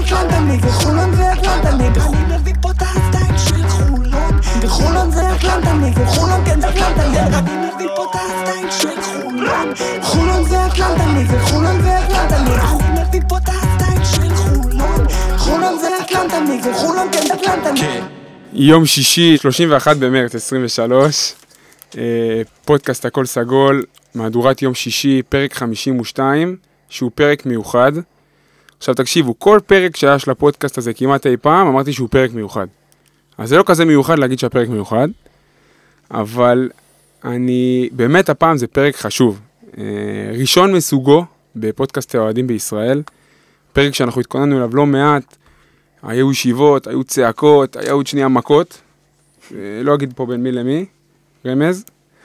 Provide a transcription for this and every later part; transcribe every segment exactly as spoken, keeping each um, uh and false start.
אטלנטה, נגד חולון זה אטלנטה, נגד אני מביא פה את הסטייל של חולון, וחולון זה אטלנטה, נגד חולון כן זה אטלנטה, אני מביא פה את הסטייל של חולון, חולון זה אטלנטה, נגד חולון זה אטלנטה, אני מביא פה את הסטייל של חולון, חולון זה אטלנטה, נגד חולון כן זה אטלנטה. יום שישי, שלושים ואחד במרץ עשרים ושלוש, פודקאסט הכל סגול, מהדורת יום שישי, פרק חמישים ושתיים, שהוא פרק מיוחד. עכשיו תקשיבו, כל פרק שהיה של הפודקאסט הזה כמעט אי פעם, אמרתי שהוא פרק מיוחד. אז זה לא כזה מיוחד להגיד שהפרק מיוחד, אבל אני, באמת הפעם זה פרק חשוב. ראשון מסוגו בפודקאסט האוהדים בישראל, פרק שאנחנו התכוננו אליו לא מעט, היו ישיבות, היו צעקות, היו עוד שנייה מכות, לא אגיד פה בין מי למי, רמז,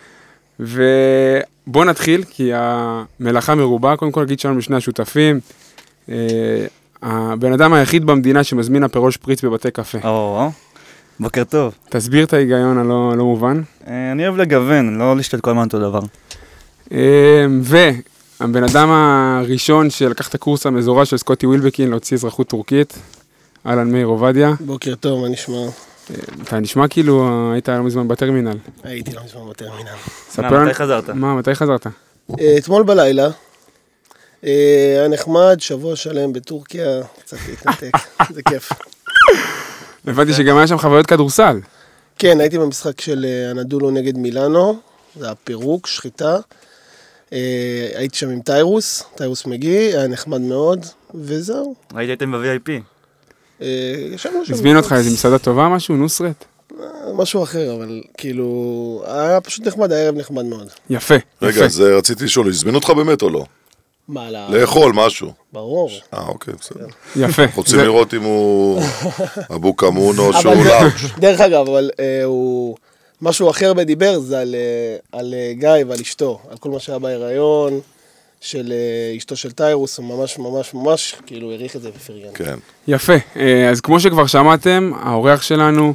ובוא נתחיל, כי המלאכה מרובה, קודם כל אגיד שלנו משני השותפים, הבן אדם היחיד במדינה שמזמין הפירוש שפריץ בבתי קפה. או, בוקר טוב. תסביר את ההיגיון הלא לא מובן. אני אוהב לגוון, לא לשתת כל הזמן אותו דבר. והבן אדם הראשון שלקח את הקורס המזורז של סקוטי ווילבקין להוציא אזרחות טורקית, אהלן מאיר עובדיה. בוקר טוב, מה נשמע? אתה נשמע כאילו היית לא מזמן בטרמינל. הייתי לא מזמן בטרמינל. מה, מתי חזרת? מה, מתי חזרת? אתמול בלילה. היה נחמד, שבוע שלם בטורקיה, קצת להתנתק, זה כיף. הבנתי שגם היה שם חוויות כדורסל. כן, הייתי במשחק של אנדולו נגד מילאנו, זה היה פירוק, שחיטה. הייתי שם עם טיירוס, טיירוס מגי, היה נחמד מאוד, וזהו. ראיתי הייתם ב-וי איי פי. הזמין אותך איזה מסעדה טובה, משהו, נוסרת? משהו אחר, אבל כאילו, היה פשוט נחמד, הערב נחמד מאוד. יפה, יפה. רגע, אז רציתי לשאול, הזמין אותך באמת או לא? מה, לאכול משהו. ברור. אה, אוקיי, בסדר. יפה. רוצים לראות אם הוא אבו כמון או שהוא לארג'. דרך אגב, אבל הוא... משהו אחר בדיבר זה על גיא ועל אשתו, על כל מה שהיה בהיריון של אשתו של טיירוס, הוא ממש ממש ממש כאילו העריך את זה בפרגן. כן. יפה, אז כמו שכבר שמעתם, האורח שלנו,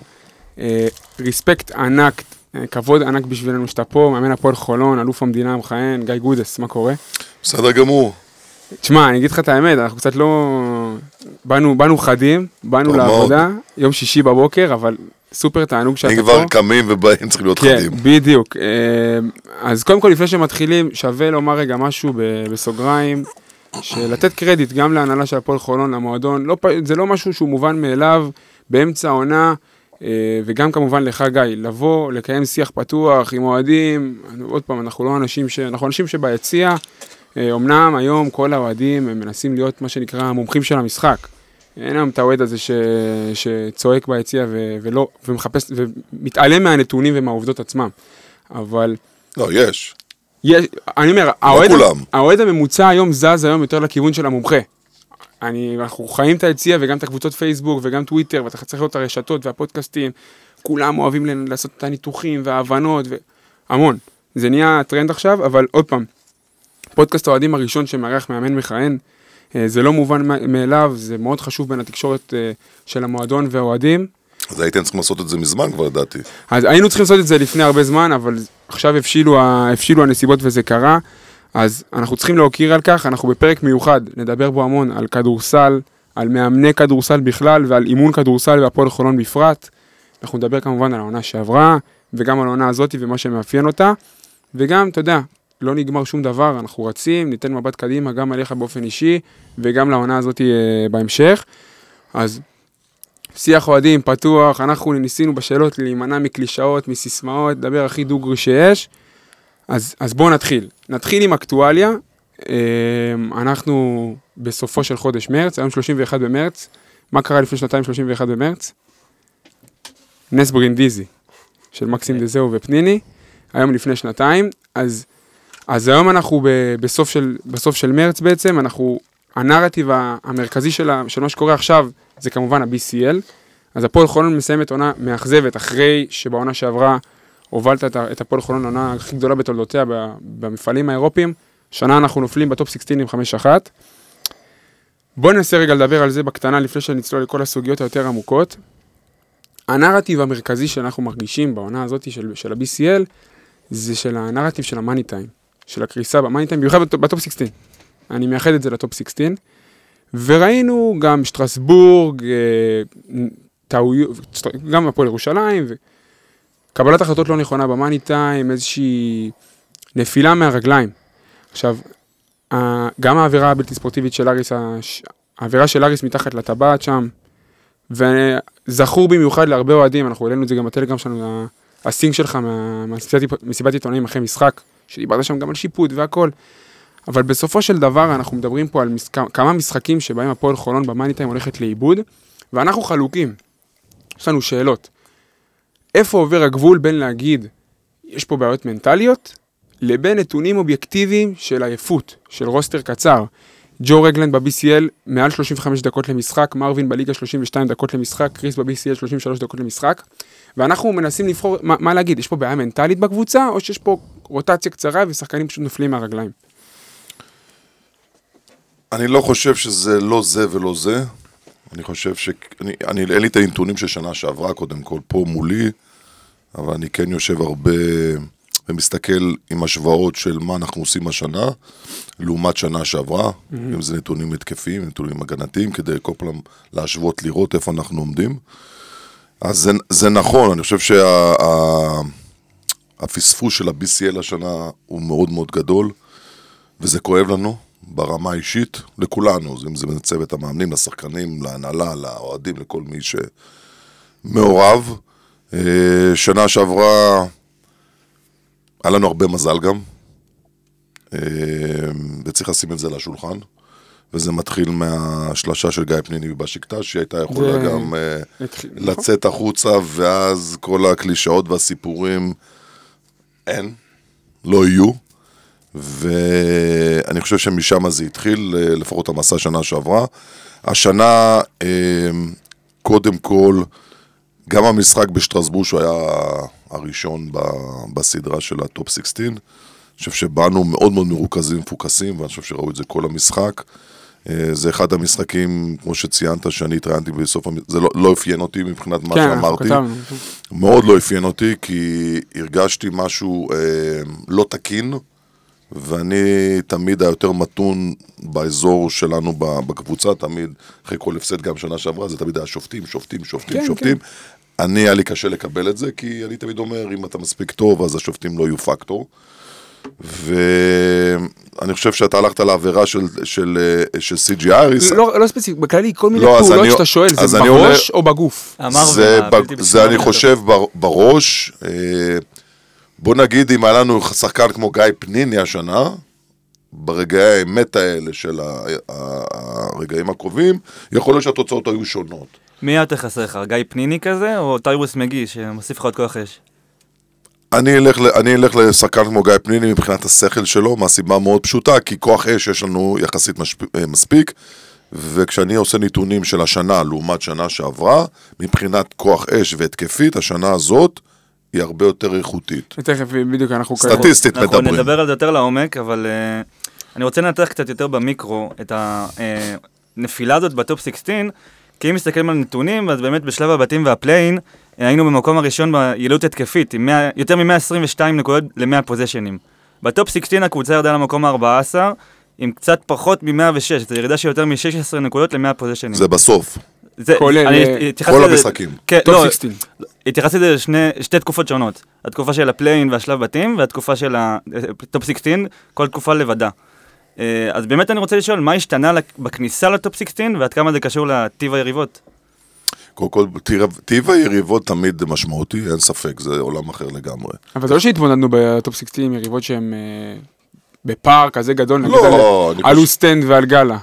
ריספקט ענק, כבוד ענק בשבילנו שאתה פה, מאמן הפועל חולון, אלוף המדינה המכהן, גיא גודס, מה קורה? בסדר גמור. תשמע, אני אגיד לך את האמת, אנחנו קצת לא... באנו, באנו חדים, באנו לעבודה, יום שישי בבוקר, אבל סופר תענוג שאתה פה. אני כבר קמים ובאים צריכים להיות חדים. כן, בדיוק. אז קודם כל, לפני שמתחילים, שווה לומר רגע משהו בסוגריים, שלתת קרדיט גם להנהלה של הפועל חולון, למועדון, לא, זה לא משהו שהוא מובן מאליו, באמצע העונה, וגם כמובן לך גיא, לבוא, לקיים שיח פתוח עם אוהדים, עוד פעם, אנחנו לא אנשים ש... אנחנו אנשים שביציע, אמנם היום כל האוהדים הם מנסים להיות מה שנקרא המומחים של המשחק. אין היום את האוהד הזה ש... שצועק ביציע ו... ולא, ומחפש, ומתעלם מהנתונים ומהעובדות עצמם. אבל... לא, יש. יש, אני אומר, לא האוהד, כולם. האוהד הממוצע היום זז היום יותר לכיוון של המומחה. אני, אנחנו חיים את היציע וגם את הקבוצות פייסבוק וגם טוויטר, ואתה צריך לראות את הרשתות והפודקאסטים, כולם אוהבים לעשות את הניתוחים וההבנות, והמון. זה נהיה טרנד עכשיו, אבל עוד פעם, פודקאסט האוהדים הראשון שמארח מאמן מכהן, זה לא מובן מאליו, זה מאוד חשוב בין התקשורת של המועדון והאוהדים. אז הייתם צריכים לעשות את זה מזמן כבר, דעתי. אז היינו צריכים לעשות את זה לפני הרבה זמן, אבל עכשיו הבשילו, הבשילו הנסיבות וזה קרה, אז אנחנו צריכים להוקיר על כך, אנחנו בפרק מיוחד, נדבר בו המון על כדורסל, על מאמני כדורסל בכלל, ועל אימון כדורסל והפועל חולון בפרט. אנחנו נדבר כמובן על העונה שעברה, וגם על העונה הזאת ומה שמאפיין אותה, וגם, אתה יודע, לא נגמר שום דבר, אנחנו רצים, ניתן מבט קדימה, גם עליך באופן אישי, וגם לעונה הזאת אה, בהמשך. אז שיח אוהדים פתוח, אנחנו ניסינו בשאלות להימנע מקלישאות, מסיסמאות, לדבר הכי דוגרי שיש. אז, אז בואו נתחיל. נתחיל עם אקטואליה. אנחנו בסופו של חודש מרץ, היום שלושים ואחד במרץ. מה קרה לפני שנתיים שלושים ואחד במרץ? נס ברינדיזי של מקסים דזהו ופניני. היום לפני שנתיים. אז, אז היום אנחנו בסוף של, בסוף של מרץ בעצם. אנחנו, הנרטיב המרכזי של, של מה שקורה עכשיו זה כמובן ה-בי סי אל. אז הפועל חולון מסיימת עונה מאכזבת אחרי שבעונה שעברה הובלת את הפועל חולון, העונה הכי גדולה בתולדותיה במפעלים האירופיים. שנה אנחנו נופלים בטופ שש עשרה עם חמש אחת. בואו ננסה רגע לדבר על זה בקטנה, לפני שנצלול לכל הסוגיות היותר עמוקות. הנרטיב המרכזי שאנחנו מרגישים בעונה הזאת של, של ה-בי סי אל, זה של הנרטיב של המאני טיים, של הקריסה במאני טיים, במיוחד בטופ שש עשרה. אני מייחד את זה לטופ שש עשרה, וראינו גם שטרסבורג, טעויות, גם הפועל ירושלים, וקבלת החלטות לא נכונה במאני טיים, איזושהי נפילה מהרגליים. עכשיו, גם האווירה הבלתי ספורטיבית של אריס, האווירה של אריס מתחת לטבעת שם, וזכור במיוחד להרבה אוהדים, אנחנו העלינו את זה גם בטלגרם שלנו, הסינק שלך מסיבת עיתונאים אחרי משחק, שדיברת שם גם על שיפוט והכל, אבל בסופו של דבר אנחנו מדברים פה על כמה משחקים שבהם הפועל חולון במאני טיים הולכת לאיבוד, ואנחנו חלוקים. יש לנו שאלות. איפה עובר הגבול בין להגיד, יש פה בעיות מנטליות, לבין נתונים אובייקטיביים של עייפות, של רוסטר קצר. ג'ו רגלנד ב-בי סי אל מעל שלושים וחמש דקות למשחק, מרווין בליגה שלושים ושתיים דקות למשחק, קריס ב-בי סי אל שלושים ושלוש דקות למשחק, ואנחנו מנסים לבחור מה, מה להגיד, יש פה בעיה מנטלית בקבוצה, או שיש פה רוטציה קצרה ושחקנים פשוט נופלים מהרגליים? אני לא חושב שזה לא זה ולא זה. אני חושב ש... אני, אני, אין לי את הנתונים של שנה שעברה, קודם כל פה מולי, אבל אני כן יושב הרבה ומסתכל עם השוואות של מה אנחנו עושים השנה, לעומת שנה שעברה, mm-hmm. אם זה נתונים התקפיים, נתונים הגנתיים, כדי כל פעם להשוות, לראות איפה אנחנו עומדים. אז זה, זה נכון, אני חושב שהפספוס של ה-בי סי אל השנה הוא מאוד מאוד גדול, וזה כואב לנו. ברמה האישית, לכולנו, אם זה בצוות המאמנים, לשחקנים, להנהלה, לאוהדים, לכל מי שמעורב. שנה שעברה, היה לנו הרבה מזל גם, וצריך לשים את זה לשולחן, וזה מתחיל מהשלשה של גיא פניני בבשיקטש, שהיא הייתה יכולה גם לצאת החוצה, ואז כל הקלישאות והסיפורים, אין, לא יהיו. ואני חושב שמשם זה התחיל, לפחות המסע שנה שעברה. השנה, קודם כל, גם המשחק בשטרסבורג, שהוא היה הראשון בסדרה של הטופ שש עשרה, אני חושב שבאנו מאוד מאוד מרוכזים, מפוקסים, ואני חושב שראו את זה כל המשחק. זה אחד המשחקים, כמו שציינת, שאני התראיינתי בסוף, זה לא, לא אפיין אותי מבחינת מה שאמרתי. מאוד לא אפיין אותי, כי הרגשתי משהו לא תקין, ואני תמיד היותר מתון באזור שלנו בקבוצה, תמיד אחרי כל הפסד גם שנה שעברה, זה תמיד היה שופטים, שופטים, שופטים, כן, שופטים. כן. אני היה לי קשה לקבל את זה, כי אני תמיד אומר, אם אתה מספיק טוב, אז השופטים לא יהיו פקטור. ואני חושב שאתה הלכת לעבירה של, של, של סי ג'י אריס. לא, לא ספציפי, בכללי, כל מיני לא, פעולות שאתה שואל, זה בראש או בגוף? זה, בג, זה אני חושב בראש, בוא נגיד, אם היה לנו שחקן כמו גיא פניני השנה, ברגעי האמת האלה של הרגעים הקרובים, יכול להיות שהתוצאות היו שונות. מי היה תחסר לך? גיא פניני כזה, או טיירוס מגי, שמוסיף לך עוד כוח אש? אני אלך, אני אלך לשחקן כמו גיא פניני מבחינת השכל שלו, מהסיבה מאוד פשוטה, כי כוח אש יש לנו יחסית מספיק, וכשאני עושה נתונים של השנה לעומת שנה שעברה, מבחינת כוח אש והתקפית, השנה הזאת, היא הרבה יותר איכותית. תכף, בדיוק, אנחנו... סטטיסטית אנחנו מדברים. אנחנו נדבר על זה יותר לעומק, אבל uh, אני רוצה לנתח קצת יותר במיקרו את הנפילה הזאת בטופ שש עשרה, כי אם מסתכלים על נתונים, אז באמת בשלב הבתים והפליין, היינו במקום הראשון ביעילות התקפית, עם מאה, יותר מ-מאה עשרים ושתיים נקודות ל-מאה פוזיישנים. בטופ שש עשרה הקבוצה ירדה למקום ה-ארבע עשרה, עם קצת פחות מ-מאה ושש, זו ירידה של יותר מ-שש עשרה נקודות ל-מאה פוזיישנים. זה בסוף. זה, כולל, אני, כל המשחקים. כן, טופ לא, שש עשרה. התייחסתי לזה שתי תקופות שונות. התקופה של הפליין והשלב בתים, והתקופה של הטופ שש עשרה, כל תקופה לבדה. אז באמת אני רוצה לשאול, מה השתנה בכניסה לטופ שש עשרה, ועד כמה זה קשור לטיב היריבות? קודם כל, טיב היריבות תמיד משמעותי, אין ספק, זה עולם אחר לגמרי. אבל זה לא שהתמודדנו בטופ שש עשרה עם יריבות שהן בפער כזה גדול, נגיד על אוסטנד ועל גלה.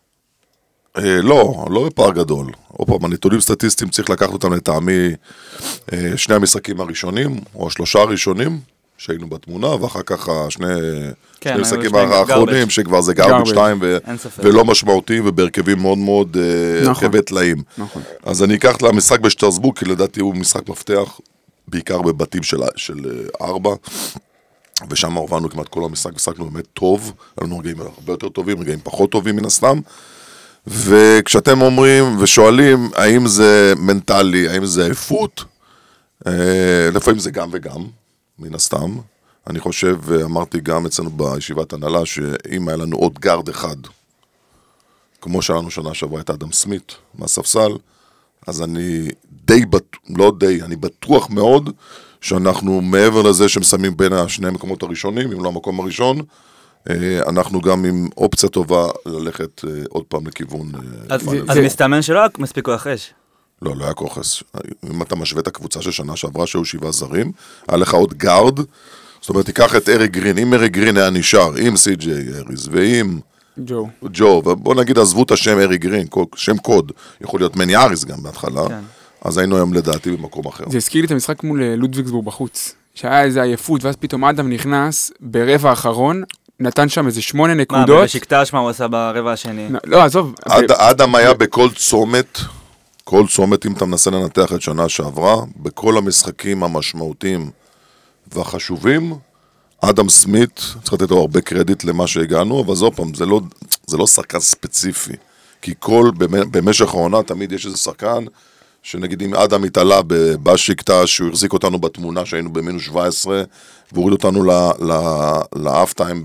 לא, לא בפער גדול. עוד פעם, הנתונים סטטיסטיים צריך לקחת אותם לטעמי שני המשחקים הראשונים, או השלושה הראשונים, שהיינו בתמונה, ואחר כך השני משחקים האחרונים, שכבר זה גרבג' שתיים, ולא משמעותיים, ובהרכבים מאוד מאוד הרכבי טלאים. אז אני אקח למשחק בשטרסבורג, כי לדעתי הוא משחק מפתח, בעיקר בבתים של ארבע, ושם הובלנו כמעט כל המשחק, משחקנו באמת טוב, היה לנו רגעים הרבה יותר טובים, רגעים פחות טובים מן הסתם, וכשאתם אומרים ושואלים, האם זה מנטלי, האם זה עייפות, לפעמים זה גם וגם, מן הסתם. אני חושב, ואמרתי גם אצלנו בישיבת הנהלה, שאם היה לנו עוד גארד אחד, כמו שלנו שנה שעברה את אדם סמית מהספסל, אז אני די, לא די, אני בטוח מאוד שאנחנו מעבר לזה שמסיימים בין השני המקומות הראשונים, אם לא המקום הראשון, אנחנו גם עם אופציה טובה ללכת עוד פעם לכיוון... אז מסתמן שלא מספיק כוח אש. לא, לא היה כוחס. אם אתה משווה את הקבוצה של שנה שעברה, שהיו שבעה זרים, היה לך עוד גארד, זאת אומרת, תיקח את אריק גרין, אם אריק גרין היה נשאר, עם סי.ג'יי אריס, ועם... ג'ו. ג'ו, ובוא נגיד, עזבו את השם אריק גרין, שם קוד, יכול להיות מני אריס גם בהתחלה, כן. אז היינו היום לדעתי במקום אחר. זה הזכיר לי את המשחק מול לודוויגסבורג בחוץ, שהיה איזה עייפות, ואז פתאום אדם נכנס ברבע האחרון, נתן שם איזה שמונה נקודות. מה, בשקטש מה הוא עשה ברבע השני? לא, עזוב. אדם היה בכל צומת, כל צומת, אם אתה מנסה לנתח את שנה שעברה, בכל המשחקים המשמעותיים והחשובים, אדם סמית, צריך לתת לו הרבה קרדיט למה שהגענו, אבל זו פעם, זה לא, זה לא שחקן ספציפי, כי כל, במשך העונה, תמיד יש איזה שחקן, שנגיד אם אדם התעלה בשקטש, שהוא החזיק אותנו בתמונה שהיינו במינוס שבע עשרה, והוריד אותנו לאף טיים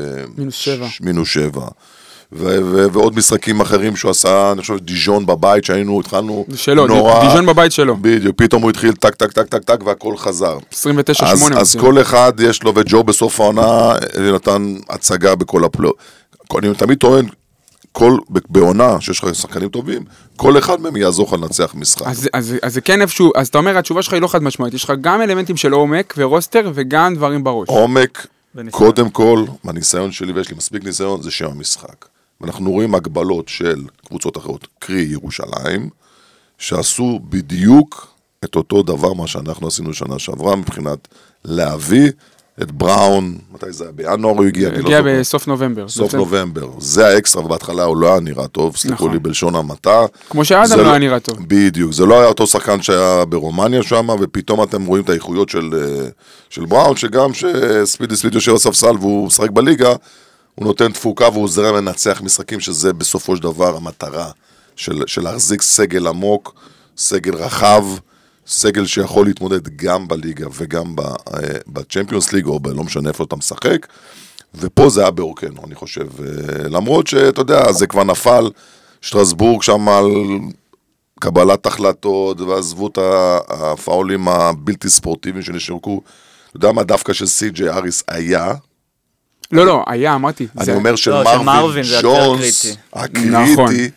במינוס שבע. ועוד משחקים אחרים שהוא עשה, אני חושב, דיז'ון בבית, שהיינו, התחלנו נורא... דיז'ון בבית שלו. בדיוק, פתאום הוא התחיל טק, טק, טק, טק, טק, והכל חזר. עשרים ותשע שמונה. אז כל אחד יש לו, וג'ו בסוף העונה, נתן הצגה בכל הפלו. אני תמיד טוען, כל, בעונה שיש לך שחקנים טובים, כל אחד מהם יעזור לך לנצח משחק. אז, אז, אז זה כן איפשהו, אז אתה אומר, התשובה שלך היא לא חד משמעית, יש לך גם אלמנטים של עומק ורוסטר, וגם דברים בראש. עומק, קודם כל, מהניסיון שלי, ויש לי מספיק ניסיון, זה שם המשחק. ואנחנו רואים הגבלות של קבוצות אחרות, קרי ירושלים, שעשו בדיוק את אותו דבר מה שאנחנו עשינו שנה שעברה, מבחינת להביא את בראון, מתי זה היה? בינואר הוא הגיע? הגיע בסוף נובמבר. סוף נובמבר. זה האקסטרה, ובהתחלה הוא לא היה נראה טוב, סליחו לי בלשון המעטה. כמו שאדם לא היה נראה טוב. בדיוק, זה לא היה אותו שחקן שהיה ברומניה שם, ופתאום אתם רואים את האיכויות של בראון, שגם שספידי ספידי יושב בספסל והוא משחק בליגה, הוא נותן תפוקה והוא זרם לנצח משחקים, שזה בסופו של דבר המטרה של, של להחזיק סגל עמוק, סגל רחב, סגל שיכול להתמודד גם בליגה וגם בצ'מפיונס ליג, או לא משנה איפה אתה משחק, ופה זה היה באורקנו, אני חושב. למרות שאתה יודע, זה כבר נפל, שטרסבורג שם על קבלת החלטות, ועזבו את הפאולים הבלתי ספורטיביים שנשרקו. אתה יודע מה דווקא של סי.ג'יי אריס היה? לא, לא, היה, אמרתי. אני אומר של מרווין ג'ונס, הקריטי,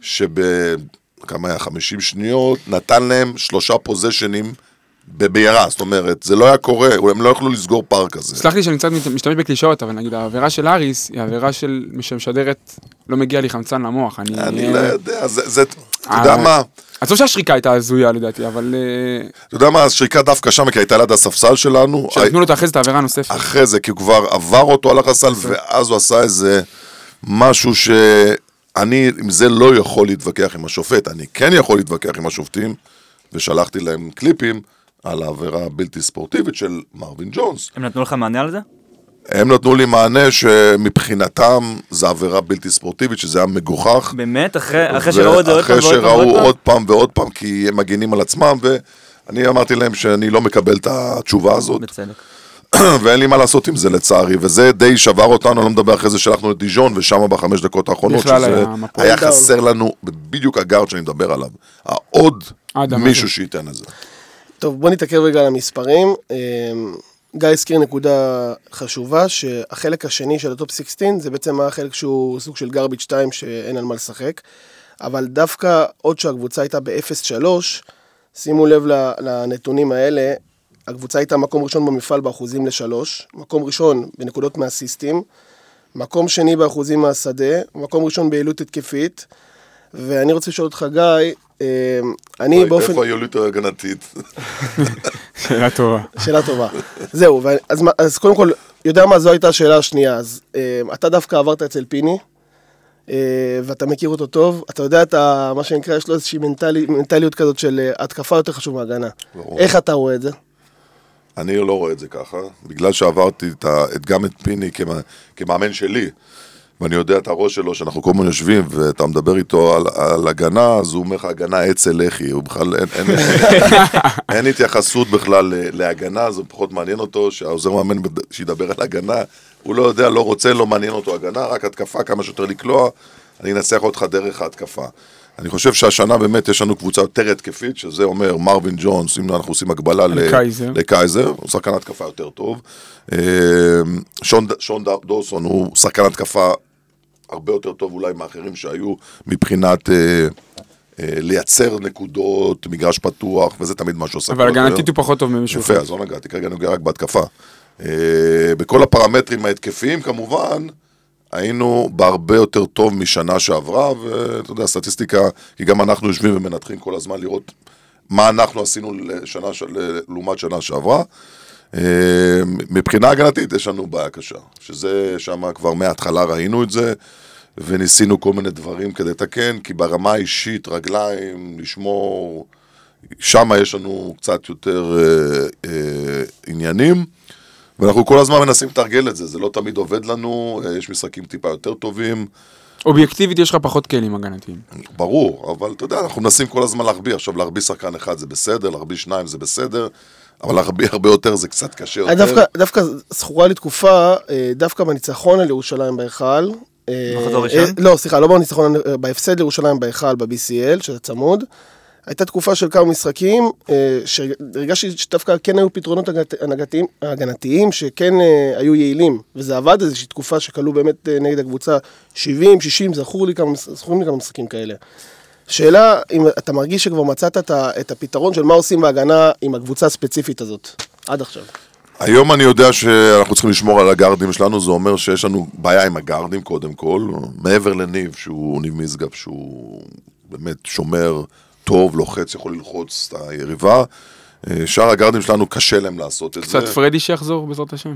שבכמה היה חמישים שניות, נתן להם שלושה פוזיישנים בביירה, זאת אומרת, זה לא היה קורה, הם לא יכלו לסגור פארק הזה. סלח לי שאני קצת משתמש בקלישאות, אבל נגיד, העבירה של אריס היא העבירה של משדרת, לא מגיע לי חמצן למוח. אני לא יודע, זה, אתה יודע מה? אז לא שהשריקה הייתה הזויה לדעתי, אבל... אתה יודע מה, השריקה דווקא שם, כי הייתה ליד הספסל שלנו. שנתנו לו את אחרי זה את העבירה הנוספת. אחרי זה, כי הוא כבר עבר אותו על הספסל, ואז הוא עשה איזה משהו שאני, עם זה לא יכול להתווכח עם השופט, אני כן יכול להתווכח עם השופטים, ושלחתי להם קליפים על העבירה הבלתי ספורטיבית של מרווין ג'ונס. הם נתנו לך מענה על זה? הם נתנו לי מענה שמבחינתם זה עבירה בלתי ספורטיבית, שזה היה מגוחך. באמת? אחרי, אחרי שראו את זה עוד פעם אחרי שראו עוד פעם ועוד פעם, כי הם מגינים על עצמם, ואני אמרתי להם שאני לא מקבל את התשובה הזאת. בצדק. ואין לי מה לעשות עם זה לצערי, וזה די שבר אותנו, אני לא מדבר אחרי זה שלחנו לדיז'ון, ושם בחמש דקות האחרונות, שזה היה חסר לנו, בדיוק הגארד שאני מדבר עליו, העוד מישהו שייתן את זה. טוב, בוא נתעכב רגע על המספרים. גיא הזכיר נקודה חשובה, שהחלק השני של הטופ שש עשרה, זה בעצם החלק שהוא סוג של גרביץ' שתיים, שאין על מה לשחק, אבל דווקא עוד שהקבוצה הייתה ב-אפס שלוש, שימו לב לנתונים האלה, הקבוצה הייתה מקום ראשון במפעל באחוזים לשלוש, מקום ראשון בנקודות מהסיסטים, מקום שני באחוזים מהשדה, מקום ראשון ביעילות התקפית, ואני רוצה לשאול אותך גיא, אני באופן... איפה היעילות ההגנתית? שאלה טובה. שאלה טובה. זהו, אז, אז קודם כל, יודע מה, זו הייתה השאלה השנייה, אז אתה דווקא עברת אצל פיני, ואתה מכיר אותו טוב, אתה יודע את ה, מה שנקרא, יש לו איזושהי מנטלי, מנטליות כזאת של התקפה יותר חשוב מהגנה. איך אתה רואה את זה? אני לא רואה את זה ככה, בגלל שעברתי את, את, גם את פיני כמה, כמאמן שלי, ואני יודע את הראש שלו, שאנחנו כל הזמן יושבים, ואתה מדבר איתו על, על הגנה, אז הוא אומר לך, הגנה אצל לחי, הוא בכלל, אין, אין, אין, אין התייחסות בכלל להגנה, זה פחות מעניין אותו, שהעוזר מאמן שידבר על הגנה, הוא לא יודע, לא רוצה, לא מעניין אותו הגנה, רק התקפה, כמה שיותר לקלוע, אני אנצח אותך דרך ההתקפה. אני חושב שהשנה באמת יש לנו קבוצה יותר התקפית, שזה אומר מרווין ג'ונס, אם אנחנו עושים הגבלה לקייזר. לקייזר, הוא שחקן התקפה יותר טוב. שון, שון דורסון הוא שחקן התקפה הרבה יותר טוב אולי מאחרים שהיו מבחינת... לייצר נקודות, מגרש פתוח, וזה תמיד מה שעושה. אבל הגנתית הוא פחות טוב ממישהו. יפה, אז לא נגעתי, כרגע נוגע רק בהתקפה. בכל הפרמטרים ההתקפיים, כמובן, היינו בהרבה יותר טוב משנה שעברה, ואתה יודע, סטטיסטיקה, כי גם אנחנו יושבים ומנתחים כל הזמן לראות מה אנחנו עשינו לשנה, לעומת שנה שעברה. מבחינה הגנתית יש לנו בעיה קשה, שזה שם כבר מההתחלה ראינו את זה, וניסינו כל מיני דברים כדי לתקן, כי ברמה האישית, רגליים, לשמור, שם יש לנו קצת יותר אה, אה, עניינים, ואנחנו כל הזמן מנסים לתרגל את זה, זה לא תמיד עובד לנו, אה, יש משחקים טיפה יותר טובים. אובייקטיבית יש לך פחות כלים הגנתיים. ברור, אבל אתה יודע, אנחנו מנסים כל הזמן להרביע, עכשיו להרביע שחקן אחד זה בסדר, להרביע שניים זה בסדר, אבל להרביע הרבה יותר זה קצת קשה יותר. דווקא, דווקא זכורה לי תקופה, דווקא בניצחון על ירושלים בהיכל, בחזור ראשון? לא, סליחה, לא בניצחון, בהפסד לירושלים בהיכל ב-בי סי אל, שזה צמוד, הייתה תקופה של כמה משחקים, שהרגשתי שדווקא כן היו פתרונות הגנתיים, שכן היו יעילים, וזה עבד איזושהי תקופה שקלו באמת נגד הקבוצה שבעים, שישים, זכור לי כמה, זכורים לי כמה משחקים כאלה. שאלה, אם אתה מרגיש שכבר מצאת את הפתרון של מה עושים בהגנה עם הקבוצה הספציפית הזאת, עד עכשיו. היום אני יודע שאנחנו צריכים לשמור על הגארדים שלנו, זה אומר שיש לנו בעיה עם הגארדים קודם כל, מעבר לניב, שהוא ניב משגב, שהוא באמת שומר טוב, לוחץ, יכול ללחוץ את היריבה, שאר הגארדים שלנו קשה להם לעשות את זה. קצת פרדי שיחזור בעזרת השם?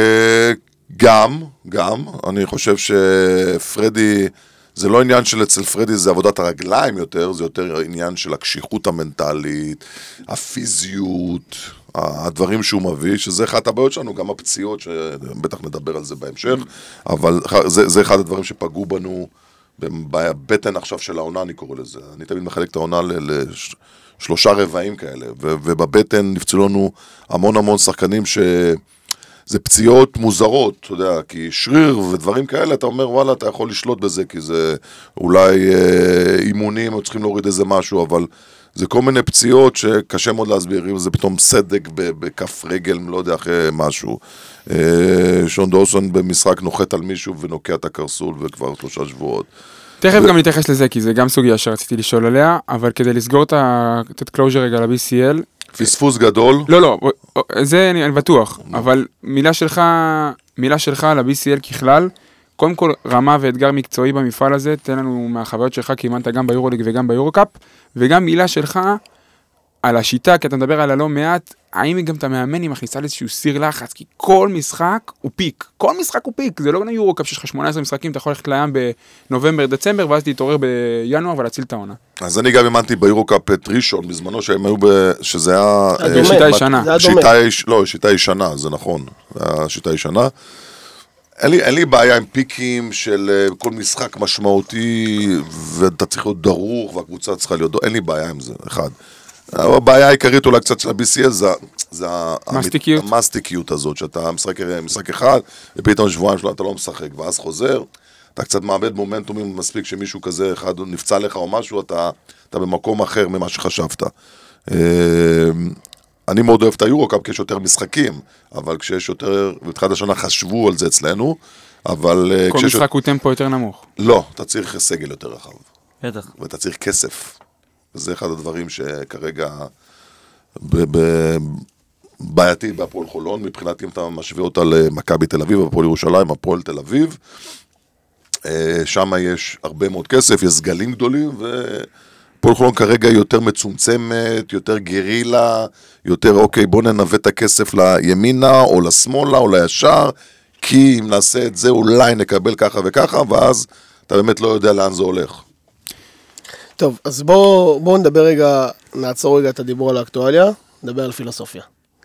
גם, גם, אני חושב שפרדי, זה לא עניין של אצל פרדי, זה עבודת הרגליים יותר, זה יותר עניין של הקשיחות המנטלית, הפיזיות, הדברים שהוא מביא, שזה אחת הבעיות שלנו, גם הפציעות, שבטח נדבר על זה בהמשך, אבל זה, זה אחד הדברים שפגעו בנו, בבטן עכשיו של העונה, אני קורא לזה. אני תמיד מחלק את העונה לשלושה רבעים כאלה, ובבטן נפצלו לנו המון המון שחקנים ש... זה פציעות מוזרות, אתה יודע, כי שריר ודברים כאלה, אתה אומר, וואלה, אתה יכול לשלוט בזה, כי זה אולי אה, אימונים, או צריכים להוריד איזה משהו, אבל זה כל מיני פציעות שקשה מאוד להסביר, אם זה פתאום סדק בכף רגל, לא יודע, אחרי משהו. אה, שון דורסון במשחק נוחת על מישהו ונוקע את הקרסול, וכבר שלושה שבועות. תכף ו... גם נתייחס לזה, כי זה גם סוגיה שרציתי לשאול עליה, אבל כדי לסגור את ה-closure רגע ל-בי סי אל, פספוס גדול. לא, לא, זה אני, אני בטוח, אבל מילה שלך, מילה שלך ל-בי סי אל ככלל, קודם כל רמה ואתגר מקצועי במפעל הזה, תן לנו מהחוויות שלך, כי אימנת גם ביורוליג וגם ביורוקאפ, וגם מילה שלך על השיטה, כי אתה מדבר על הלא מעט, האם גם אתה מאמן עם מכניסה לאיזשהו סיר לחץ, כי כל משחק הוא פיק, כל משחק הוא פיק, זה לא גם יורוקאפ שיש לך שמונה עשרה משחקים, אתה יכול ללכת לים בנובמבר, דצמבר, ואז תתעורר בינואר ולהציל את העונה. אז אני גם אימנתי ביורוקאפ את ראשון, בזמנו שהם היו, שזה היה... שיטה ישנה. לא, שיטה ישנה, זה נכון, שיטה ישנה. אין לי, אין לי בעיה עם פיקים של כל משחק משמעותי, ואתה צריך להיות דרוך, והקבוצה צריכה להיות דרוך, אין לי בעיה עם זה, אחד. הבעיה העיקרית אולי קצת של ה-בי סי אל זה, זה המסטיקיות. המסטיקיות הזאת, שאתה משחק, משחק אחד, ופתאום שבועיים שלו אתה לא משחק, ואז חוזר, אתה קצת מאבד מומנטומים מספיק שמישהו כזה אחד נפצע לך או משהו, אתה, אתה במקום אחר ממה שחשבת. אני מאוד אוהב את היורוקאפ, כי יש יותר משחקים, אבל כשיש יותר, בתחילת השנה חשבו על זה אצלנו, אבל... כל משחק ש... הוא טמפו יותר נמוך. לא, אתה צריך סגל יותר רחב. בטח. ואתה צריך כסף. וזה אחד הדברים שכרגע ב- ב- בעייתי בהפועל חולון, מבחינת אם אתה משווה אותה למכבי תל אביב, הפועל ירושלים, הפועל תל אביב, שם יש הרבה מאוד כסף, יש סגלים גדולים, והפועל חולון כרגע יותר מצומצמת, יותר גרילה, יותר אוקיי, בוא ננווט את הכסף לימינה, או לשמאלה, או לישר, כי אם נעשה את זה, אולי נקבל ככה וככה, ואז אתה באמת לא יודע לאן זה הולך. טוב, אז בואו בוא נדבר רגע, נעצור רגע את הדיבור על האקטואליה, נדבר על פילוסופיה.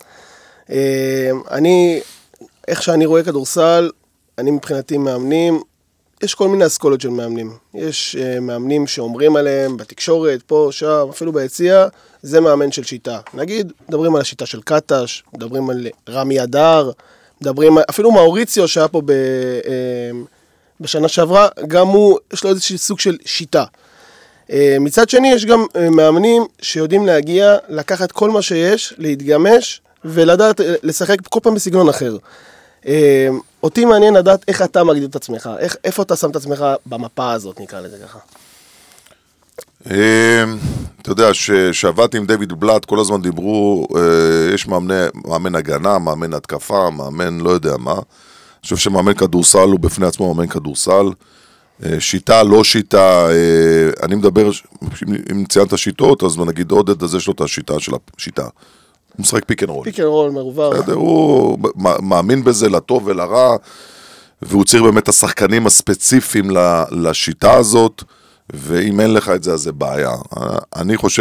אני, איך שאני רואה כדורסל, אני מבחינתי מאמנים, יש כל מיני אסכולות של מאמנים. יש מאמנים שאומרים עליהם בתקשורת, פה, שם, אפילו ביציאה, זה מאמן של שיטה. נגיד, מדברים על השיטה של קטש, מדברים על רמי אדר, מדברים, אפילו מאוריציו שהיה פה ב... בשנה שעברה, גם הוא, יש לו איזשהו סוג של שיטה. מצד שני, יש גם מאמנים שיודעים להגיע, לקחת כל מה שיש, להתגמש, ולדעת לשחק כל פעם בסגנון אחר. אותי מעניין לדעת איך אתה מגדיר את עצמך, איך, איפה אתה שם את עצמך במפה הזאת, נקרא לזה ככה. אתה יודע, שעבדתי עם דיוויד בלאט, כל הזמן דיברו, יש מאמן הגנה, מאמן התקפה, מאמן לא יודע מה. אני חושב שמאמן כדורסל הוא בפני עצמו מאמן כדורסל. שיטה, לא שיטה, אני מדבר, אם ציינת שיטות, אז נגיד עודד, אז יש לו את השיטה של השיטה. הוא משחק פיק אנד רול. פיק אנד רול, מרובר. הוא מאמין בזה לטוב ולרע, והוא צריך באמת את השחקנים הספציפיים לשיטה הזאת, ואם אין לך את זה, אז זה בעיה. אני חושב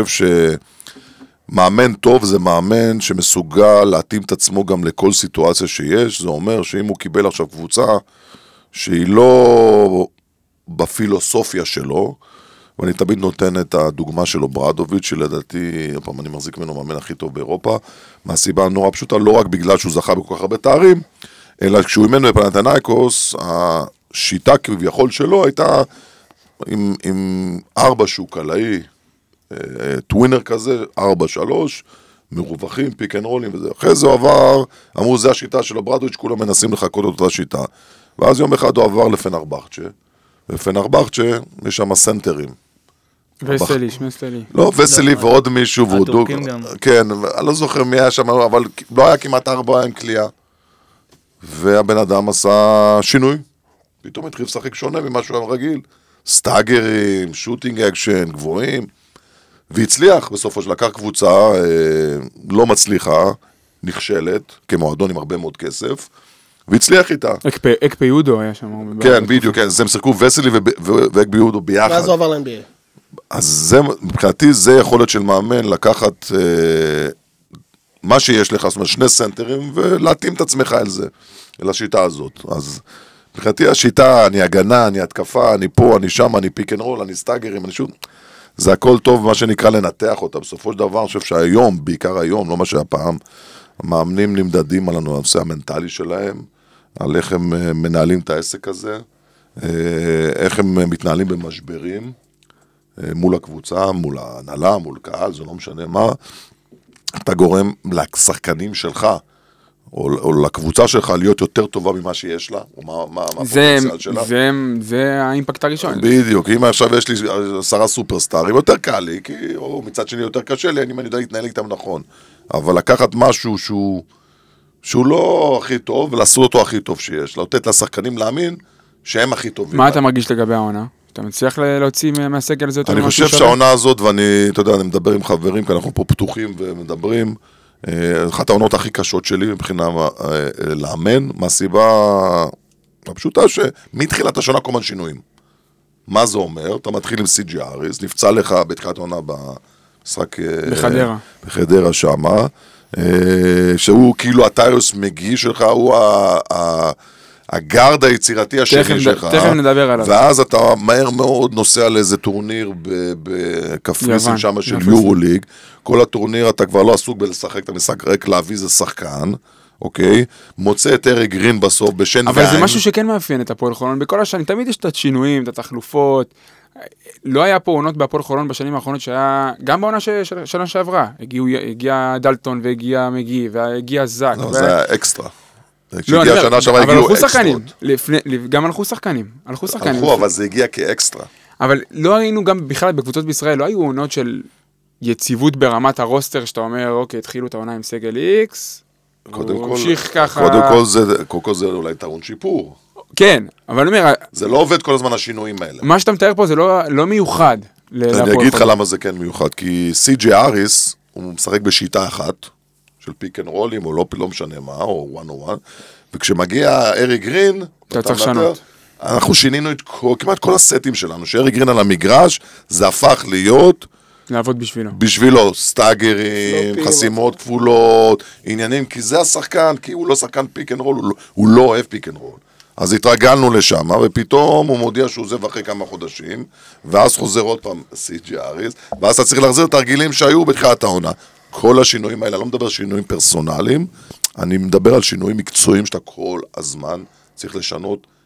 שמאמן טוב זה מאמן שמסוגל להתאים את עצמו גם לכל סיטואציה שיש. זה אומר שאם הוא קיבל עכשיו קבוצה שהיא לא בפילוסופיה שלו, ואני תמיד נותן את הדוגמה שלו, ברדוביץ', שלדעתי, הפעם אני מחזיק ממנו מאמן הכי טוב באירופה, מהסיבה נורא פשוטה, לא רק בגלל שהוא זכה בכל כך הרבה תארים, אלא כשהוא אימן בפנתנייקוס, השיטה כביכול שלו הייתה עם, עם ארבע שהוא קלעי, טווינר כזה, ארבע שלוש, מרווחים, פיק אנד רולים וזה. אחרי זה הוא עבר, אמרו, זה השיטה של ברדוביץ', כולם מנסים לחכות אותה שיטה. ואז יום אחד הוא עבר לפנרבחצ'ה, ופנרבחצ'ה, יש שם סנטרים. וסלי, שמסלי. לא, וסלי ועוד מישהו, והוא דוג... כן, אני לא זוכר מי היה שם, אבל לא היה כמעט ארבעה עם קליעה. והבן אדם עשה שינוי. פתאום התחיל לשחק שונה ממה שהוא היה רגיל. סטאגרים, שוטינג אקשן, גבוהים. והצליח בסופו של לקח קבוצה לא מצליחה, נכשלת, כמועדון עם הרבה מאוד כסף. והצליח איתה. אקפי יודו היה שם. כן, בדיוק, כן. זה הם שחקו וסלי ואקפי יודו ביחד. ואז הוא עבר ל-אן בי איי. אז זה, מבחינתי, זה יכולת של מאמן לקחת אה, מה שיש לך, זאת אומרת, שני סנטרים, ולהתאים את עצמך אל זה, אל השיטה הזאת. אז מבחינתי השיטה, אני הגנה, אני התקפה, אני פה, אני שם, אני פיק אנד רול, אני סטאגרים, אני שוב, זה הכל טוב, מה שנקרא לנתח אותה. בסופו של דבר, אני חושב שהיום, בעיקר היום, לא מה שהפעם, המאמנים נמדדים על הנושא המנטלי שלהם, על איך הם מנהלים את העסק הזה, איך הם מתנהלים במשברים, מול הקבוצה, מול ההנהלה, מול קהל, זה לא משנה מה, אתה גורם לשחקנים שלך, או, או לקבוצה שלך להיות יותר טובה ממה שיש לה, או מה, מה, מה הפוטנציאל שלה. זה, זה האימפקט הראשון. בדיוק, אם עכשיו יש לי עשרה סופרסטארים, יותר קל לי, כי, או מצד שני יותר קשה לי, אני יודע להתנהל איתם נכון. אבל לקחת משהו שהוא, שהוא לא הכי טוב, ולעשות אותו הכי טוב שיש, לתת לשחקנים להאמין שהם הכי טובים. מה אתה מרגיש לגבי העונה? אתה מצליח להוציא מהסגל הזה יותר אני חושב שהעונה הזאת, ואני, אתה יודע, אני מדבר עם חברים, כי אנחנו פה פתוחים ומדברים, אחת העונות הכי קשות שלי מבחינה לאמן, מהסיבה הפשוטה שמתחילת השנה כל מיני שינויים. מה זה אומר? אתה מתחיל עם סי.ג'י. אריס, נפצע לך בתחילת העונה במשחק... בחדרה. בחדרה שמה, שהוא כאילו הטיירוס מגיש שלך, הוא ה... הגארד היצירתי השני שלך, תכף נדבר עליו. ואז אתה מהר מאוד נוסע לאיזה טורניר בקפריסין שם של יורוליג, כל הטורניר אתה כבר לא עסוק בלשחק את המשחק, רק להביא זה שחקן, אוקיי? מוצא את אריק גרין בסוף בשן אבל זה משהו שכן מאפיין את הפועל חולון, בכל השנים, תמיד יש את השינויים, את התחלופות, לא היה פה עונות בהפועל חולון בשנים האחרונות שהיה, גם בעונה שנה שעברה, הגיע דלטון והגיע מגי, והגיע זק. לא, זה היה אקסטרה. לא, אני אומר, אבל הלכו שחקנים, גם הלכו שחקנים, הלכו שחקנים. הלכו, אבל זה הגיע כאקסטרה. אבל לא היינו גם בכלל בקבוצות בישראל, לא היו עונות של יציבות ברמת הרוסטר, שאתה אומר, אוקיי, התחילו את העונה עם סגל איקס, הוא המשיך ככה... קודם כל זה אולי טעון שיפור. כן, אבל אני אומר... זה לא עובד כל הזמן השינויים האלה. מה שאתה מתאר פה זה לא מיוחד. אני אגיד לך למה זה כן מיוחד, כי סי.ג'י. אריס, הוא משחק בשיטה אחת, של פיק אנד רולים, או לא, לא משנה מה, או וואן או וואן, וכשמגיע אריק גרין, אתה צריך שנות. אנחנו שינינו את כל, כמעט כל הסטים שלנו, שאריק גרין על המגרש, זה הפך להיות... לעבוד בשבילו. בשבילו, סטאגרים, חסימות כפולות, עניינים, כי זה השחקן, כי הוא לא שחקן פיק אנד רול, הוא לא, הוא לא אוהב פיק אנד רול. אז התרגלנו לשם, ופתאום הוא מודיע שהוא עוזב אחרי כמה חודשים, ואז חוזר עוד פעם סי.ג'י. אריס, ואז אתה צריך להחזיר את הרגילים שהיו בתחילת העונה. כל השינויים האלה, אני לא מדבר על שינויים פרסונליים, אני מדבר על שינויים מקצועיים שאתה כל הזמן צריך לשנות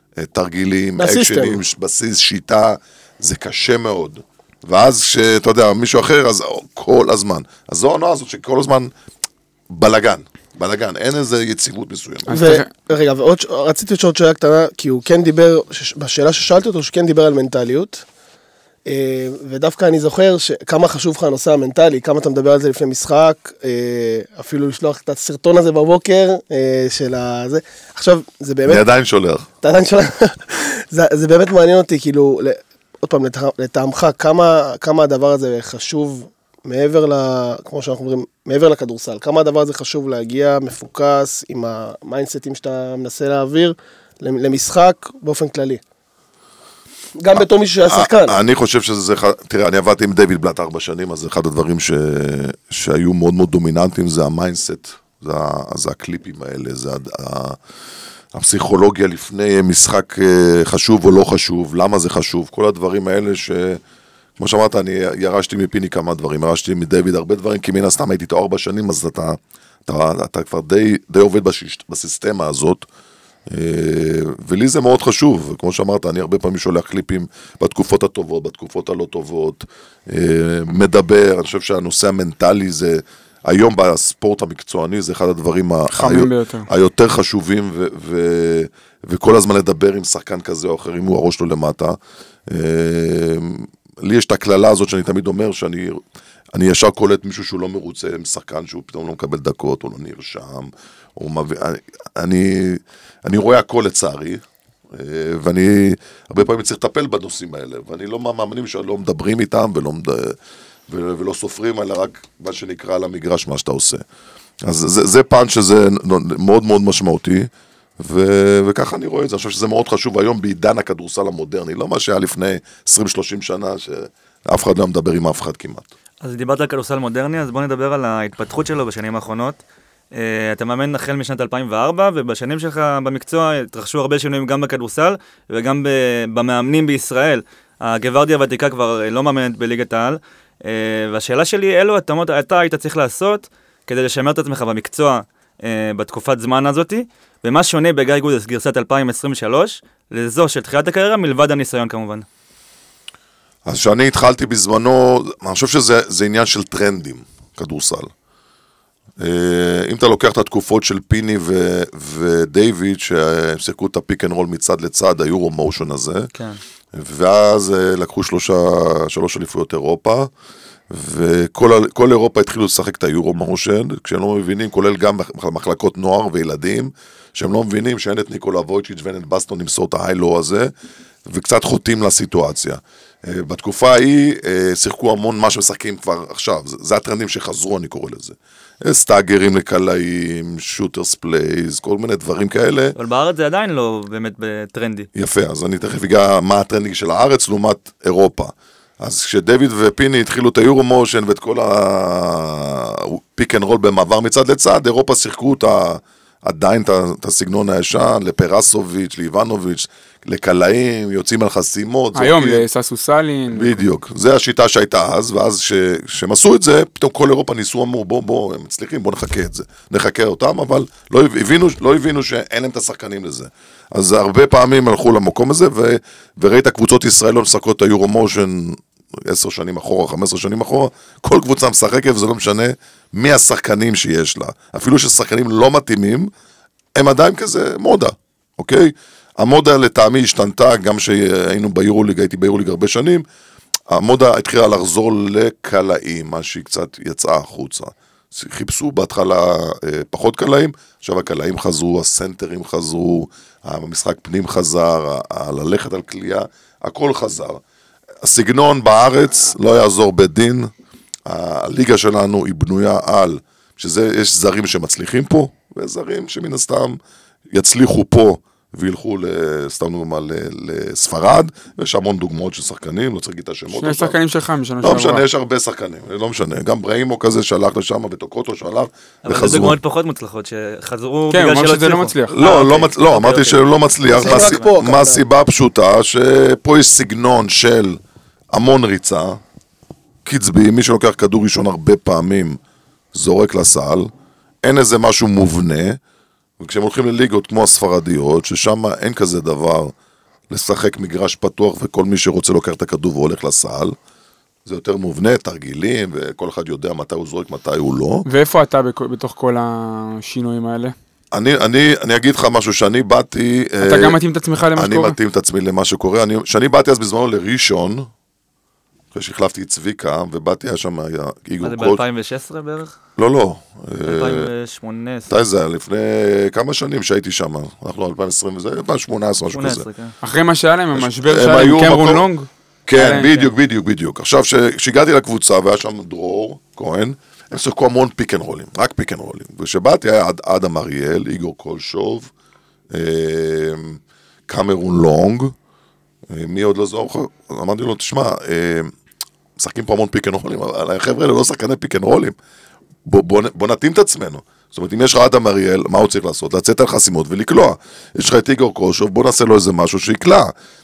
תרגילים, בסיסטם. אקשנים, בסיס, שיטה, זה קשה מאוד. ואז כשאתה יודע, מישהו אחר, אז כל הזמן. אז זו העונה הזאת שכל הזמן בלגן, בלגן, אין איזה יציבות מסוימת. רגע, רציתי לשאול שאלה קטנה, כי הוא כן דיבר, בשאלה ששאלתי אותו, שהוא כן דיבר על מנטליות, ודווקא אני זוכר כמה חשוב לך הנושא המנטלי, כמה אתה מדבר על זה לפני משחק, אפילו לשלוח את הסרטון הזה בבוקר של הזה. עכשיו, זה באמת... אני עדיין שולח. אתה עדיין שולח? זה באמת מעניין אותי, כאילו, עוד פעם, לטעמך, כמה הדבר הזה חשוב מעבר ל... כמו שאנחנו אומרים, מעבר לכדורסל, כמה הדבר הזה חשוב להגיע מפוקס עם המיינדסטים שאתה מנסה להעביר למשחק באופן כללי. גם בתור מישהו שהיה שחקן. אני חושב שזה, תראה, אני עבדתי עם דיוויד בלאט ארבע שנים, אז אחד הדברים שהיו מאוד מאוד דומיננטיים זה המיינדסט, זה הקליפים האלה, זה הפסיכולוגיה לפני משחק חשוב או לא חשוב, למה זה חשוב, כל הדברים האלה ש... כמו שאמרת, אני ירשתי מפיני כמה דברים, ירשתי מדיוויד הרבה דברים, כי מן הסתם הייתי איתו ארבע שנים, אז אתה, אתה, אתה כבר די, די עובד בסיסטמה הזאת, ולי זה מאוד חשוב, כמו שאמרת, אני הרבה פעמים שולח קליפים בתקופות הטובות, בתקופות הלא טובות, מדבר, אני חושב שהנושא המנטלי זה, היום בספורט המקצועני, זה אחד הדברים היותר חשובים, ו- ו- וכל הזמן לדבר עם שחקן כזה או אחר, אם הוא הראש לו למטה. לי יש את הכללה הזאת שאני תמיד אומר, שאני אני ישר קולט מישהו שהוא לא מרוצה, עם שחקן שהוא פתאום לא מקבל דקות, או לא נרשם, או מביא, אני, אני רואה הכל לצערי, ואני הרבה פעמים צריך לטפל בנושאים האלה, ואני לא מאמינים שלא מדברים איתם, ולא, ולא סופרים, אלא רק מה שנקרא על המגרש, מה שאתה עושה. אז זה, זה פן שזה מאוד מאוד משמעותי, ו, וככה אני רואה את זה, אני חושב שזה מאוד חשוב היום בעידן הכדורסל המודרני, לא מה שהיה לפני עשרים שלושים שנה, שאף אחד לא מדבר עם אף אחד כמעט. אז דיברת על כדורסל מודרני, אז בוא נדבר על ההתפתחות שלו בשנים האחרונות. Uh, אתה מאמן החל משנת אלפיים וארבע, ובשנים שלך במקצוע התרחשו הרבה שינויים גם בכדורסל, וגם במאמנים בישראל. הגווארדיה הוותיקה כבר לא מאמנת בליגת העל, uh, והשאלה שלי, אלו התאמות אתה היית צריך לעשות, כדי לשמר את עצמך במקצוע uh, בתקופת זמן הזאת, ומה שונה בגיא גודס גרסת אלפיים עשרים ושלוש, לזו של תחילת הקריירה, מלבד הניסיון כמובן. אז כשאני התחלתי בזמנו, אני חושב שזה עניין של טרנדים, כדורסל. אם אתה לוקח את התקופות של פיני ו- ודייוויד, שהם שיחקו את הפיק אנד רול מצד לצד, היורו מושן הזה, כן. ואז לקחו שלושה, שלוש אליפויות אירופה, וכל אירופה התחילו לשחק את היורו מושן, כשהם לא מבינים, כולל גם מחלקות נוער וילדים, שהם לא מבינים שאין את ניקולה וויצ'יץ' ואין את בסטון למסור את ההיילו הזה, וקצת חוטאים לסיטואציה. בתקופה ההיא שיחקו המון מה שמשחקים כבר עכשיו, זה הטרנדים שחזרו, אני קורא לזה. סטאגרים לקלעים, שוטרס פלייז, כל מיני דברים כאלה. אבל בארץ זה עדיין לא באמת בטרנדי. יפה, אז אני תכף אגע מה הטרנדים של הארץ לעומת אירופה. אז כשדויד ופיני התחילו את היורו מושן ואת כל הפיק אנד רול במעבר מצד לצד, אירופה שיחקו את ה... עדיין את הסגנון הישן, לפרסוביץ', לאיבנוביץ', לקלעים, יוצאים על חסימות. היום לססו סלין. בדיוק, זה השיטה שהייתה אז, ואז כשהם עשו את זה, פתאום כל אירופה ניסו, אמרו, בוא, בוא, הם מצליחים, בוא נחכה את זה. נחכה אותם, אבל לא הבינו, לא הבינו שאין להם את השחקנים לזה. אז הרבה פעמים הלכו למקום הזה, ו, וראית קבוצות ישראל לא משחקות את היורו מושן עשר שנים אחורה, חמש עשרה שנים אחורה, כל קבוצה משחקת, וזה לא משנה מי השחקנים שיש לה. אפילו ששחקנים לא מתאימים, הם עדיין כזה מודה, אוקיי? המודה לטעמי השתנתה, גם שהיינו ביורוליג, הייתי ביורוליג הרבה שנים, המודה התחילה לחזור לקלעים, מה שהיא קצת יצאה החוצה. חיפשו בהתחלה פחות קלעים, עכשיו הקלעים חזרו, הסנטרים חזרו, המשחק פנים חזר, ללכת על קליעה, הכל חזר. הסגנון בארץ לא יעזור בדין, הליגה שלנו היא בנויה על, שזה, יש זרים שמצליחים פה, וזרים שמן הסתם יצליחו פה, וילכו סתם נאמר לספרד, ויש המון דוגמאות של שחקנים, לא צריך להגיד את השמות. שני שחקנים שלך משנה שעברה. לא משנה, יש הרבה שחקנים, לא משנה. גם ברהימו כזה שהלך לשם, וטוקוטו שהלך, וחזרו. אבל זה דוגמאות פחות מוצלחות, שחזרו בגלל שלא הצליחו. כן, הוא אמר שזה לא מצליח. לא, אמרתי שלא מצליח, מהסיבה הפשוטה, שפה יש סגנון של המון ריצה, קצבי, מי שלוקח כדור ראשון הרבה פעמים, זורק לסל, אין איזה משהו מובנה, וכשהם הולכים לליגות כמו הספרדיות, ששם אין כזה דבר לשחק מגרש פתוח, וכל מי שרוצה לוקח את הכדור והולך לסל, זה יותר מובנה, תרגילים, וכל אחד יודע מתי הוא זורק, מתי הוא לא. ואיפה אתה בתוך כל השינויים האלה? אני, אני, אני אגיד לך משהו, שאני באתי... אתה גם מתאים את עצמך למה שקורה? אני מתאים את עצמי למה שקורה. אני, שאני באתי אז בזמנו לראשון, אחרי שהחלפתי את צביקה, ובאתי, היה שם איגור מה זה, קוד. ב-אלפיים ושש עשרה בערך? לא, לא. אלפיים ושמונה עשרה. מתי זה היה? לפני כמה שנים שהייתי שם. אנחנו אלפיים ועשרים וזה, אלפיים ושמונה עשרה, משהו כזה. כן. אחרי מה שהיה להם, המשבר הם שהיה היו להם, קמרון מקום- לונג? כן, בדיוק, בדיוק, בדיוק. עכשיו, כשהגעתי לקבוצה, והיה שם דרור כהן, הם שיחקו המון פיק אנד רולים, רק פיק אנד רולים. וכשבאתי היה עד- אדם אריאל, איגור קולשוב, אה, קמרון לונג, אה, מי עוד לא זוכר? אמרתי לו, תשמע, אה, משחקים פה המון פיק אנד רולים, אבל החבר'ה האלה לא שחקני פיק אנד רולים. בוא, בוא, בוא נתאים את עצמנו. זאת אומרת, אם יש לך אדם אריאל, מה הוא צריך לעשות? לצאת על חסימות ולקלוע. יש לך את איגור קולשוב, בוא נעשה לו איזה משהו שיקלע.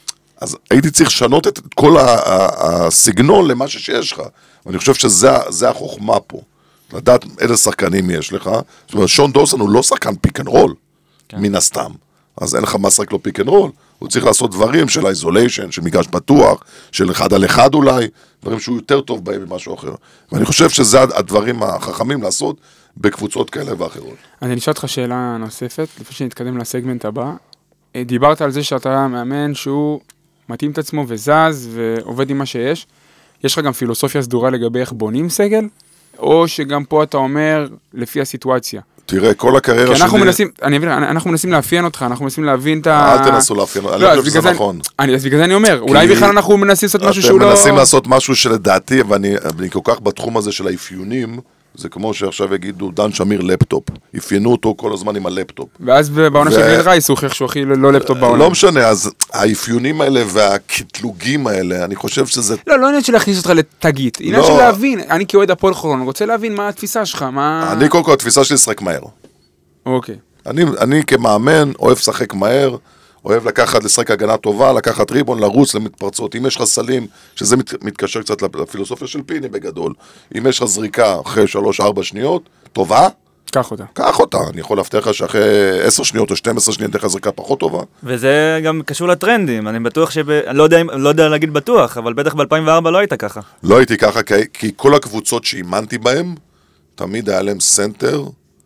אז הייתי צריך לשנות את כל ה- ה- הסגנון למה שיש לך. ואני חושב שזה זה החוכמה פה. לדעת איזה שחקנים יש לך. זאת אומרת, שון דורסון הוא לא שחקן פיק אנד רול, מן הסתם. אז אין לך מה לשחק לו פיק אנד רול. הוא צריך לעשות דברים של איזוליישן, של מגרש פתוח, של אחד על אחד אולי, דברים שהוא יותר טוב בהם ממשהו אחר. ואני חושב שזה הדברים החכמים לעשות בקבוצות כאלה ואחרות. אז אני אשאל אותך שאלה נוספת, לפני שנתקדם לסגמנט הבא. אה, דיברת על זה שאתה מאמן שהוא מתאים את עצמו וזז ועובד עם מה שיש. יש לך גם פילוסופיה סדורה לגבי איך בונים סגל? או שגם פה אתה אומר לפי הסיטואציה? תראה, כל הקריירה כי שלי... אנחנו מנסים, אני מבין, אנחנו מנסים לאפיין אותך, אנחנו מנסים להבין את ה... אל תנסו לאפיין, אני לא, חושב אז שזה בגלל זה- נכון. אני- אז בגלל זה אני אומר, אולי בכלל אנחנו מנסים לעשות משהו שהוא אתם לא... מנסים לעשות משהו שלדעתי, ואני אני כל כך בתחום הזה של האפיונים, זה כמו שעכשיו יגידו, דן שמיר לפטופ. אפיינו אותו כל הזמן עם הלפטופ. ואז בעונה ו- של גיל רייס הוא הוכיח שהוא הכי לא לפטופ בעולם. לא משנה, אז האפיונים האלה והקטלוגים האלה, אני חושב שזה... לא, לא עניין של להכניס אותך לתגית, עניין לא. של להבין, אני כאוהד הפועל חולון, רוצה להבין מה התפיסה שלך, מה... אני קודם כל, התפיסה שלי לשחק מהר. אוקיי. אני, אני כמאמן אוהב לשחק מהר, אוהב לקחת, לשחק הגנה טובה, לקחת ריבון, לרוץ למתפרצות. אם יש לך סלים, שזה מת, מתקשר קצת לפילוסופיה של פיני בגדול, אם יש לך זריקה אחרי שלוש ארבע שניות, טובה, קח אותה. קח אותה. אני יכול להבטיח לך שאחרי עשר שניות או שתים עשרה שניות תהיה לך זריקה פחות טובה. וזה גם קשור לטרנדים, אני בטוח שב... אני לא יודע, אם- לא יודע להגיד בטוח, אבל בטח ב-אלפיים וארבע לא היית ככה. לא הייתי ככה, כי, כי כל הקבוצות שאימנתי בהן, תמיד היה להם סנטר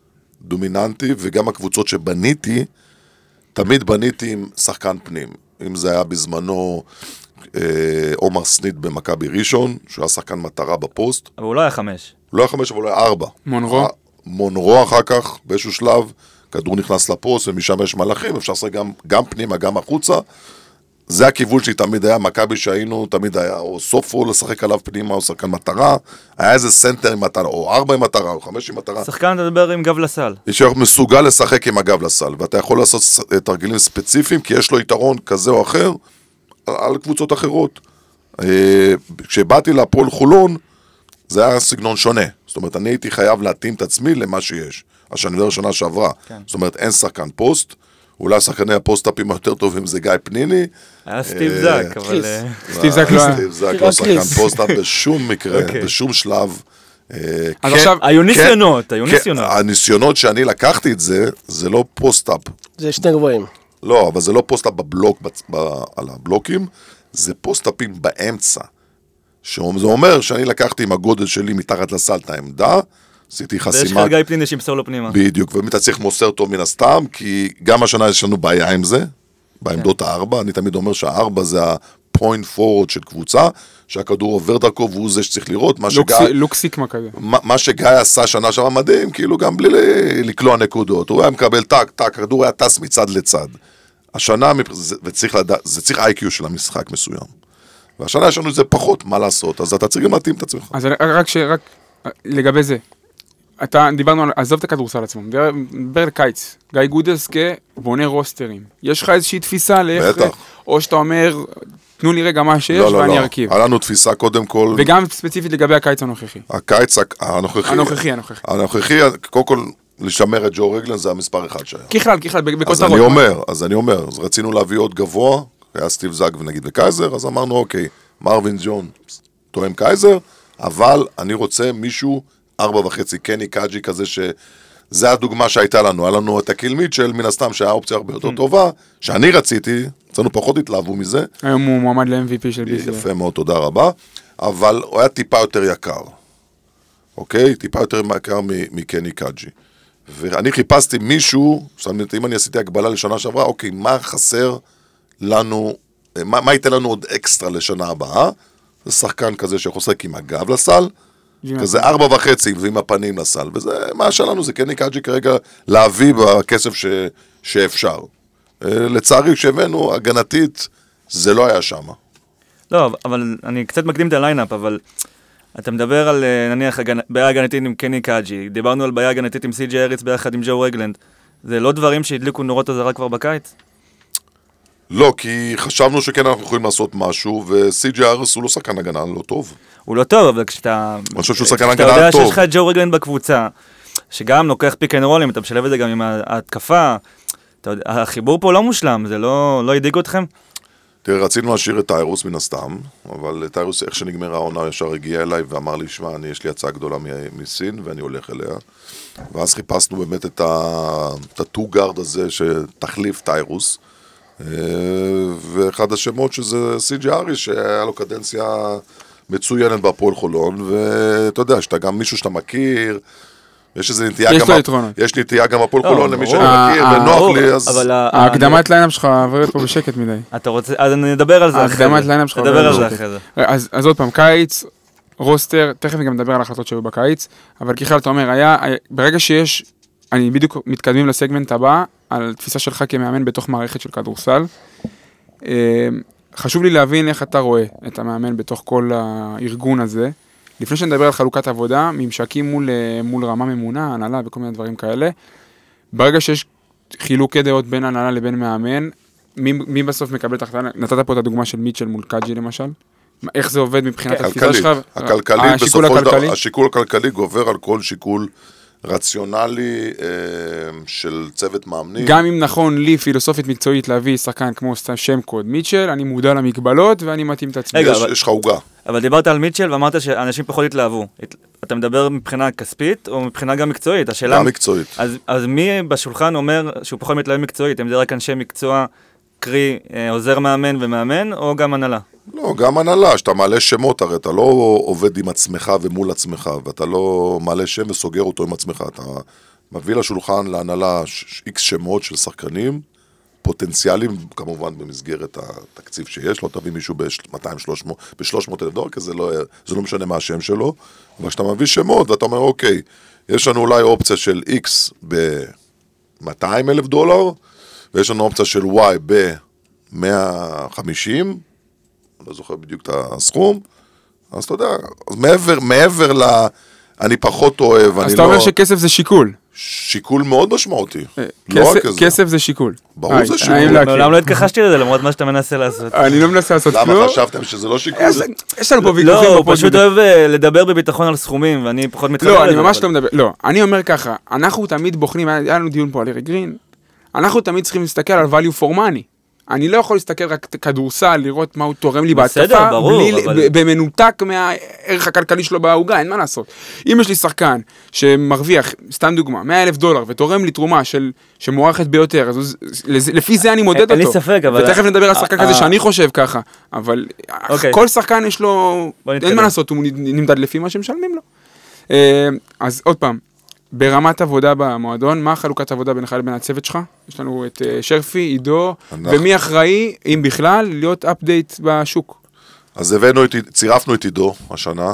דומיננטי, וגם הקבוצות שבניתי, תמיד בניתי עם שחקן פנים. אם זה היה בזמנו אה, עומר סנית במכבי ראשון, שהוא היה שחקן מטרה בפוסט, אבל הוא לא היה חמש. לא היה חמש, אבל הוא היה ארבע. מונרו? מונרו אחר כך, באיזשהו שלב, כדור נכנס לפוסט, ומשם יש מלאכים, אפשר לעשות גם, גם פנימה, גם החוצה. זה הכיוון שלי תמיד היה, מכבי שהיינו, תמיד היה, או סופו לשחק עליו פנימה, או שחקן מטרה, היה איזה סנטר עם מטרה, או ארבע עם מטרה, או חמש עם מטרה. שחקן תדבר עם גב לסל. יש מסוגל לשחק עם הגב לסל, ואתה יכול לעשות תרגילים ספציפיים, כי יש לו יתרון כזה או אחר, על, על קבוצות אחרות. אה, כשבאתי להפועל חולון, זה היה סגנון שונה. זאת אומרת, אני הייתי חייב להתאים את עצמי למה שיש. השנה הראשונה שעברה. כן. זאת אומרת, אין שחקן פוסט, אולי שחקני הפוסט-אפים היותר טובים זה גיא פניני. היה סטיב אה, זאק, אבל... קריס. אה, סטיב זאק לא היה. סטיב זאק רק לא שחקן קריס. פוסט-אפ בשום מקרה, אוקיי. בשום שלב. אה, אז כן- עכשיו, היו כן- ניסיונות, היו כן, ניסיונות. הניסיונות שאני לקחתי את זה, זה לא פוסט-אפ. זה שני גבוהים. לא, אבל זה לא פוסט-אפ בבלוק, בצ- ב- על הבלוקים, זה פוסט-אפים באמצע. שזה אומר שאני לקחתי עם הגודל שלי מתחת לסל את העמדה, עשיתי ויש חסימה, לך גיא פניני שימסור לו פנימה. בדיוק, ואתה צריך מוסר טוב מן הסתם, כי גם השנה יש לנו בעיה עם זה, בעמדות הארבע, אני תמיד אומר שהארבע זה הפוינט פורוד של קבוצה, שהכדור עובר דרכו והוא זה שצריך לראות, מה שגיא... לוקסי- לוקסיקמה כזה. מה מה שגיא עשה שנה שעברה מדהים, כאילו גם בלי ל- לקלוע נקודות, הוא היה מקבל טק, טק, הכדור היה טס מצד לצד. השנה, מפ- זה- וצריך לדעת, זה צריך איי-קיו של המשחק מסוים. והשנה יש לנו את זה פחות, מה לעשות, אז אתה צריך גם להתאים את עצמך. אז רק ש... רק לגבי זה. אתה, דיברנו על, עזוב את הכדורסל עצמו, דבר, דבר לקיץ. גיא גודלסקה בונה רוסטרים. יש לך איזושהי תפיסה לאיך... בטח. או שאתה אומר, תנו לי רגע מה שיש לא, לא, ואני לא, ארכיב. היה לנו תפיסה קודם כל, וגם ספציפית לגבי הקיץ הנוכחי. הקיץ הק- הנוכחי, הנוכחי, הנוכחי. הנוכחי, קודם כל, לשמר את ג'ו רגלן זה המספר אחד שהיה. ככלל, ככלל, אז בכותרות. אני אומר, אז אני אומר, אז רצינו להביא עוד גבוה, היה סטיב זאג ונגיד וקייזר, אז אמרנו, אוקיי, מרווין ג'ון תואם קייזר, אבל אני רוצה מישהו, ארבע וחצי, קני קאג'י כזה ש... זה הדוגמה שהייתה לנו, היה לנו את הקיל מיטשל, מן הסתם שהיה אופציה הרבה יותר טובה, שאני רציתי, אצלנו פחות התלהבו מזה. היום הוא מועמד ל-אם וי פי של בי סי. יפה מאוד, תודה רבה, אבל הוא היה טיפה יותר יקר, אוקיי? טיפה יותר יקר מקני קאג'י. ואני חיפשתי מישהו, אם אני עשיתי הגבלה לשנה שעברה, אוקיי, מה חסר לנו, מה, מה ייתן לנו עוד אקסטרה לשנה הבאה? זה שחקן כזה שחוסק עם הגב לסל, כזה ארבע וחצי ועם הפנים לסל, וזה, מה שלנו זה קני קאג'י כרגע להביא בכסף ש, שאפשר. לצערי, כשהבאנו, הגנתית, זה לא היה שם. לא, אבל אני קצת מקדים את הליינאפ, אבל אתה מדבר על, נניח, בעיה הגנתית עם קני קאג'י, דיברנו על בעיה הגנתית עם סי.ג'יי אריץ ביחד עם ג'ו רגלנד, זה לא דברים שהדליקו נורות אזהרה כבר בקיץ? לא, כי חשבנו שכן אנחנו יכולים לעשות משהו, וסי.ג'יי אריץ הוא לא שחקן הגנה, לא טוב. הוא לא טוב, אבל כשאתה... אני חושב שהוא שחקן הגנה טוב. כשאתה יודע שיש לך את ג'ו רגלנד בקבוצה, שגם לוקח פיק אנד רולים, אתה משלב את זה גם עם ההתקפה, החיבור פה לא מושלם, זה לא, לא ידיג אתכם? תראה, רצינו להשאיר את טיירוס מן הסתם, אבל טיירוס, איך שנגמר העונה, ישר הגיע אליי ואמר לי, שמע, אני, יש לי הצעה גדולה מסין, ואני הולך אליה. ואז חיפשנו באמת את הטו-גארד הזה, שתחליף טיירוס, ואחד השמות שזה סי.ג'יי אריץ, שהיה לו קדנציה מצוינת בהפועל חולון, ואתה יודע, שאתה גם מישהו שאתה מכיר, יש איזה נטייה גם... יש לי נטייה גם הפועל חולון למי שאני מכיר, ונוח לי, אז... ההקדמת ליינאפ שלך עוברת פה בשקט מדי. אתה רוצה... אז אני אדבר על זה אחרי זה. ההקדמת ליינאפ שלך עוברת על זה אחרי זה. אז עוד פעם, קיץ, רוסטר, תכף גם נדבר על החלטות שהיו בקיץ, אבל ככלל אתה אומר, היה... ברגע שיש... אני בדיוק מתקדמים לסגמנט הבא, על תפיסה שלך כמאמן בתוך מערכת של כדורסל. חשוב לי להבין איך אתה רואה את המאמן בתוך כל הארגון הזה. לפני שנדבר על חלוקת עבודה, ממשקים מול, מול רמה ממונה, הנהלה וכל מיני דברים כאלה, ברגע שיש חילוקי דעות בין הנהלה לבין מאמן, מי, מי בסוף מקבל את החלטה? נתת פה את הדוגמה של מיטשל מול קאג'י למשל? איך זה עובד מבחינת התפיסה שלך? הכלכלי, בסופו של דבר, השיקול הכלכלי גובר על כל שיקול רציונלי אה, של צוות מאמנים. גם אם נכון לי פילוסופית מקצועית להביא שחקן כמו שם קוד מיטשל, אני מודע למגבלות ואני מתאים את עצמי. יש, אבל, יש לך עוגה. אבל דיברת על מיטשל ואמרת שאנשים פחות התלהבו. אתה מדבר מבחינה כספית או מבחינה גם מקצועית? השאלה, גם מקצועית. אז, אז מי בשולחן אומר שהוא פחות מתלהב מקצועית? אם זה רק אנשי מקצוע, קרי עוזר מאמן ומאמן, או גם הנהלה? לא, גם הנהלה, שאתה מעלה שמות, הרי אתה לא עובד עם עצמך ומול עצמך, ואתה לא מעלה שם וסוגר אותו עם עצמך, אתה מביא לשולחן להנהלה איקס שמות של שחקנים, פוטנציאליים, כמובן במסגרת התקציב שיש, לא תביא מישהו ב-מאתיים שלוש מאות אלף דולר, כי זה לא, זה לא משנה מה השם שלו, אבל שאתה מביא שמות ואתה אומר, אוקיי, יש לנו אולי אופציה של X ב-מאתיים אלף דולר, ויש לנו אופציה של Y ב-מאה וחמישים, לא זוכר בדיוק את הסכום, אז אתה יודע, אז מעבר, מעבר ל... אני פחות אוהב, אני לא... אז אתה אומר שכסף זה שיקול. שיקול מאוד משמעותי. לא רק כזה. כסף זה שיקול. ברור זה שיקול. מעולם לא התכחשתי לזה, למרות מה שאתה מנסה לעשות. אני לא מנסה לעשות כלום. למה חשבתם שזה לא שיקול? יש לנו פה ויכוחים. לא, הוא פשוט אוהב לדבר בביטחון על סכומים, ואני פחות מתחבר לזה. לא, אני ממש לא מדבר. לא, אני אומר ככה, אנחנו תמיד בוחנים, היה לנו דיון פה על אריק גרין, אנחנו תמיד צריכים להסתכל על value for money. אני לא יכול להסתכל רק כדורסל, לראות מה הוא תורם לי בהתקפה, במנותק מהערך הכלכלי שלו בהוגה, אין מה לעשות. אם יש לי שחקן שמרוויח, סתם דוגמה, מאה אלף דולר, ותורם לי תרומה שמוערכת ביותר, אז לפי זה אני מודד אותו. אין לי ספק, אבל... ותכף נדבר על שחקן כזה שאני חושב ככה, אבל כל שחקן יש לו, אין מה לעשות, הוא נמדד לפי מה שמשלמים לו. אז עוד פעם, ברמת עבודה במועדון, מה חלוקת עבודה בינך לבין הצוות שלך? יש לנו את שרפי, עידו, ומי אחראי, אם בכלל, להיות אפדייט בשוק? אז הבאנו, צירפנו את עידו השנה.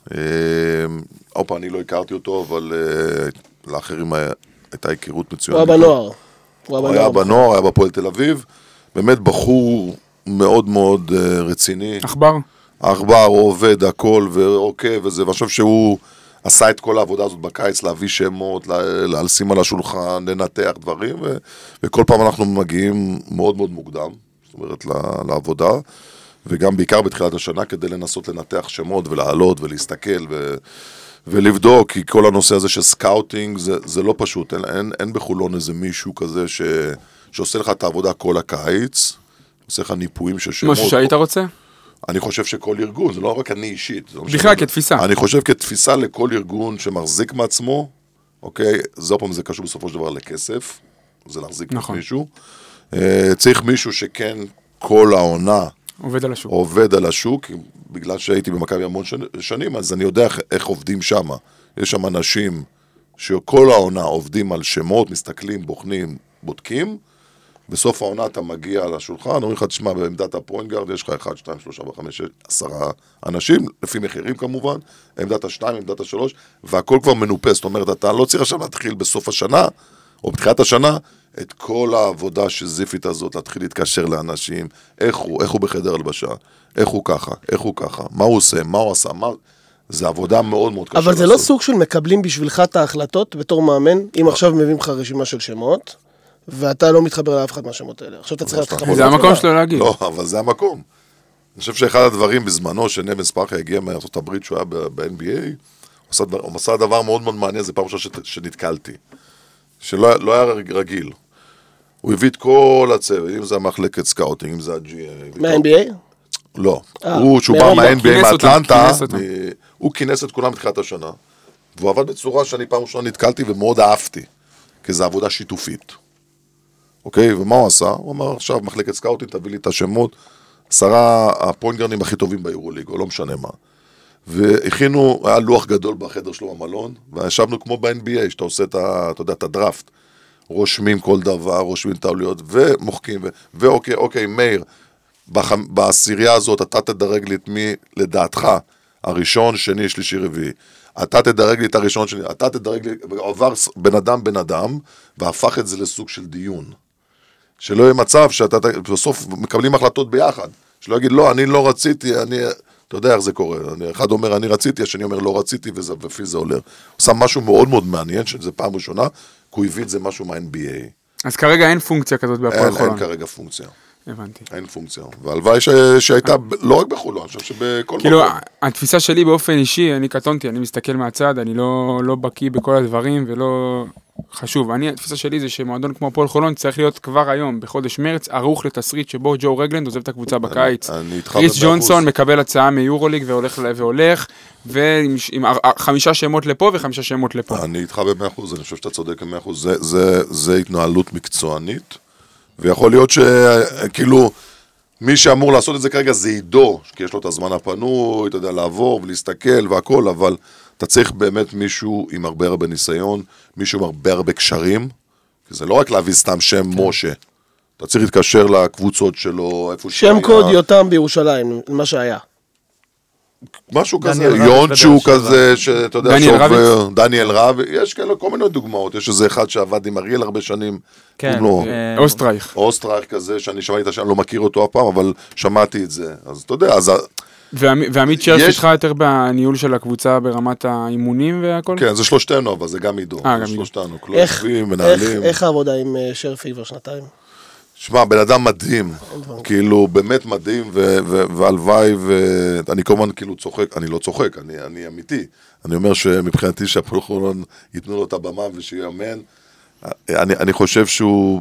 אופה, אני לא הכרתי אותו, אבל לאחרים הייתה היכרות מצוינת. הוא היה בנוער. הוא היה בנוער, היה בפועל תל אביב. באמת בחור מאוד מאוד רציני. אכבר? אכבר, הוא עובד, הכל, ועוקב וזה, ואני חושב שהוא... עשה את כל העבודה הזאת בקיץ, להביא שמות, לשים על השולחן, לנתח דברים, ו- וכל פעם אנחנו מגיעים מאוד מאוד מוקדם, זאת אומרת, לעבודה, וגם בעיקר בתחילת השנה, כדי לנסות לנתח שמות, ולעלות, ולהסתכל, ו- ולבדוק, כי כל הנושא הזה של סקאוטינג, זה, זה לא פשוט, אין, אין, אין בחולון איזה מישהו כזה, ש- שעושה לך את העבודה כל הקיץ, עושה לך ניפויים של שמות. משהו שהיית רוצה? אני חושב שכל ארגון, זה לא רק אני אישית. בכלל כתפיסה. אני חושב כתפיסה לכל ארגון שמחזיק מעצמו, אוקיי? זה עוד פעם, זה קשור בסופו של דבר לכסף, זה להחזיק נכון. מישהו. צריך מישהו שכן כל העונה עובד על השוק. עובד על השוק, בגלל שהייתי במכבי המון שנים, אז אני יודע איך עובדים שם. יש שם אנשים שכל העונה עובדים על שמות, מסתכלים, בוחנים, בודקים, בסוף העונה אתה מגיע לשולחן, אומרים לך, תשמע, בעמדת הפוינט-גארד יש לך אחד, שתיים, שלושה, חמש, עשרה אנשים, לפי מחירים כמובן, עמדת השתיים, עמדת השלוש, והכל כבר מנופה, זאת אומרת, אתה לא צריך עכשיו להתחיל בסוף השנה, או בתחילת השנה, את כל העבודה שזיפית הזאת, להתחיל להתקשר לאנשים, איך הוא, איך הוא בחדר הלבשה, איך הוא ככה, איך הוא ככה, מה הוא עושה, מה הוא עשה, מה... זה עבודה מאוד מאוד קשה. אבל זה לא סוג של מקבלים בשבילך את ההחלטות בתור מאמן, אם עכשיו מביאים לך רשימה של שמות, ואתה לא מתחבר לאף אחד מהשמות האלה. עכשיו אתה צריך להתחבר. זה המקום שלו להגיד. לא, אבל זה המקום. אני חושב שאחד הדברים בזמנו, שנבן ספארחי הגיע מארצות הברית, שהוא היה ב-אן בי איי, הוא עשה דבר מאוד מאוד מעניין, זה פעם ראשונה שנתקלתי. שלא היה רגיל. הוא הביא את כל הצוות, אם זה המחלקת סקאוטינג, אם זה ה-ג'י איי. מה-אן בי איי? לא. הוא, שהוא בא מה-אן בי איי מאטלנטה, הוא כינס את כולם בתחילת השנה, והוא עבד בצורה שאני פעם ראשונה נתקלתי ומאוד אהבתי, כי זו עבודה שיתופית. אוקיי? ומה הוא עשה? הוא אמר, עכשיו מחלקת סקאוטינג, תביא לי את השמות, עשרה הפוינטגרנים הכי טובים ביורוליג, או לא משנה מה. והכינו, היה לוח גדול בחדר שלו במלון, וישבנו כמו ב-אן בי איי, שאתה עושה את, ה, אתה יודע, את הדראפט, רושמים כל דבר, רושמים טעויות, ומוחקים, ו- ואוקיי, אוקיי, מאיר, בח... בעשירייה הזאת, אתה תדרג לי את מי לדעתך, הראשון, שני, שלישי, רביעי. אתה תדרג לי את הראשון, שני, אתה תדרג לי, עבר בן אדם, בן אדם, והפך את זה לסוג של דיון. שלא יהיה מצב שאתה, בסוף מקבלים החלטות ביחד. שלא יגיד, לא, אני לא רציתי, אני... אתה יודע איך זה קורה, אחד אומר אני רציתי, השני אומר לא רציתי, ולפי זה עולה. הוא שם משהו מאוד מאוד מעניין, שזה פעם ראשונה, כי הוא הביא את זה משהו מה-אן בי איי. אז כרגע אין פונקציה כזאת בהפועל חולון. אין כרגע פונקציה. הבנתי. אין פונקציה. והלוואי שהייתה לא רק בחולון, אני חושב שבכל כאילו, מקום. התפיסה שלי באופן אישי, אני קטונתי, אני מסתכל מהצד, אני לא בקיא בכל הדברים, ולא חשוב. אני, התפיסה שלי זה שמועדון כמו הפועל חולון צריך להיות כבר היום, בחודש מרץ, ערוך לתסריט שבו ג'ו רגלנד עוזב את הקבוצה בקיץ. קריס ג'ונסון מקבל הצעה מיורוליג והולך והולך, ועם חמישה שמות לפה וחמישה שמות לפה. אני איתך במאה אחוז, אני חושב שאתה צודק במאה אחוז. זה התנהלות מקצוענית, ויכול להיות שכאילו, מי שאמור לעשות את זה כרגע זה עידו, כי יש לו את הזמן הפנוי, אתה יודע, לעבור ולהסתכל והכל, אבל אתה צריך באמת מישהו עם הרבה הרבה ניסיון, מישהו עם הרבה הרבה קשרים, כי זה לא רק להביא סתם שם משה, אתה צריך להתקשר לקבוצות שלו, איפה שהיה. שם קוד יותם בירושלים, מה שהיה. משהו כזה, יונצ'ו כזה, שאתה יודע, דניאל רביץ? דניאל רביץ, יש כאלה כל מיני דוגמאות, יש איזה אחד שעבד עם אריאל הרבה שנים, כן, אוסטרייך. אוסטרייך כזה, שאני שמעתי את השם, לא מכיר אותו אף פעם, אבל שמעתי את זה, אז אתה יודע, אז... ועמית שרף איתך יותר בניהול של הקבוצה ברמת האימונים והכל? כן, זה שלושתנו, אבל זה גם עידו, אה, גם שלושתנו, כלבים, מנהלים. איך העבודה עם שרפי כבר שנתיים? שמע, בן אדם מדהים, כאילו באמת מדהים, והלוואי, ואני כמובן כאילו צוחק, אני לא צוחק, אני אמיתי, אני אומר שמבחינתי שהפועל חולון ייתנו לו את הבמה ושיאמן, אני חושב שהוא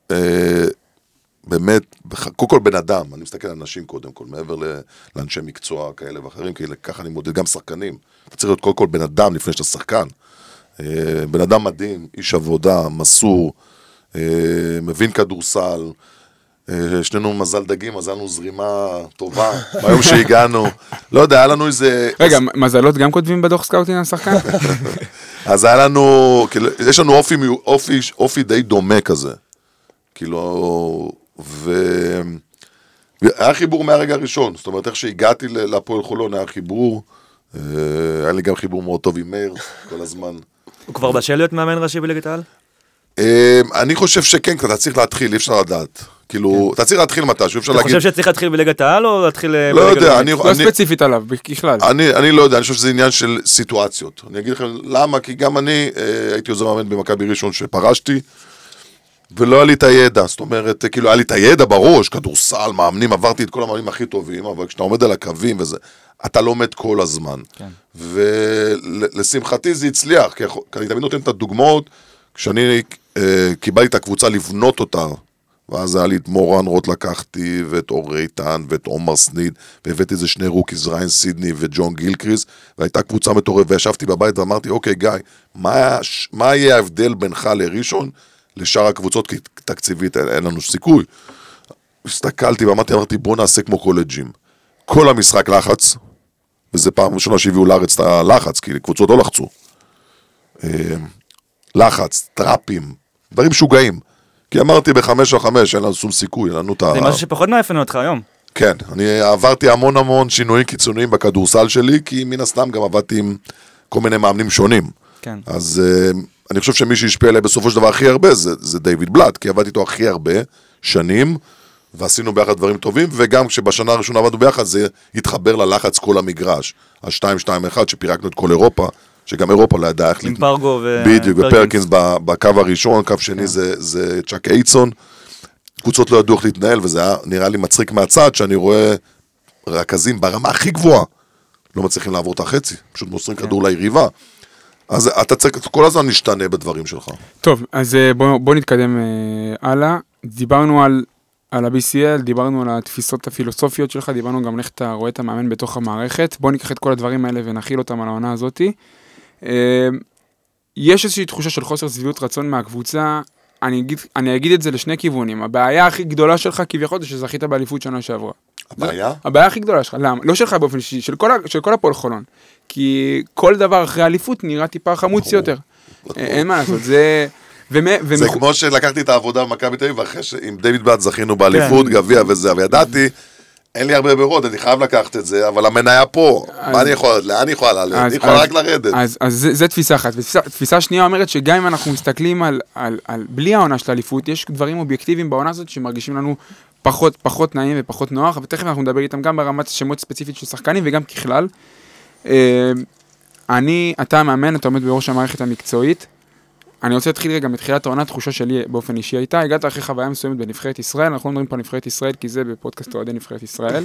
באמת, קודם כל בן אדם, אני מסתכל על אנשים קודם כל, מעבר לאנשי מקצוע כאלה ואחרים, כי ככה אני מודד גם שחקנים, אתה צריך להיות קודם כל בן אדם לפני שאתה שחקן, בן אדם מדהים, איש עבודה, מסור, מבין כדורסל, שנינו מזל דגים, אז היה לנו זרימה טובה, ביום שהגענו, לא יודע, היה לנו איזה... רגע, מזלות גם כותבים בדוח סקאוטינג על שחקן? אז היה לנו, יש לנו אופי, אופי, אופי די דומה כזה, כאילו, והיה חיבור מהרגע הראשון, זאת אומרת, איך שהגעתי לפועל חולון, היה חיבור, היה לי גם חיבור מאוד טוב עם מאיר, כל הזמן. הוא כבר בשל להיות מאמן ראשי בליגת העל? אני חושב שכן, אתה צריך להתחיל, אי אפשר לדעת. כאילו, אתה צריך להתחיל מתישהו, אפשר להגיד... אתה חושב שצריך להתחיל בליגת העל או להתחיל... לא יודע, אני... לא ספציפית עליו, בכלל. אני לא יודע, אני חושב שזה עניין של סיטואציות. אני אגיד לכם למה, כי גם אני הייתי עוזר מאמן במכבי ראשון שפרשתי, ולא היה לי את הידע, זאת אומרת, כאילו, היה לי את הידע בראש, כדורסל, מאמנים, עברתי את כל המאמנים הכי טובים, אבל כשאתה עומד על הקווים וזה, אתה לומד כל הזמן. ולשמחתי זה הצליח, כי אני תמיד נותן את הדוגמאות, כשאני קיבלתי את הקבוצה לבנות אותה, ואז היה לי את מורן רוט לקחתי, ואת אור איתן, ואת עומר סניד, והבאתי איזה שני רוקיז, ריין סידני וג'ון גילקריס, והייתה קבוצה מטורפת, וישבתי בבית ואמרתי, אוקיי, גיא, מה, מה יהיה ההבדל בינך לראשון, לשאר הקבוצות, כי תקציבית אין, אין לנו סיכוי. הסתכלתי ואמרתי, אמרתי, בוא נעשה כמו קולג'ים. כל המשחק לחץ, וזה פעם ראשונה שהביאו לארץ את הלחץ, כי קבוצות לא לחצו. לחץ, טראפים, דברים שוגעים. כי אמרתי בחמש על חמש, אין לנו שום סיכוי, אין לנו את ה... זה משהו שפחות מאפיינו אותך היום. כן, אני עברתי המון המון שינויים קיצוניים בכדורסל שלי, כי מן הסתם גם עבדתי עם כל מיני מאמנים שונים. כן. אז uh, אני חושב שמי שהשפיע עליי בסופו של דבר הכי הרבה, זה, זה דיוויד בלאט, כי עבדתי איתו הכי הרבה שנים, ועשינו ביחד דברים טובים, וגם כשבשנה הראשונה עבדנו ביחד, זה התחבר ללחץ כל המגרש, ה-שתיים שתיים אחת, שפירקנו את כל אירופה, שגם אירופה לא ידעה איך... עם פרגו ו... בדיוק, ופרקינס בקו הראשון, קו שני זה צ'אק אייצון, קבוצות לא ידעו איך להתנהל, וזה היה נראה לי מצחיק מהצד, שאני רואה רכזים ברמה הכי גבוהה, לא מצליחים לעבור את החצי, פשוט מוסרים כדור ליריבה. אז אתה צריך, כל הזמן נשתנה בדברים שלך. טוב, אז בוא, בוא נתקדם אה, הלאה. דיברנו על, על ה-בי סי אל, דיברנו על התפיסות הפילוסופיות שלך, דיברנו גם איך אתה רואה את המאמן בתוך המערכת. בוא ניקח את כל הדברים האלה ונחיל אותם על העונה הזאת. אה, יש איזושהי תחושה של חוסר סביבות רצון מהקבוצה, אני אגיד, אני אגיד את זה לשני כיוונים. הבעיה הכי גדולה שלך כביכול זה שזכית באליפות שנה שעברה. הבעיה? הבעיה הכי גדולה שלך, למה? לא שלך באופן אישי, של כל, של כל הפועל חולון. כי כל דבר אחרי האליפות נראה טיפה חמוץ יותר. אין מה לעשות, זה... זה כמו שלקחתי את העבודה במכבי תל אביב, ואחרי שעם דיוויד בלאט זכינו באליפות, גביע וזה, וידעתי, אין לי הרבה ברירות, אני חייב לקחת את זה, אבל המניה פה, מה אני יכול, לאן אני יכול לעלות? אני יכול רק לרדת. אז זה תפיסה אחת. תפיסה שנייה אומרת שגם אם אנחנו מסתכלים על, בלי העונה של האליפות, יש דברים אובייקטיביים בעונה הזאת שמרגישים לנו פחות, פחות נעים ופחות נוח, ותכף אנחנו נדבר איתם גם ברמת שמות ספציפית של שחקנים וגם ככלל. אני, אתה מאמן, אתה עומד בראש המערכת המקצועית. אני רוצה להתחיל רגע מתחילת העונה, תחושה שלי באופן אישי הייתה, הגעת אחרי חוויה מסוימת בנבחרת ישראל, אנחנו מדברים פה על נבחרת ישראל, כי זה בפודקאסט אוהדי נבחרת ישראל.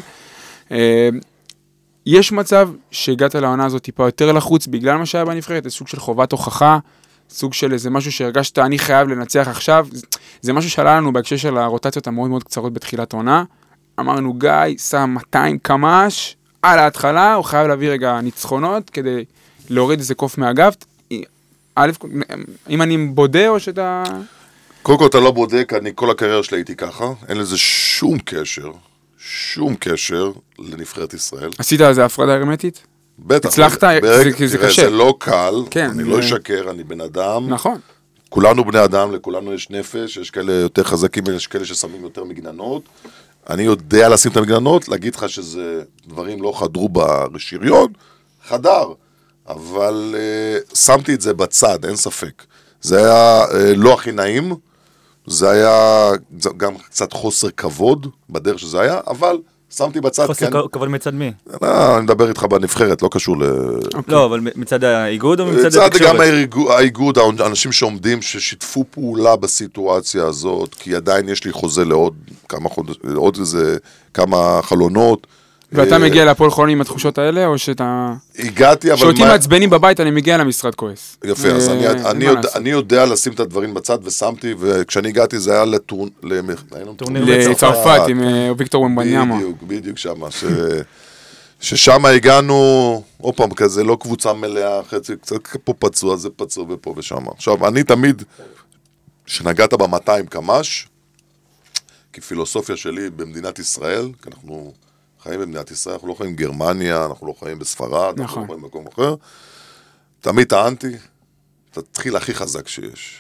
יש מצב שהגעת לעונה הזאת טיפה יותר לחוץ, בגלל מה שהיה בנבחרת, זה סוג של חובת הוכחה, סוג של איזה משהו שהרגשת, אני חייב לנצח עכשיו, זה משהו שעלה לנו בהקשר של הרוטציות המאוד מאוד קצרות בתחילת העונה, אמרנו גיא, שם מאתיים קמ"ש, על ההתחלה, הוא חייב להביא רגע ניצחונות, כדי להוריד איזה קוף מהגב, א', אם אני בודה או שאתה... קודם כל אתה לא בודק, אני כל הקריירה שלי הייתי ככה, אין לזה שום קשר, שום קשר לנבחרת ישראל. עשית על זה הפרדה הרמטית? בטח. הצלחת? זה קשה. זה לא קל, כן, אני לא אשקר, אני בן אדם. נכון. כולנו בני אדם, לכולנו יש נפש, יש כאלה יותר חזקים, יש כאלה ששמים יותר מגננות. אני יודע לשים את המגננות, להגיד לך שזה דברים לא חדרו בשריון, חדר. אבל uh, שמתי את זה בצד, אין ספק. זה היה uh, לא הכי נעים, זה היה גם קצת חוסר כבוד בדרך שזה היה, אבל שמתי בצד... חוסר כן, כבוד מצד מי? לא, אני מדבר איתך בנבחרת, לא קשור ל... לא, אבל מצד האיגוד או מצד התקשורת? התקשורת? גם האיגוד, האנשים שעומדים, ששיתפו פעולה בסיטואציה הזאת, כי עדיין יש לי חוזה לעוד כמה חודש, עוד איזה כמה חלונות, ואתה מגיע להפועל חולון עם התחושות האלה, או שאתה... הגעתי, אבל... שאותי מעצבנים בבית, אני מגיע למשרד כועס. יפה, אז אני יודע לשים את הדברים בצד, ושמתי, וכשאני הגעתי זה היה טורניר לצרפת, עם ויקטור ומבניאמה. בדיוק, בדיוק שמה. ששם הגענו, עוד פעם כזה, לא קבוצה מלאה, חצי, קצת פה פצוע, זה פצוע ופה ושם. עכשיו, אני תמיד, שנגעת ב-מאתיים קמ"ש, כפילוסופיה שלי במדינת ישראל, כי אנחנו... חיים במדינת ישראל, אנחנו לא חיים בגרמניה, אנחנו לא חיים בספרד, אנחנו לא חיים במקום אחר. תמיד טענתי, תתחיל הכי חזק שיש.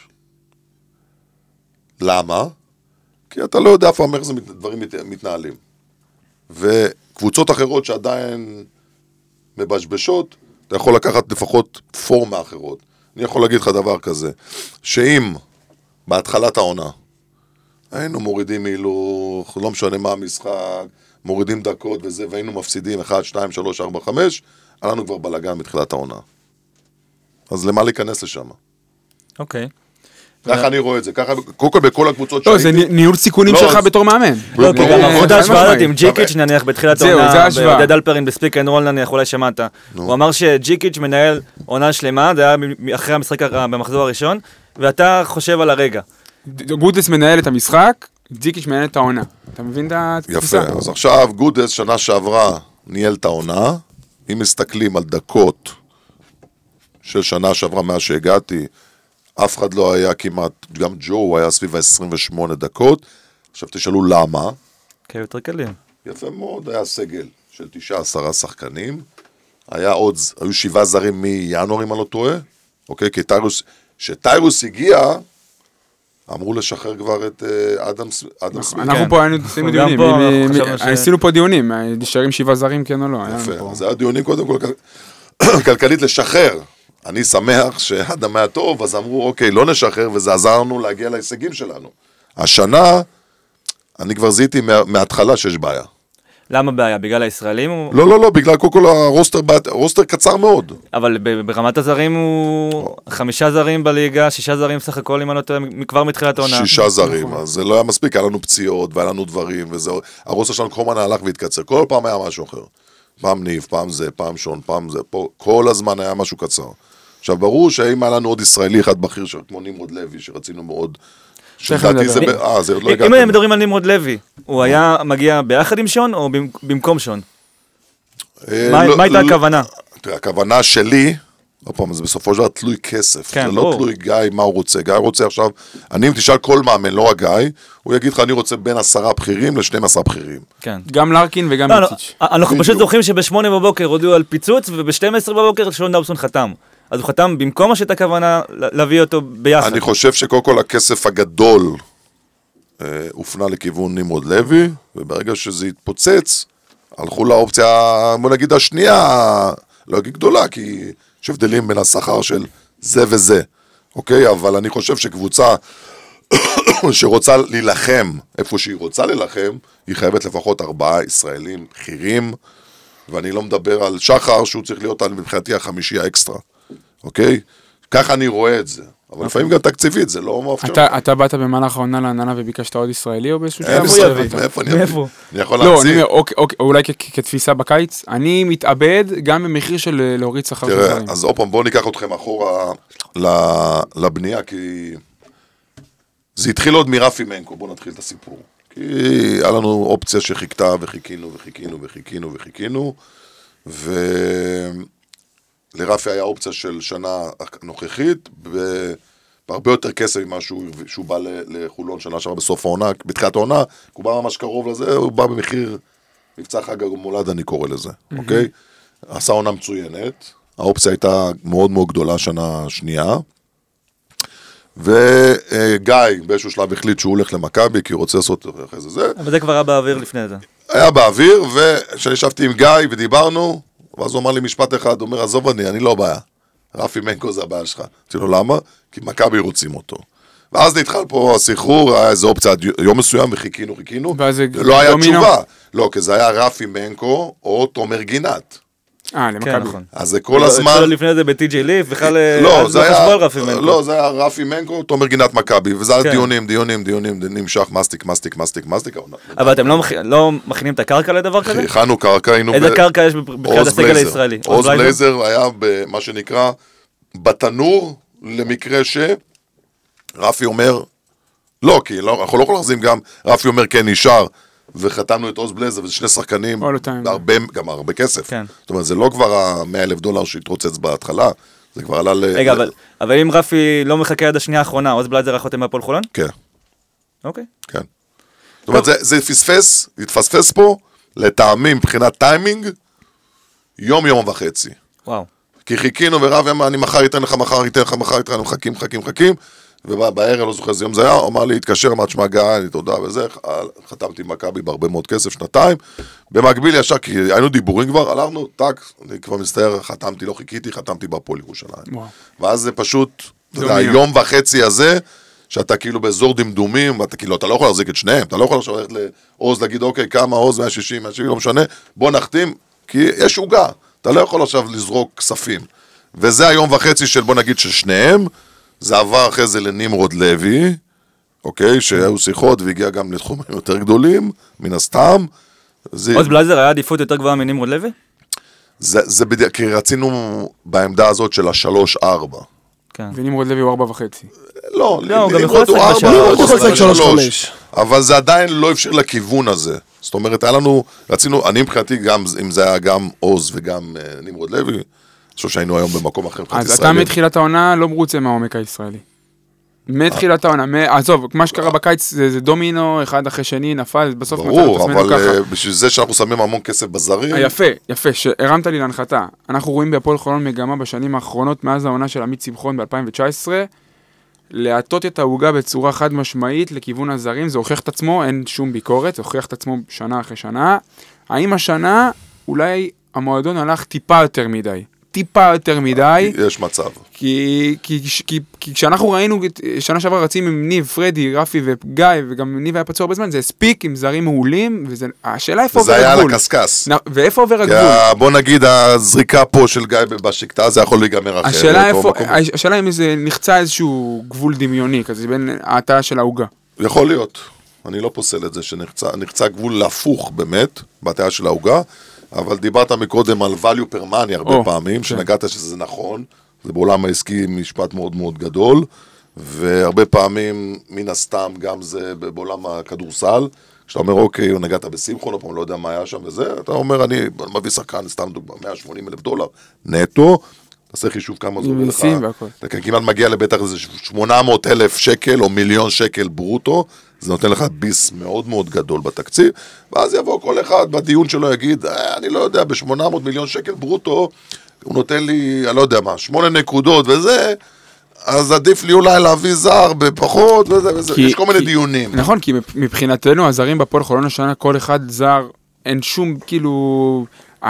למה? כי אתה לא יודע אף פעם איך זה דברים מתנהלים. וקבוצות אחרות שעדיין מבשבשות, אתה יכול לקחת לפחות פורמה אחרות. אני יכול להגיד לך דבר כזה, שאם בהתחלת העונה, היינו מורידים הילוך, לא משנה מה המשחק, מורידים דקות וזה, והיינו מפסידים אחת, שתיים, שלוש, ארבע, חמש, היה לנו כבר בלגן מתחילת העונה. אז למה להיכנס לשם? אוקיי. ככה אני רואה את זה, ככה, קודם כל בכל הקבוצות שהייתי... לא, זה ניהול סיכונים שלך בתור מאמן. לא, כי גם עבודה השוואה הזאת עם ג'יקיץ' נניח בתחילת העונה, בעודד אלפרין בספיק אנד רול נניח, אולי שמעת. הוא אמר שג'יקיץ' מנהל עונה שלמה, זה היה אחרי המשחק במחזור הראשון, ואתה חושב על הרגע. גוטס מנהל את המשחק, ג'יקיץ' מנהל את העונה. אתה מבין את התפיסה? יפה, אז עכשיו גודס שנה שעברה ניהל את העונה, אם מסתכלים על דקות של שנה שעברה מאז שהגעתי, אף אחד לא היה כמעט, גם ג'ו הוא היה סביב ה-עשרים ושמונה דקות, עכשיו תשאלו למה. כן, יותר קלים. יפה מאוד, היה סגל של תשעה עשרה שחקנים, היה עוד, היו שבעה זרים מינואר אם אני לא טועה, אוקיי, כי טיירוס, שטיירוס הגיע, אמרו לשחרר כבר את אדם סמית. אנחנו פה עשינו דיונים, עשינו פה דיונים, נשארים שבעה זרים כן או לא. יפה, אז היה דיונים קודם כל כלכלית לשחרר. אני שמח שאדם היה טוב, אז אמרו אוקיי, לא נשחרר, וזה עזר לנו להגיע להישגים שלנו. השנה, אני כבר זיהיתי מההתחלה שיש בעיה. למה בעיה? בגלל הישראלים? לא, לא, לא, בגלל כל כל הרוסטר, רוסטר קצר מאוד. אבל ברמת הזרים הוא חמישה זרים בליגה, שישה זרים סך הכל, אם אני לא טועה, כבר מתחילת העונה. שישה זרים, אז זה לא היה מספיק, היה לנו פציעות, והיה לנו דברים, וזהו. הרוסטר שלנו כל הזמן הלך והתקצר, כל פעם היה משהו אחר. פעם ניב, פעם זה, פעם שון, פעם זה, פה, כל הזמן היה משהו קצר. עכשיו, ברור שאם היה לנו עוד ישראלי אחד בכיר, כמו נמרוד לוי, שרצינו מאוד, שדעתי זה, אה, זה עוד לא הגעתי. אם הם מדברים על נמרוד לוי, הוא היה מגיע ביחד עם שון, או במקום שון? מה הייתה הכוונה? תראה, הכוונה שלי, לא פעם, זה בסופו של דבר תלוי כסף, זה לא תלוי גיא, מה הוא רוצה, גיא רוצה עכשיו, אני אם תשאל כל מאמן, לא הגיא, הוא יגיד לך, אני רוצה בין עשרה בכירים ל-שנים עשר בכירים. גם לרקין וגם איציץ'. אנחנו פשוט זוכרים שבשמונה בבוקר הודיעו על פיצוץ, ובשתים עשרה בבוקר שון דאופסון חתם. אז הוא חתם במקום מה שהייתה כוונה להביא אותו ביחד. אני חושב שקודם כל הכסף הגדול אה, הופנה לכיוון נמרוד לוי, וברגע שזה התפוצץ, הלכו לאופציה, בוא נגיד השנייה, לא אגיד גדולה, כי יש הבדלים בין השכר של זה וזה, אוקיי? אבל אני חושב שקבוצה שרוצה להילחם, איפה שהיא רוצה להילחם, היא חייבת לפחות ארבעה ישראלים בכירים, ואני לא מדבר על שחר, שהוא צריך להיות מבחינתי החמישי האקסטרה. אוקיי? ככה אני רואה את זה. אבל לפעמים גם תקציבית, זה לא מאפשר. אתה באת במהלך העונה להנהלה וביקשת עוד ישראלי או באיזשהו שלב? מאיפה אני אביא? אני יכול להציג. לא, אולי כתפיסה בקיץ, אני מתאבד גם במחיר של להוריד שכר של זרים. תראה, אז עוד פעם, בואו ניקח אתכם אחורה לבנייה, כי זה התחיל עוד מרפי מנקו, בואו נתחיל את הסיפור. כי היה לנו אופציה שחיכתה וחיכינו וחיכינו וחיכינו וחיכינו, ו... לרפי היה אופציה של שנה נוכחית, בהרבה יותר כסף ממה שהוא בא לחולון שנה שעברה בסוף העונה, בתחילת העונה, הוא בא ממש קרוב לזה, הוא בא במחיר מבצע חג המולד, אני קורא לזה, אוקיי? עשה עונה מצוינת, האופציה הייתה מאוד מאוד גדולה שנה שנייה, וגיא באיזשהו שלב החליט שהוא הולך למכבי, כי הוא רוצה לעשות אחרי זה זה. אבל זה כבר היה באוויר לפני זה. היה באוויר, וכשאני ישבתי עם גיא ודיברנו, ואז הוא אמר לי משפט אחד, הוא אומר, עזוב אני, אני לא בעיה. רפי מנקו זה הבעיה שלך. אמרתי לו, למה? כי מכבי רוצים אותו. ואז נתחל פה הסחרור, היה איזו אופציה עד יום מסוים, וחיכינו, חיכינו, ולא היה תשובה. לא, כי זה היה רפי מנקו או תומר גינת. אה, למכבי. אז זה כל הזמן... לפני זה ב-טי ג'יי ליף, בכלל לא חשבו על רפי מנקו. לא, זה היה רפי מנקו, תומר גינת מכבי, וזה היה דיונים, דיונים, דיונים, נמשך, מסטיק, מסטיק, מסטיק, מסטיק. אבל אתם לא מכינים את הקרקע לדבר כזה? הכנו קרקע, היינו... איזה קרקע יש בבחינת הסגל הישראלי? עוז בלייזר היה במה שנקרא, בתנור, למקרה שרפי אומר, לא, כי אנחנו לא יכולים להחזים גם, רפי אומר כן נשאר, וחתמנו את עוז בלייזר, וזה שני שחקנים, גם הרבה כסף. זאת אומרת, זה לא כבר ה-מאה אלף דולר שהתרוצץ בהתחלה, זה כבר עלה ל... רגע, אבל אם רפי לא מחכה עד השנייה האחרונה, עוז בלייזר חותם מהפועל חולון? כן. אוקיי. כן. זאת אומרת, זה פספס, התפספס פה, לטעמים, מבחינת טיימינג, יום, יום וחצי. וואו. כי חיכינו ורב אמר, אני מחר אתן לך, מחר אתן לך, מחר אתן לך, מחכים, מחכים, מחכים, ובערב, לא זוכר איזה יום זה היה, הוא אמר לי, התקשר, אמר, תשמע, גיא, אני תודה וזה, חתמתי מכבי בהרבה מאוד כסף, שנתיים, במקביל ישר, כי היינו דיבורים כבר, הלכנו, טק, אני כבר מסתער, חתמתי, לא חיכיתי, חתמתי בהפועל ירושלים. ואז זה פשוט, היום וחצי הזה, שאתה כאילו באזור דמדומים, ואתה כאילו, אתה לא יכול להחזיק את שניהם, אתה לא יכול עכשיו ללכת לעוז, להגיד, אוקיי, כמה עוז, מאה שישים, מאה שבעים, לא משנה, בוא נחתים, כי יש עוגה, אתה לא יכול עכשיו לזרוק כספים. וזה היום וחצי של, בוא נגיד, ששניהם, זה עבר אחרי זה לנמרוד לוי, אוקיי, שהיו שיחות והגיע גם לתחומים יותר גדולים, מן הסתם. עוז בלייזר היה עדיפות יותר גבוהה מנמרוד לוי? זה, זה בדיוק, כי רצינו בעמדה הזאת של השלוש ארבע, כן. ונמרוד לוי הוא ארבע וחצי. לא, לא, הוא גם יכול נמרוד הוא לשחק ארבע, בשלוש. הוא הוא יכול לשחק שלוש שלוש. חמש. אבל זה עדיין לא אפשר לכיוון הזה. זאת אומרת, היה לנו, רצינו, אני מבחינתי גם, אם זה היה גם עוז וגם אה, נמרוד לוי, אני חושב שהיינו היום במקום אחר. אז אתה מתחילת העונה לא מרוצה מהעומק הישראלי. מתחילת העונה, מ- עזוב, מה שקרה בקיץ זה זה דומינו, אחד אחרי שני, נפל, בסוף מצאנו את ברור, עצמנו אבל ככה. אה, בשביל זה שאנחנו שמים המון כסף בזרים, אה, יפה, יפה, שהרמת לי להנחתה. אנחנו רואים בהפועל חולון מגמה בשנים האחרונות, מאז העונה של עמית שמחון ב-אלפיים תשע עשרה, להטות את העוגה בצורה חד משמעית לכיוון הזרים, זה הוכיח את עצמו, אין שום ביקורת, זה הוכיח את עצמו שנה אחרי שנה. האם השנה, אולי המועדון הלך טיפה יותר מדי? טיפה יותר מדי. יש מצב. כי, כי, כי, כי כשאנחנו ראינו, שנה שעברה רצים עם ניב, פרדי, רפי וגיא, וגם ניב היה פצוע הרבה זמן, זה הספיק עם זרים מעולים, והשאלה איפה עובר זה היה על הגבול. הקסקס. נ- ואיפה עובר כי הגבול? ה- בוא נגיד, הזריקה פה של גיא בשקטה, זה יכול להיגמר אחרת. השאלה באותו איפה, מקום. השאלה אם זה נחצה איזשהו גבול דמיוני, כזה בין ההטעה של העוגה. יכול להיות. אני לא פוסל את זה שנחצה נחצה גבול להפוך באמת, בהטיה של העוגה, אבל דיברת מקודם על value per money הרבה או, פעמים, כן. שנגעת שזה נכון, זה בעולם העסקי משפט מאוד מאוד גדול, והרבה פעמים, מן הסתם, גם זה בעולם הכדורסל, כשאתה אומר, אוקיי, נגעת בשמחון, או לא יודע מה היה שם וזה, אתה אומר, אני מביא שחקן, סתם דוגמה, מאה ושמונים אלף דולר נטו, תעשה חישוב כמה זה עם עולה לך, מיסים והכל. אתה כמעט מגיע לבטח איזה שמונה מאות אלף שקל או מיליון שקל ברוטו, זה נותן לך ביס מאוד מאוד גדול בתקציב, ואז יבוא כל אחד בדיון שלו יגיד, אה, אני לא יודע, ב-שמונה מאות מיליון שקל ברוטו, הוא נותן לי, אני לא יודע מה, שמונה נקודות וזה, אז עדיף לי אולי להביא זר בפחות, וזה, וזה. כי- יש כל מיני כי- דיונים. נכון, כי מבחינתנו הזרים בהפועל חולון השנה, כל אחד זר, אין שום, כאילו,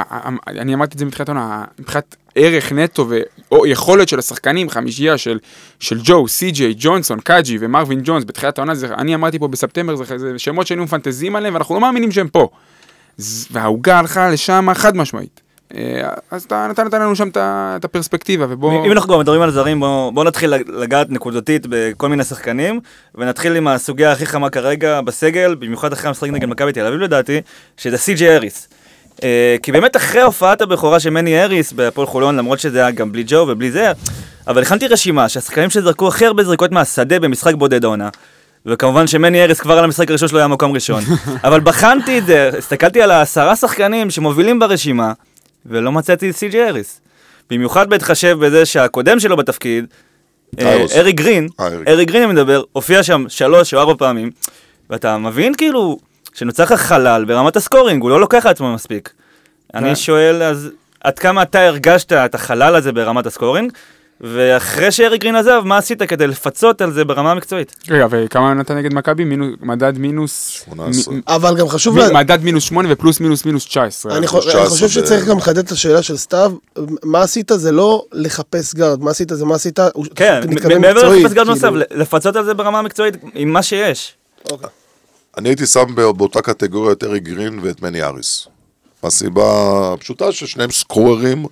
אני אמרתי את זה מתחילת העונה, מבחינת ערך נטו ויכולת של השחקנים, חמישייה של, של ג'ו, סי-ג'יי, ג'ונסון, קאג'י ומרווין ג'ונס, בתחילת העונה, זה, אני אמרתי פה בספטמבר, זה, זה שמות שהיינו מפנטזים עליהם, ואנחנו לא מאמינים שהם פה. ז- והעוגה הלכה לשם חד משמעית. אה, אז אתה נתן נתן לנו שם את ה- את הפרספקטיבה, ובוא... אם אנחנו כבר מדברים על זרים, בואו בוא נתחיל לגעת נקודתית בכל מיני שחקנים, ונתחיל עם הסוגיה הכי חמה כרגע בסגל, במיוחד אחרי המשחק נגד מכבי תל אביב לדעתי, שזה סי.ג'יי אריס. Uh, כי באמת אחרי הופעת הבכורה של מני אריס בהפועל חולון, למרות שזה היה גם בלי ג'ו ובלי זה, אבל הכנתי רשימה שהשחקנים שזרקו הכי הרבה זריקות מהשדה במשחק בודד העונה, וכמובן שמני אריס כבר על המשחק הראשון שלו היה מקום ראשון, אבל בחנתי את זה, הסתכלתי על העשרה שחקנים שמובילים ברשימה, ולא מצאתי סי.ג'יי אריס. במיוחד בהתחשב בזה שהקודם שלו בתפקיד, טיירוס. אריק גרין, אה, אריק. אריק גרין אני מדבר, הופיע שם שלוש או ארבע פעמים, ואתה מבין כאילו שנוצר לך חלל ברמת הסקורינג, הוא לא לוקח לעצמו מספיק. אני שואל, אז עד כמה אתה הרגשת את החלל הזה ברמת הסקורינג, ואחרי שאריק גרין עזב, מה עשית כדי לפצות על זה ברמה המקצועית? רגע, וכמה נתן נגד מכבי? מינו- מדד מינוס... שמונה עשרה. מ- אבל גם חשוב... מ- לה- מדד מינוס שמונה ופלוס מינוס מינוס תשע עשרה. אני חושב- אני חושב שצריך גם לחדד את השאלה של סתיו, מה עשית זה לא לחפש גארד, מה עשית זה מה עשית, הוא כן, פשוט מתכוון מ- מעבר מקצועית, לחפש גרד כאילו. נוסף, לפצות על זה ברמה המקצועית עם מה שיש. אוקיי. אני הייתי שם בא- באותה קטגוריה את אריק גרין ואת מני אריס. הסיבה הפשוטה ששניהם סקוררים,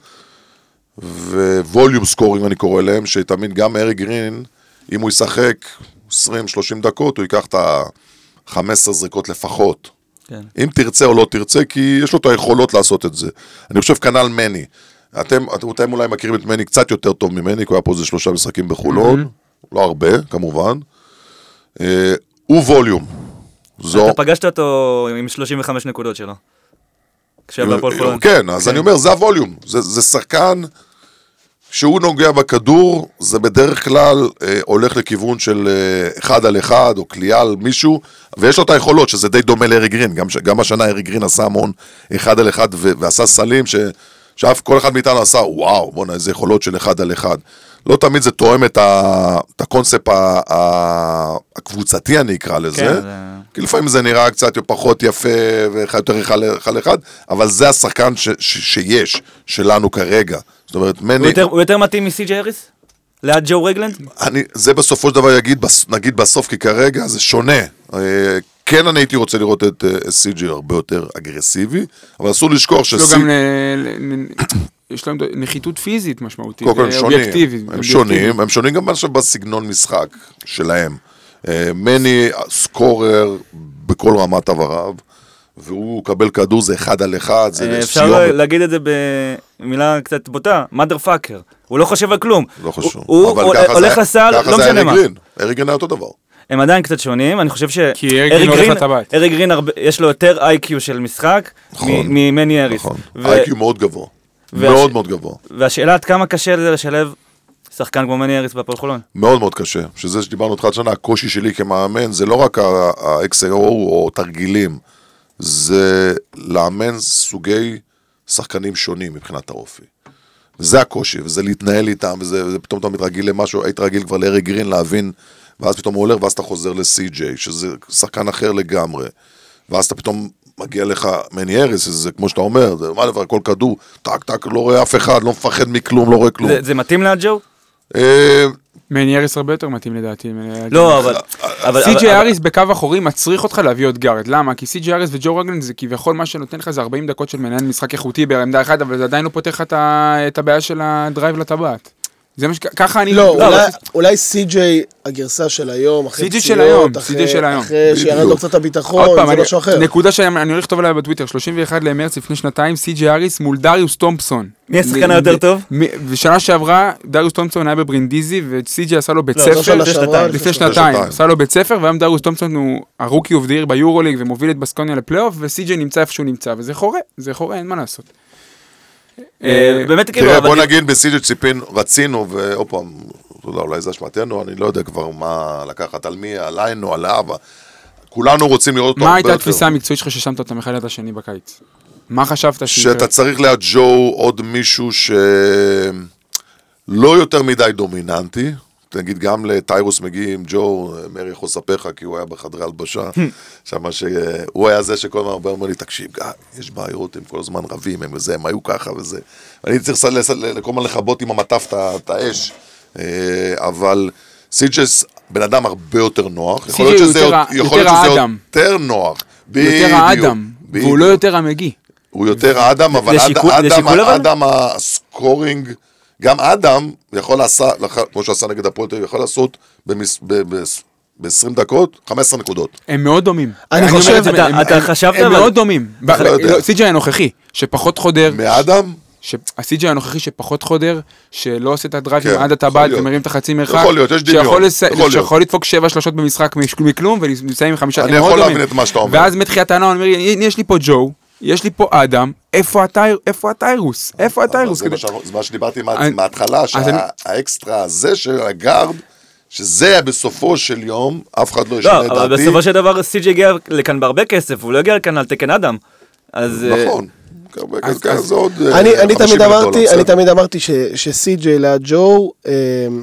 וווליום סקוררים אני קורא להם, שתמיד גם אריק גרין, אם הוא ישחק עשרים שלושים דקות, הוא ייקח את ה-חמש עשרה זריקות לפחות. כן. אם תרצה או לא תרצה, כי יש לו את היכולות לעשות את זה. אני חושב כנ"ל מני. אתם, אתם אולי מכירים את מני קצת יותר טוב ממני, כי הוא היה פה איזה שלושה משחקים בחולון, לא הרבה, כמובן. אה, הוא ווליום. זו... אתה פגשת אותו עם שלושים וחמש נקודות שלו. כשהיה בהפועל חולון. כן, אז אני אומר, זה הווליום. זה, זה שחקן שהוא נוגע בכדור, זה בדרך כלל אה, הולך לכיוון של אה, אחד על אחד, או קליעה על מישהו, ויש לו את היכולות, שזה די דומה לאריק גרין. גם, גם השנה אריק גרין עשה המון אחד על אחד, ו- ועשה סלים, ש, שאף כל אחד מאיתנו עשה, וואו, בוא'נה, איזה יכולות של אחד על אחד. לא תמיד זה תואם את, ה, את הקונספט ה, ה, הקבוצתי, אני אקרא לזה. כן, זה... כי לפעמים זה נראה קצת פחות יפה ויותר אחד על אחד, אבל זה השחקן ש, ש, שיש, שלנו כרגע. זאת אומרת, מני... הוא יותר- הוא יותר מתאים מסי.ג'יי אריס? ליד ג'ו רגלנד? אני, זה בסופו של דבר יגיד, בס, נגיד בסוף, כי כרגע זה שונה. אה, כן, אני הייתי רוצה לראות את אה, סי.ג'יי הרבה יותר אגרסיבי, אבל אסור לשכוח יש לו שסי... גם ל- ל- ל- יש להם נחיתות פיזית משמעותית, קודם כל הם שונים, אובייקטיבית. הם שונים, הם שונים גם עכשיו בסגנון משחק שלהם. אה, מני סקורר בכל רמת עבריו, והוא קבל כדור, זה אחד על אחד, זה אפשר סיומת. להגיד את זה מילה קצת בוטה, mother fucker. הוא לא חושב על כלום. לא חשוב. הוא אבל הוא ככה הולך זה- לסל, ככה לא זה משנה אריק מה. גרין. אריק גרין היה אותו דבר. הם עדיין קצת שונים, אני חושב ש... כי אריק גרין הולך לטבעת. אריק גרין הרבה- יש לו יותר איי קיו של משחק נכון. מ- ממני אריס. נכון. ו- איי קיו מאוד גבוה. והש- מאוד מאוד גבוה. והשאלה עד כמה קשה לזה לשלב שחקן כמו מני אריס בהפועל חולון. מאוד מאוד קשה. שזה שדיברנו תחילת שנה, הקושי שלי כמאמן, זה לא רק ה-אקס איי או או תרגילים, זה לאמן סוגי שחקנים שונים מבחינת האופי. וזה הקושי, וזה להתנהל איתם, וזה, וזה פתאום אתה מתרגיל למשהו, היית רגיל כבר לאריק גרין להבין, ואז פתאום הוא הולך, ואז אתה חוזר לסי-ג'יי, שזה שחקן אחר לגמרי. ואז אתה פתאום מגיע לך מני אריס, זה כמו שאתה אומר, זה מה דבר, כל כדור, טק טק, לא רואה אף אחד, לא מפחד מכלום, לא רואה כלום. זה- זה מתאים לג'ו? אה, מני אריס הרבה יותר מתאים לדעתי. לא, אבל... אבל- סי.ג'יי אבל- אריס בקו אחורי מצריך אותך להביא עוד גארד. למה? כי סי.ג'יי אריס וג'ו רגלן זה כביכול מה שנותן לך זה ארבעים דקות של מנהל משחק איכותי בעמדה אחת, אבל זה עדיין לא פותח לך את ה- את הבעיה של הדרייב לטבעת. זה מה ש... ככה אני... לא, לא, אולי- אבל- אולי סי.ג'יי הגרסה של היום, אחרי סי.ג'יי פציעות, של היום, אחרי- סי.ג'יי של היום. אחרי שירד לו בדיוק. קצת הביטחון, עוד פעם, זה אני- משהו אחר. נקודה שאני הולך לכתוב עליה בטוויטר, שלושים ואחד למרץ לפני שנתיים, סי.ג'יי אריס מול דריוס תומפסון. מי השחקן היותר טוב? מ- ושנה שעברה, דריוס תומפסון היה בברינדיזי, וסי.ג'יי עשה לו בית לא, זו ספר. שנה לפני שעברה, שנתיים. לפני שנתיים. שנתיים, עשה לו בית ספר, והיום דריוס תומפסון הוא הרוקי אוף דה עיר ביורוליג, ומוביל את בסקוניה לפלייאוף, וסי.ג'יי נמצא איפה שהוא נמצא, וזה חורה, זה חורה, אין מה לעשות. אה, באמת כאילו... תראה, אבל- בוא נגיד בסי.ג'יי ציפין, רצינו, ועוד פעם, אולי זה אשמתנו, אני לא יודע כבר מה לקחת, על מי, עלינו, על האבא. כולנו רוצים לראות אותו מה הרבה הייתה יותר. התפיסה המקצועית שלך ששמת אותם אחד ליד השני בקיץ? מה חשבת שאתה צריך ליד ג'ו עוד מישהו שלא יותר מדי דומיננטי, נגיד גם לטיירוס מגיעים, ג'ו, מרי יכול לספר לך, כי הוא היה בחדרי הלבשה, שמה שהוא היה זה שכל הזמן הרבה אומר לי, תקשיב, גיא, יש בעיות, הם כל הזמן רבים, הם וזה, הם היו ככה וזה. ואני צריך כל הזמן לכבות עם המטף את ה- את האש, אה, אבל סי.ג'יי בן אדם הרבה יותר נוח, יכול להיות סי.ג'יי שזה יותר ה- יכול להיות יותר שזה האדם. יותר נוח. יותר בדיוק, האדם, והוא לא בדיוק. יותר המגי. הוא יותר האדם, אבל זה אד- שיקול- זה אדם, שיקול אבל? אדם הסקורינג, גם אדם יכול לעשות, כמו שעשה נגד הפועל תל אביב, יכול לעשות ב-עשרים דקות, חמש עשרה נקודות. הם מאוד דומים. אני אומר חושב- את זה, אתה- הם- אתה הם- חשבת, הם אבל- מאוד דומים. ב- לא יודע. לא, סי.ג'יי הנוכחי, שפחות חודר, מאדם, הסי.ג'יי הנוכחי שפחות חודר, שלא עושה את הדרייבים כן, עד יכול הטבעת להיות. ומרים את החצי מרחק. יכול להיות, יש דמיון, שיכול לס- יכול להיות. שיכול לדפוק שבע שלושות במשחק מש- מכלום ולסיים עם חמישה. אני הם מאוד יכול דומים. להבין את מה שאתה אומר. ואז מתחילת העונה, הוא אומר, "הנה, יש לי פה ג'ו, יש לי פה אדם, איפה הטייר- איפה הטיירוס? איפה אבל הטיירוס? זה כדי- מה ש- זה מה שדיברתי מה- אני- מההתחלה, אז אני- שהאקסטרה הזה של הגארד, שזה בסופו של יום, אף אחד לא ישנה לא, את אבל דעתי. בסופו של דבר סי.ג'יי הגיע לכאן בהרבה כסף, הוא לא הגיע לכאן על תקן אדם. אז... אה, נכון. אז- כן, אז- זה עוד אני, אה, אני חמישים תמיד אלף דולר, אמרתי, אני בסדר. תמיד אמרתי ש, שסי.ג'יי ליד ג'ו, אה,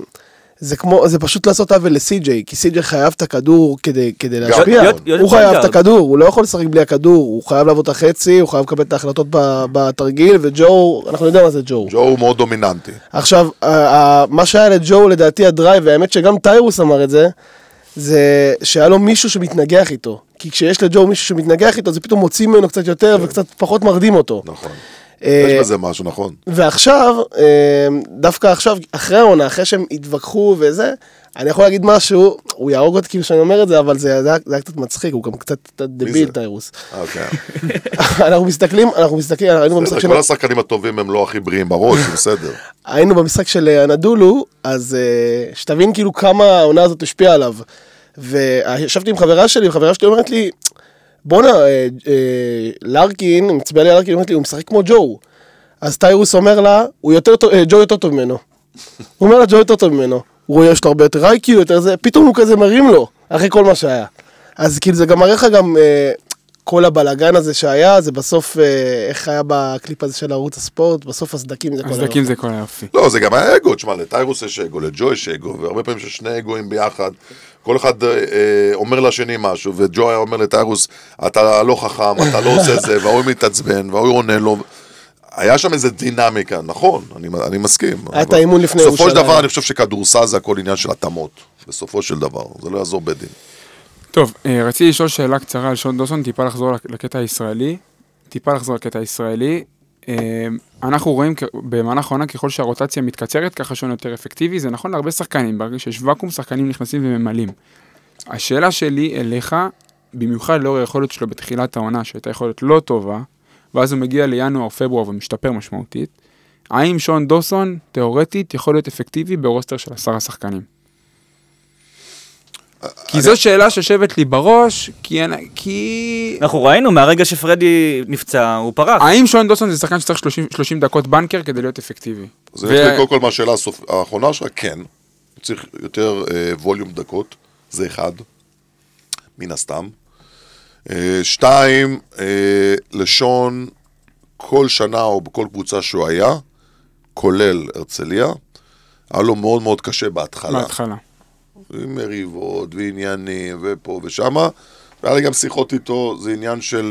זה כמו, זה פשוט לעשות עוול לסי.ג'יי, כי סי.ג'יי חייב את הכדור כדי, כדי להשפיע. להיות- להיות הוא חייב פוינט את הכדור, הוא לא יכול לשחק בלי הכדור, הוא חייב לעבוד את החצי, הוא חייב לקבל את ההחלטות ב- בתרגיל, וג'ו, אנחנו יודעים מה זה ג'ו. ג'ו הוא מאוד דומיננטי. עכשיו, ה- ה- מה שהיה לג'ו לדעתי הדרייב, והאמת שגם טיירוס אמר את זה, זה שהיה לו מישהו שמתנגח איתו. כי כשיש לג'ו מישהו שמתנגח איתו, זה פתאום מוציא ממנו קצת יותר וקצת פחות מרדים אותו. נכון. אה, יש בזה משהו, נכון. ועכשיו, אה, דווקא עכשיו, אחרי העונה, אחרי שהם התווכחו וזה, אני יכול להגיד משהו, הוא יהרוג אותי כאילו שאני אומר את זה, אבל זה זה היה זה היה קצת מצחיק, הוא גם קצת קצת דביל זה? טיירוס. אוקיי. אנחנו מסתכלים, אנחנו מסתכלים, היינו במשחק בסדר, של... כל השחקנים הטובים הם לא הכי בריאים בראש, זה בסדר. היינו במשחק של אנדולו, אז אה, שתבין כאילו כמה העונה הזאת השפיעה עליו. וישבתי עם חברה שלי, וחברה שלי אומרת לי, בואנה, אה, אה, לארקין, מצביע לי על לארקין, אומרת לי, הוא משחק כמו ג'ו. אז טיירוס אומר לה, הוא יותר טוב, אה, ג'ו יותר טוב ממנו. הוא אומר לה, ג'ו יותר טוב ממנו. הוא רואה, יש לו הרבה יותר איי-קיו, יותר זה, פתאום הוא כזה מרים לו, אחרי כל מה שהיה. אז כאילו זה גם מראה לך גם, אה, כל הבלגן הזה שהיה, זה בסוף, אה, איך היה בקליפ הזה של ערוץ הספורט, בסוף הסדקים זה כל הסדקים זה כל היופי. לא, זה גם היה אגו, תשמע, לטיירוס יש אגו, לג'ו יש אגו, והרבה פעמים שיש שני אגואים ביחד, כל אחד אה, אומר לשני משהו, וג'ו היה אומר לטיירוס, אתה לא חכם, אתה לא עושה זה, והוא מתעצבן, והוא עונה לו, היה שם איזה דינמיקה, נכון, אני, אני מסכים. היה את אבל האימון לפני בסופו של ירושלים. דבר, אני חושב שכדורסל זה הכל עניין של התאמות, בסופו של דבר, זה לא יעזור בדין. טוב, אה, רציתי לשאול שאלה קצרה על שון דוסון, טיפה לחזור לק- לקטע הישראלי. טיפה לחזור לקטע הישראלי. אה, אנחנו רואים כ- במהלך העונה ככל שהרוטציה מתקצרת, ככה שון יותר אפקטיבי. זה נכון להרבה שחקנים, ברגע שיש ואקום, שחקנים נכנסים וממלאים. השאלה שלי אליך, במיוחד לאור היכולת שלו בתחילת העונה, שהייתה יכולת לא טובה, ואז הוא מגיע לינואר, פברואר ומשתפר משמעותית, האם שון דוסון, תיאורטית, יכול להיות אפקטיבי ברוסטר של עשרה שחקנים? כי זו שאלה שיושבת לי בראש, כי... אנחנו ראינו, מהרגע שפרדי נפצע, הוא פרח. האם שון דוסון זה שחקן שצריך שלושים דקות בנקר כדי להיות אפקטיבי? זה קודם כל מהשאלה האחרונה שלך, כן. צריך יותר ווליום דקות, זה אחד, מן הסתם. שתיים, לשון כל שנה או בכל קבוצה שהוא היה, כולל הרצליה, היה לו מאוד מאוד קשה בהתחלה. בהתחלה. עם מריבות ועניינים ופה ושמה, והיה לי גם שיחות איתו, זה עניין של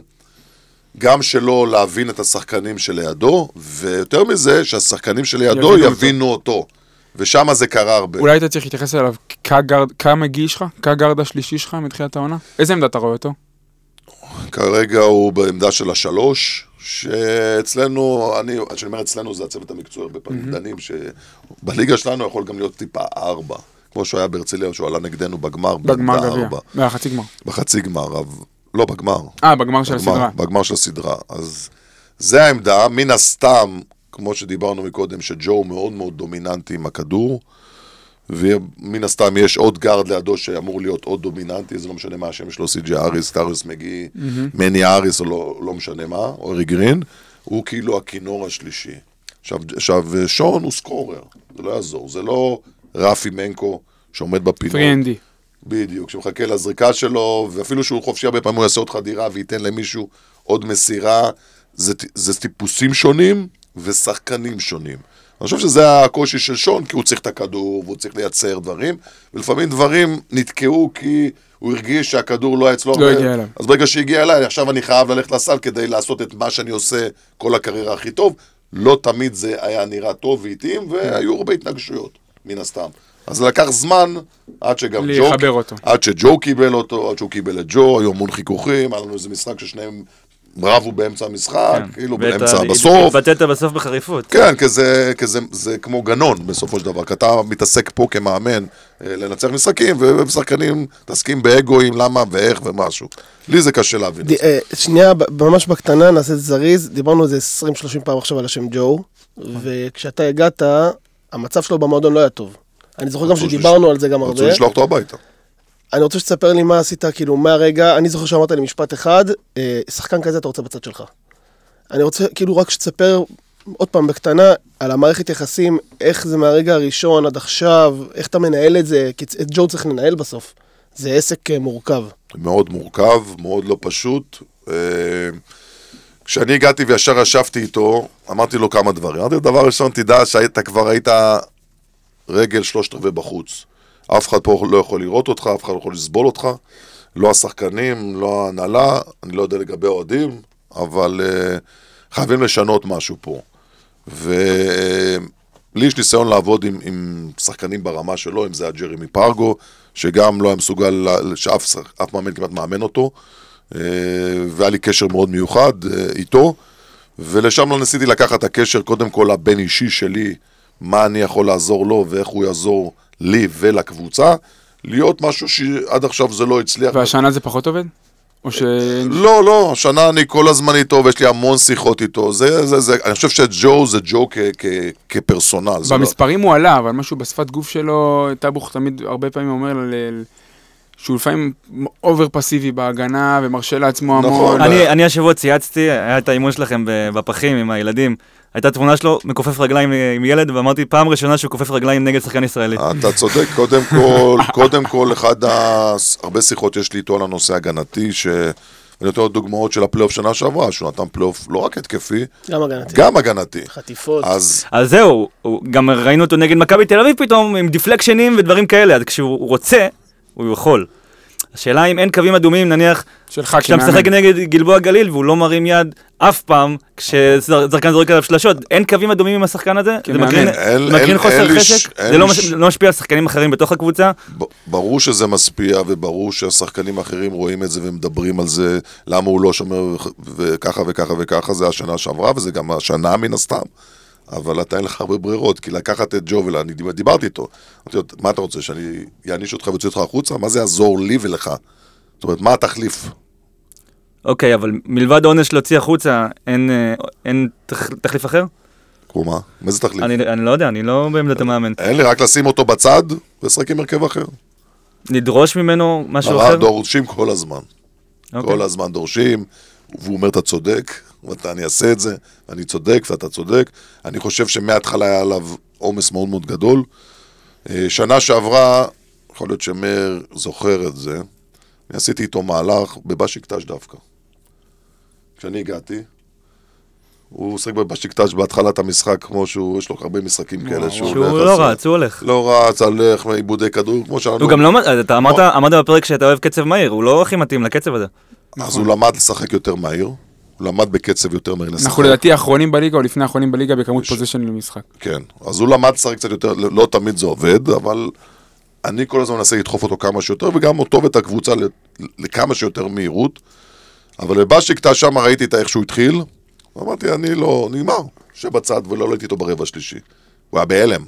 גם שלו להבין את השחקנים שלידו, ויותר מזה שהשחקנים שלידו יבינו אותו, ושם זה קרה הרבה. אולי אתה צריך להתייחס אליו כמה גיל שלך? כגרד השלישי שלך מתחילת העונה? איזה עמדה אתה רואה אותו? כרגע הוא בעמדה של השלוש, שאצלנו, אני, שאני אומר אצלנו זה הצוות המקצועי הרבה פעמים דנים, שבליגה שלנו יכול גם להיות טיפה ארבע. כמו שהוא היה בהרצליה, שהוא עלה נגדנו בגמר. בגמר גביע, בחצי גמר. בחצי גמר, לא בגמר. אה, בגמר של הסדרה. בגמר של הסדרה. אז זה העמדה, מן הסתם, כמו שדיברנו מקודם, שג'ו מאוד מאוד דומיננטי עם הכדור, ומן הסתם יש עוד גארד לידו שאמור להיות עוד דומיננטי, זה לא משנה מה השם שלו, סי ג'י אריס, טאריס מגי, מני אריס, או לא, לא משנה מה, או ארי גרין, הוא כאילו הכינור השלישי. עכשיו, עכשיו, שון הוא סקורר, זה לא יעזור, זה לא... רפי מנקו, שעומד בפינות. פריאנדי. בדיוק, שמחכה לזריקה שלו, ואפילו שהוא חופשי הרבה פעמים הוא יעשה עוד חדירה, וייתן למישהו עוד מסירה. זה, זה טיפוסים שונים, ושחקנים שונים. אני חושב שזה הקושי של שון, כי הוא צריך את הכדור, והוא צריך לייצר דברים, ולפעמים דברים נתקעו, כי הוא הרגיש שהכדור לא היה אצלו. לא הגיע אליו. אז ברגע שהגיע אליי, עכשיו אני חייב ללכת לסל, כדי לעשות את מה שאני עושה כל הקריירה הכי טוב. לא תמיד זה היה נראה טוב ואיטים, והיו הרבה התנגשויות. מן הסתם. אז זה לקח זמן עד שגם ג'ו, עד שג'ו קיבל אותו, עד שהוא קיבל את ג'ו, היו המון חיכוכים, היה לנו איזה משחק ששניהם רבו באמצע המשחק, כאילו באמצע, בסוף. התבטאת בסוף בחריפות. כן, כזה, זה כמו גנון בסופו של דבר, כי אתה מתעסק פה כמאמן לנצח משחקים, ובשחקנים תעסקים באגואים, למה ואיך ומשהו. לי זה קשה להבין. שנייה, ממש בקטנה, נעשה את זריז, דיברנו איזה עשרים שלושים פעם עכשיו על השם ג'ו, וכשאתה הגעת, המצב שלו במועדון לא היה טוב. אני זוכר גם שדיברנו על זה גם הרבה. רצו לשלוח אותו הביתה. אני רוצה שתספר לי מה עשית, כאילו, מהרגע, אני זוכר שאמרת לי משפט אחד, שחקן כזה אתה רוצה בצד שלך. אני רוצה, כאילו, רק שתספר עוד פעם בקטנה, על המערכת יחסים, איך זה מהרגע הראשון עד עכשיו, איך אתה מנהל את זה, כי את ג'ו צריך לנהל בסוף. זה עסק מורכב. מאוד מורכב, מאוד לא פשוט. כשאני הגעתי וישר ישבתי איתו, אמרתי לו כמה דברים. אמרתי לו, דבר ראשון, תדע שאתה כבר היית רגל שלושת רבעי בחוץ. אף אחד פה לא יכול לראות אותך, אף אחד לא יכול לסבול אותך. לא השחקנים, לא ההנהלה, אני לא יודע לגבי אוהדים, אבל uh, חייבים לשנות משהו פה. ולי יש ניסיון לעבוד עם, עם שחקנים ברמה שלו, אם זה היה ג'רמי פרגו, שגם לא היה מסוגל, שאף אף מאמן כמעט מאמן אותו, והיה לי קשר מאוד מיוחד איתו, ולשם לא ניסיתי לקחת את הקשר, קודם כל הבין אישי שלי, מה אני יכול לעזור לו, ואיך הוא יעזור לי ולקבוצה, להיות משהו שעד עכשיו זה לא הצליח. והשנה זה פחות עובד? או ש... לא, לא, השנה אני כל הזמן איתו, ויש לי המון שיחות איתו, זה, זה, זה, אני חושב שג'ו זה ג'ו כ, כ, כפרסונל. במספרים לא... הוא עלה, אבל משהו בשפת גוף שלו, טאבוך תמיד הרבה פעמים אומר ל... שהוא לפעמים אובר פסיבי בהגנה, ומרשה לעצמו המון. נכון. אני, אני השבוע צייצתי, היה את האימון שלכם בפחים עם הילדים, הייתה תמונה שלו, מכופף רגליים עם ילד, ואמרתי, פעם ראשונה שהוא כופף רגליים נגד שחקן ישראלי. אתה צודק, קודם כל, קודם כל, אחד ה... הרבה שיחות יש לי איתו על הנושא הגנתי, ש... אני נותן עוד דוגמאות של הפלייאוף שנה שעברה, שהוא נתן פלייאוף לא רק התקפי, גם הגנתי. גם הגנתי. חטיפות. אז... אז זהו, גם ראינו אותו נגד מכבי תל אביב פתאום, עם דיפלקשנים ודברים כאלה, אז כשהוא רוצה, הוא יכול. השאלה אם אין קווים אדומים, נניח, כשאתה משחק נגד גלבוע גליל, והוא לא מרים יד אף פעם, כשזרקן זורק עליו שלשות, אין קווים אדומים עם השחקן הזה? זה מקרין חוסר חשק? זה לא משפיע על שחקנים אחרים בתוך הקבוצה? ברור שזה משפיע, וברור שהשחקנים האחרים רואים את זה ומדברים על זה, למה הוא לא שומר וככה וככה וככה, זה השנה שעברה, וזה גם השנה מן הסתם. אבל אתה אין לך הרבה ברירות, כי לקחת את ג'ו, ואני דיברתי איתו, אמרתי, מה אתה רוצה, שאני יעניש אותך ויוצא אותך החוצה? מה זה יעזור לי ולך? זאת אומרת, מה התחליף? אוקיי, אבל מלבד עונש להוציא החוצה, אין, אין תחליף אחר? כמו מה? מאיזה תחליף? אני אני לא יודע, אני לא בעמדת המאמן. אין לי, רק לשים אותו בצד, ולשחק עם הרכב אחר. לדרוש ממנו משהו מה, אחר? דורשים כל הזמן. אוקיי. כל הזמן דורשים, והוא אומר, אתה צודק, ואתה, אני אעשה את זה, אני צודק ואתה צודק. אני חושב שמההתחלה היה עליו עומס מאוד מאוד גדול. אה, שנה שעברה, יכול להיות שמר זוכר את זה, אני עשיתי איתו מהלך בבשיקטש דווקא. כשאני הגעתי, הוא עוסק בבשיקטש בהתחלת המשחק, כמו שהוא, יש לו הרבה משחקים כאלה שהוא שהוא הולך, לא אז- רץ, הוא הולך. לא רץ, הלך, עיבודי כדור, כמו שאנחנו... הוא גם לא, אתה אמרת, אמרת בפרק שאתה אוהב קצב מהיר, הוא לא הכי מתאים לקצב הזה. אז הוא למד לשחק יותר מהיר, הוא למד בקצב יותר מהיר לשחק. אנחנו לדעתי האחרונים בליגה, או לפני האחרונים בליגה, בכמות פוזיישן למשחק. כן, אז הוא למד לשחק קצת יותר, לא תמיד זה עובד, אבל אני כל הזמן מנסה לדחוף אותו כמה שיותר, וגם אותו ואת הקבוצה לכמה שיותר מהירות. אבל בבשיקטש שם ראיתי את איך שהוא התחיל, ואמרתי, אני לא, נגמר, שבצד ולא עליתי איתו ברבע שלישי. הוא היה בהלם.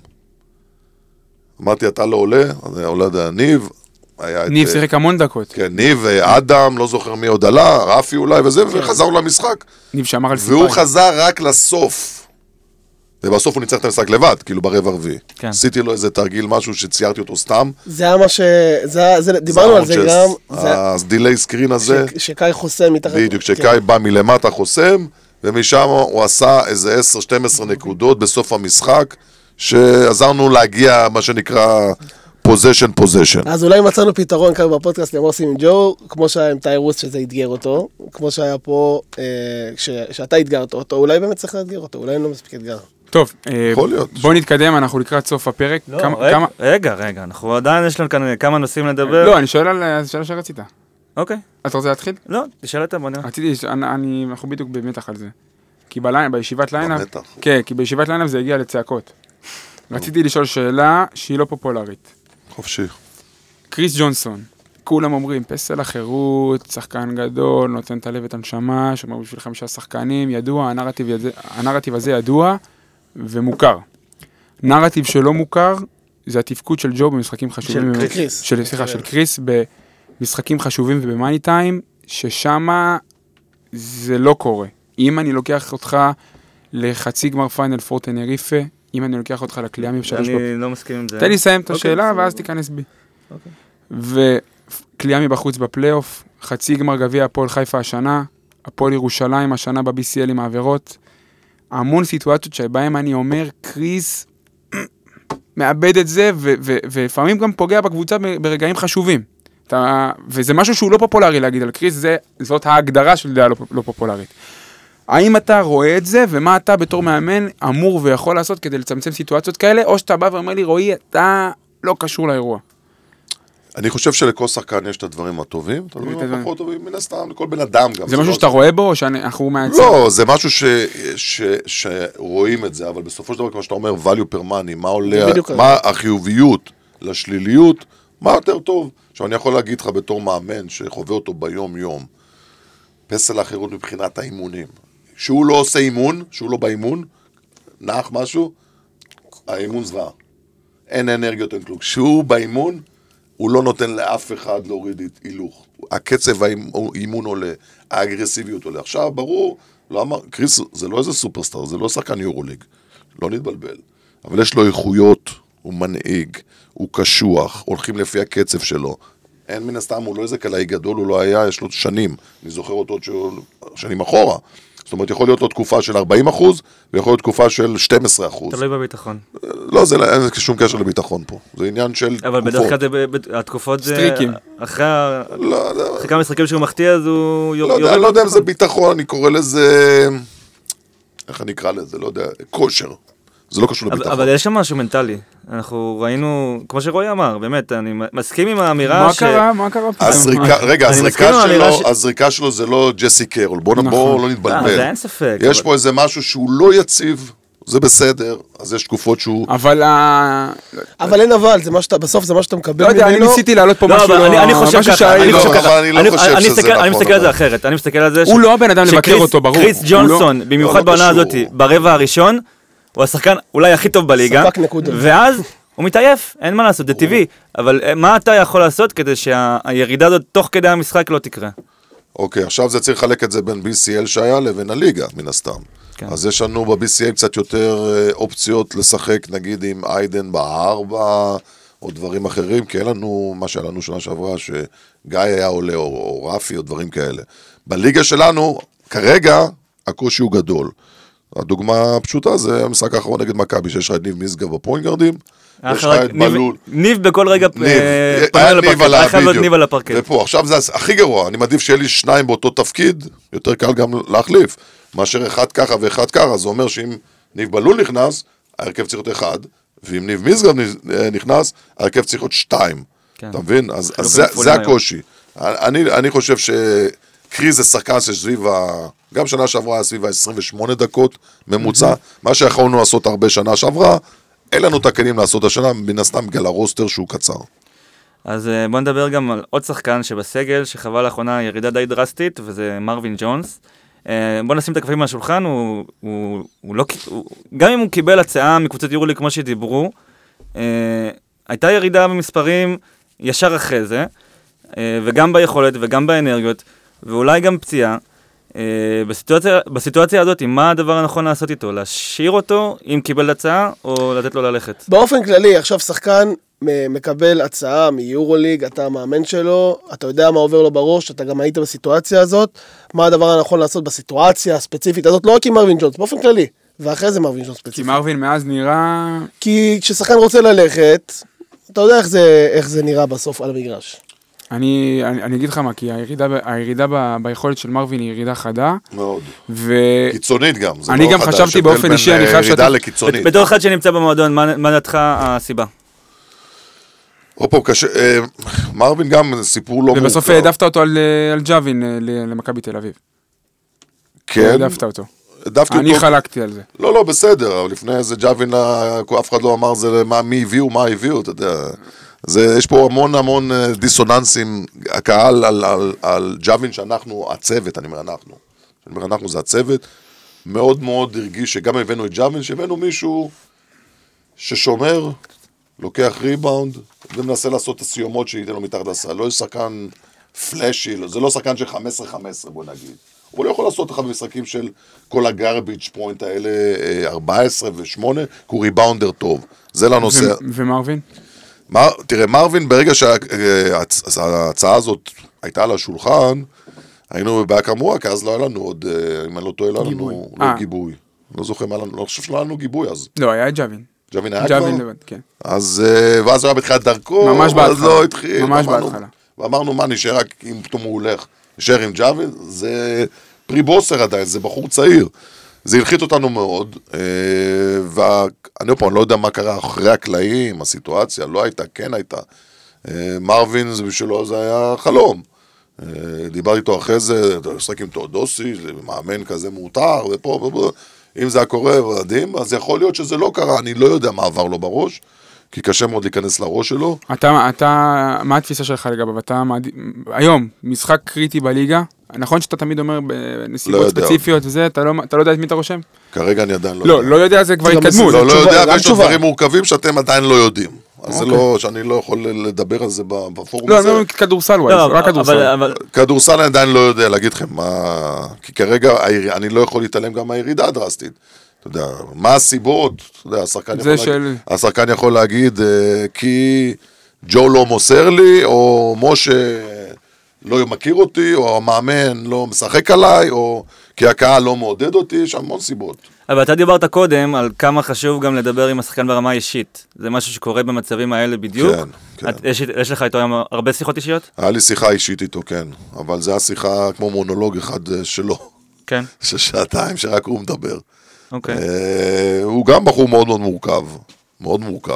אמרתי, אתה לא עולה, אז עולה את ניב, היה את... ניב שיחק המון דקות. כן, ניב, אדם, לא זוכר מי עוד עלה, רפי אולי וזה, וחזרנו למשחק. ניב שמר על סיפיים. והוא חזר רק לסוף. ובסוף הוא ניצח את המשחק לבד, כאילו ברבע הרביעי. כן. עשיתי לו איזה תרגיל, משהו שציירתי אותו סתם. זה היה מה ש... זה היה- זה- דיברנו על זה גם, זה- אז דילי סקרין הזה, ש- שקאי חוסם מתחת... בדיוק, כן. שקאי בא מלמטה חוסם, ומשם הוא עשה איזה עשר שתים עשרה נקודות בסוף המשחק, שעזרנו להגיע, מה שנקרא, פוזיישן פוזיישן. אז אולי מצאנו פתרון כאן בפודקאסט למורסים עם ג'ו, כמו שהיה עם טיירוס שזה אתגר אותו, כמו שהיה פה, אה, ש- שאתה אתגרת אותו, אולי באמת צריך לאתגר אותו, אולי אין לו מספיק אתגר. טוב, אה, יכול להיות. בוא נתקדם, אנחנו לקראת סוף הפרק. לא, כמה- רגע, כמה- רגע, רגע, אנחנו עדיין, יש לנו כאן כמה נושאים לדבר. לא, אני שואל על השאלה שרצית. אוקיי. אתה רוצה להתחיל? לא, תשאל אתה, בוא נראה. רציתי, ש- אני- אני- אנחנו בדיוק במתח על זה. כי בליין- בישיבת ליינאפ, במתח. כן, כי בישיבת ליינאפ זה הגיע לצעקות. רציתי לשאול שאלה שהיא לא פופולרית. חופשי. קריס ג'ונסון, כולם אומרים, פסל החירות, שחקן גדול, נותן את הלב את הנשמה, שאומר בשביל חמישה שחקנים, ידוע, הנרטיב, יד... הנרטיב הזה ידוע ומוכר. נרטיב שלא מוכר, זה התפקוד של ג'ו במשחקים חשובים. של קריס. של, סליחה, של קריס במשחקים חשובים ובמאני טיים, ששמה זה לא קורה. אם אני לוקח אותך לחצי גמר פיינל פור טנריפה, אם אני לוקח אותך לקליאמי בשלוש בפ... אני לא מסכים עם זה. תן לי לסיים את אוקיי, השאלה, בסדר. ואז תיכנס בי. אוקיי. וקליאמי בחוץ בפלייאוף, חצי גמר גביע הפועל חיפה השנה, הפועל ירושלים השנה ב-בי סי אל עם העבירות. המון סיטואציות שבהם אני אומר, קריס מאבד את זה, ו- ו- ולפעמים גם פוגע בקבוצה ב- ברגעים חשובים. אתה, וזה משהו שהוא לא פופולרי להגיד על קריס, זה, זאת ההגדרה של דעה לא, לא פופולרית. האם אתה רואה את זה, ומה אתה בתור מאמן אמור ויכול לעשות כדי לצמצם סיטואציות כאלה, או שאתה בא ואומר לי, רועי, אתה לא קשור לאירוע. אני חושב שלכל שחקן יש את הדברים הטובים, את הדברים הדברים. הפחות טובים, מן הסתם, לכל בן אדם גם. זה משהו לא- שאתה רואה בו, או שאנחנו מהצד? לא, זה משהו ש, ש, שרואים את זה, אבל בסופו של דבר, כמו שאתה אומר, value per money, מה עולה, בדיוק מה החיוביות לשליליות, מה יותר טוב. עכשיו, אני יכול להגיד לך בתור מאמן שחווה אותו ביום-יום, פסל האחרות מבחינת האימונים. שהוא לא עושה אימון, שהוא לא באימון, נח משהו, האימון זוועה. אין אנרגיות, אין כלום. כשהוא באימון, הוא לא נותן לאף אחד להוריד הילוך. הקצב האימון עולה, האגרסיביות עולה. עכשיו, ברור, לא אמר, קריס, זה לא איזה סופרסטאר, זה לא שחקן יורוליג. לא נתבלבל. אבל יש לו איכויות, הוא מנהיג, הוא קשוח, הולכים לפי הקצב שלו. אין מן הסתם, הוא לא איזה קלעי גדול, הוא לא היה, יש לו שנים. אני זוכר אותו עוד שנים אחורה. זאת אומרת, יכול להיות לו תקופה של ארבעים אחוז, ויכול להיות תקופה של שנים עשר אחוז. תלוי בביטחון. לא, זה אין שום קשר לביטחון פה. זה עניין של אבל תקופות. בדרך כלל זה ב- ב- התקופות זה... סטריקים. אחרי ה- לא, לא, אחרי כמה משחקים שהוא מחטיא, אז הוא יור- לא יודע, יורד אני לא יודע אם זה בביטחון. ביטחון, אני קורא לזה... איך אני אקרא לזה? לא יודע, כושר. זה לא קשור אבל- לביטחון. אבל יש שם משהו מנטלי. אנחנו ראינו, כמו שרועי אמר, באמת, אני מסכים עם האמירה מה ש... קרה? מה קרה פתאום? הזריקה, רגע, אני מסכים הזריקה עם האמירה שלו, ש- הזריקה שלו זה לא ג'סי קרול. בואו נכון. בואו לא אה, נתבלבל. זה אין ספק. יש אבל- פה איזה משהו שהוא לא יציב, זה בסדר, אז יש תקופות שהוא... אבל ה... אבל אין אבל, זה מה שאתה, בסוף זה מה שאתה מקבל לא יודע, אני ממנו. ניסיתי להעלות פה לא, משהו אבל לא... אני- אני חושב משהו ככה, שהיה- אני לא, חושב אבל ככה. אני לא אני- חושב אני שזה מסתכל- אני נכון, מסתכל על זה אבל. אחרת, אני מסתכל על זה... הוא ש- לא הבן אדם לבקר שקריס- אותו, ברור. קריס הוא ג'ונסון, לא- במיוחד לא בעונה קשור. הזאת, ברבע הראשון, הוא השחקן אולי הכי טוב בליגה, ספק נקודות. ואז הוא מתעייף, אין מה לעשות, זה טבעי. אבל אה, מה אתה יכול לעשות כדי שהירידה הזאת תוך כדי המשחק לא תקרה? אוקיי, עכשיו זה צריך לחלק את זה בין בי סי אל שהיה לבין הליגה, מן הסתם. כן. אז יש לנו ב-בי סי איי קצת יותר אה, אופציות לשחק, נגיד עם איידן בארבע, או דברים אחרים, כי אין לנו מה שהיה לנו שנה שעברה, שגיא היה עולה, או, או רפי, או דברים כאלה. בליגה שלנו, כרגע, הקושי הוא גדול. הדוגמה הפשוטה זה המשחק האחרון נגד מכבי, שיש לך את ניב משגב בפוינט גארדים, יש לך את בלול. ניב בכל רגע היה ניב על הפרקט. ניב על הפרקט. ופה, עכשיו זה הכי גרוע, אני מעדיף שיהיה לי שניים באותו תפקיד, יותר קל גם להחליף, מאשר אחד ככה ואחד ככה, זה אומר שאם ניב בלול נכנס, ההרכב צריך להיות אחד, ואם ניב משגב נכנס, ההרכב צריך להיות שתיים. אתה מבין? אז זה הקושי. אני חושב שקריז זה שחקן שסביב ה... גם שנה שעברה היה סביב ה-עשרים ושמונה דקות ממוצע, מה שיכולנו לעשות הרבה שנה שעברה, אין לנו את הכלים לעשות השנה, מן הסתם בגלל הרוסטר שהוא קצר. אז בוא נדבר גם על עוד שחקן שבסגל, שחווה לאחרונה ירידה די דרסטית, וזה מרווין ג'ונס. בוא נשים את הקלפים על השולחן, הוא, הוא, הוא לא, הוא, גם אם הוא קיבל הצעה מקבוצת יורוליג כמו שדיברו, הייתה ירידה במספרים ישר אחרי זה, וגם ביכולת וגם באנרגיות, ואולי גם פציעה. בסיטואציה, בסיטואציה הזאת, מה הדבר הנכון לעשות איתו? להשאיר אותו אם קיבל הצעה, או לתת לו ללכת? באופן כללי, עכשיו שחקן מקבל הצעה מיורוליג, אתה המאמן שלו, אתה יודע מה עובר לו בראש, אתה גם היית בסיטואציה הזאת, מה הדבר הנכון לעשות בסיטואציה הספציפית הזאת, לא רק עם מרווין ג'ונס, באופן כללי, ואחרי זה מרווין ג'ונס ספציפית. כי מרווין מאז נראה... כי כששחקן רוצה ללכת, אתה יודע איך זה, איך זה נראה בסוף על המגרש. אני, אני, אני אגיד לך מה, כי הירידה, הירידה ב, ביכולת של מרווין היא ירידה חדה. מאוד. ו... קיצונית גם. אני גם חשבתי באופן אישי, אני חייב שאתה... בתור אחד שנמצא במועדון, מה, מה דעתך הסיבה? אופו, קשה, מרווין גם סיפור לא מורכב. ובסוף העדפת אותו על, על ג'אווין למכבי תל אביב. כן. העדפת אותו. דווקא אני חלקתי על זה. לא, לא, בסדר, אבל לפני איזה ג'אווין, אף אחד לא אמר זה מה, מי הביאו, מה הביאו, אתה יודע. זה, יש פה המון המון דיסוננסים, הקהל על, על, על ג'אווין שאנחנו, הצוות, אני אומר אנחנו, אני אומר אנחנו זה הצוות, מאוד מאוד הרגיש שגם הבאנו את ג'אווין, שהבאנו מישהו ששומר, לוקח ריבאונד, ומנסה לעשות את הסיומות שייתן לו מתחת לסל, לא יש שחקן פלאשי, זה לא שחקן של חמש עשרה חמש עשרה בוא נגיד, הוא לא יכול לעשות אחד במשחקים של כל הגרביץ' פוינט האלה, ארבע עשרה ושמונה, כי הוא ריבאונדר טוב, זה לנושא. ומרווין? מר, תראה, מרווין, ברגע שההצעה הזאת הייתה על השולחן, היינו בבעיה כמוה, כי אז לא היה לנו עוד, אם אני לא טועה, לא היה לנו לא גיבוי. לא זוכר מה לנו, לא חושב שלא היה לנו גיבוי אז. לא, היה ג'אווין. ג'אווין היה כבר? ג'אווין לבד, כן. אז, ואז הוא היה בתחילת דרכו, ממש בהתחלה. אז לא התחיל. ממש בהתחלה. ואמרנו, מה, נשאר רק אם פתאום הוא הולך, נשאר עם ג'אווין, זה פרי בוסר עדיין, זה בחור צעיר. זה הלחית אותנו מאוד, ואני עוד פעם, לא יודע מה קרה אחרי הקלעים, הסיטואציה, לא הייתה, כן הייתה. מרווין, זה בשבילו, זה היה חלום. דיברתי איתו אחרי זה, אתה עוסק עם תאודוסי, זה מאמן כזה מותר, ופה, ופה, אם זה היה קורה ודאים, אז יכול להיות שזה לא קרה, אני לא יודע מה עבר לו בראש, כי קשה מאוד להיכנס לראש שלו. אתה, אתה, מה התפיסה שלך לגביו? אתה, היום, משחק קריטי בליגה, נכון שאתה תמיד אומר בנסיבות ספציפיות וזה, אתה לא, אתה לא יודע את מי אתה רושם? כרגע אני עדיין לא יודע. לא, לא יודע, זה כבר התקדמות. לא, לא יודע, ויש דברים מורכבים שאתם עדיין לא יודעים. אז זה לא, שאני לא יכול לדבר על זה בפורום הזה. לא, אני כדורסל ווייס, רק כדורסל. כדורסל אני עדיין לא יודע להגיד לכם מה, כי כרגע אני לא יכול להתעלם גם מהירידה הדרסטית. אתה יודע, מה הסיבות? אתה יודע, השחקן יכול להגיד, השחקן יכול להגיד, כי ג'ו לא מוסר לי, או משה לא מכיר אותי, או המאמן לא משחק עליי, או כי הקהל לא מעודד אותי, יש המון סיבות. אבל אתה דיברת קודם על כמה חשוב גם לדבר עם השחקן ברמה האישית. זה משהו שקורה במצבים האלה בדיוק. כן, כן. את, יש, יש לך איתו הרבה שיחות אישיות? היה לי שיחה אישית איתו, כן. אבל זה השיחה כמו מונולוג אחד שלו. כן. של שעתיים שרק הוא מדבר. אוקיי. אה, הוא גם בחור מאוד מאוד מורכב. מאוד מורכב.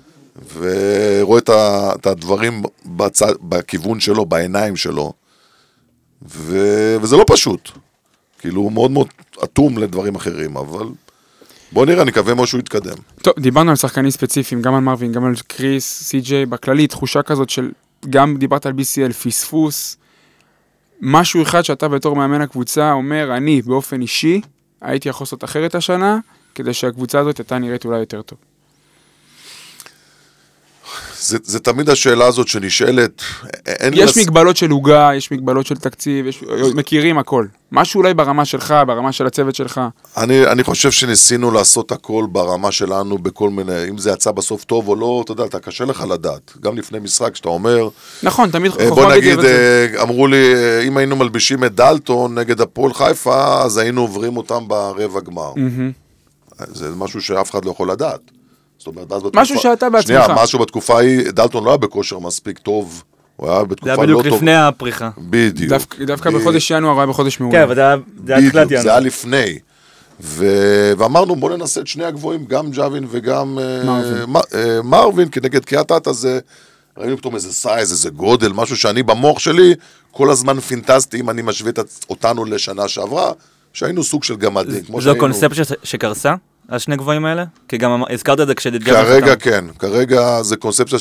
ורואה את, ה, את הדברים בצד, בכיוון שלו, בעיניים שלו. ו, וזה לא פשוט. כאילו הוא מאוד מאוד אטום לדברים אחרים, אבל בוא נראה, אני מקווה משהו יתקדם. טוב, דיברנו על שחקנים ספציפיים, גם על מרווין, גם על קריס, סי-ג'יי, בכללי, תחושה כזאת של, גם דיברת על בי סי אל, פספוס, משהו אחד שאתה בתור מאמן הקבוצה אומר, אני באופן אישי, הייתי יכול לעשות אחרת השנה, כדי שהקבוצה הזאת הייתה נראית אולי יותר טוב. זה, זה תמיד השאלה הזאת שנשאלת, אין יש לס... מגבלות של הוגה, יש מגבלות של תקציב, יש... מכירים הכל. משהו אולי ברמה שלך, ברמה של הצוות שלך. אני, אני חושב שניסינו לעשות הכל ברמה שלנו, בכל מיני, אם זה יצא בסוף טוב או לא, אתה יודע, אתה קשה לך לדעת. גם לפני משחק, שאתה אומר... נכון, תמיד חוכמה בוא נגיד, אמרו לי, אם היינו מלבישים את דלטון נגד הפועל חיפה, אז היינו עוברים אותם ברבע גמר. Mm-hmm. זה משהו שאף אחד לא יכול לדעת. זאת אומרת, אז בתקופה... משהו שאתה בעצמך. שנייה, משהו בתקופה ההיא, דלטון לא היה בכושר מספיק טוב, הוא היה בתקופה לא טוב. זה היה בדיוק לפני הפריחה. בדיוק. דווקא, דווקא בחודש ינואר היה בחודש מעולה. כן, אבל זה היה תחילת ינואר. זה היה לפני. ו... ואמרנו, בוא ננסה את שני הגבוהים, גם ג'אבין וגם מרווין, uh, מרווין כנגד קיאטת, אז ראינו פתאום איזה סייז, איזה גודל, משהו שאני במוח שלי, כל הזמן פינטזתי, אם אני משווה אותנו לשנה שעברה, שהיינו סוג של גמדים. זו קונספציה שקרסה? השני גבוהים האלה? כי גם הזכרת את זה כשדגל... כרגע כן, כרגע זה קונספציה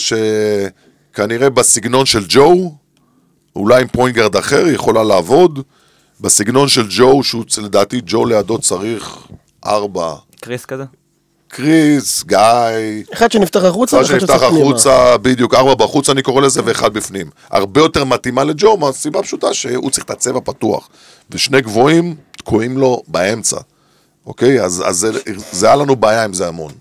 שכנראה בסגנון של ג'ו, אולי עם פוינגרד אחר, יכולה לעבוד, בסגנון של ג'ו, שהוא לדעתי ג'ו לידו צריך ארבע. קריס כזה? קריס, גיא. אחד שנפתח החוצה, אחד שנפתח החוצה, בדיוק, ארבע בחוץ אני קורא לזה, ואחד בפנים. הרבה יותר מתאימה לג'ו, מהסיבה פשוטה שהוא צריך את הצבע פתוח, ושני גבוהים תקועים לו באמצע. אוקיי? אז, אז זה, זה היה לנו בעיה עם זה המון.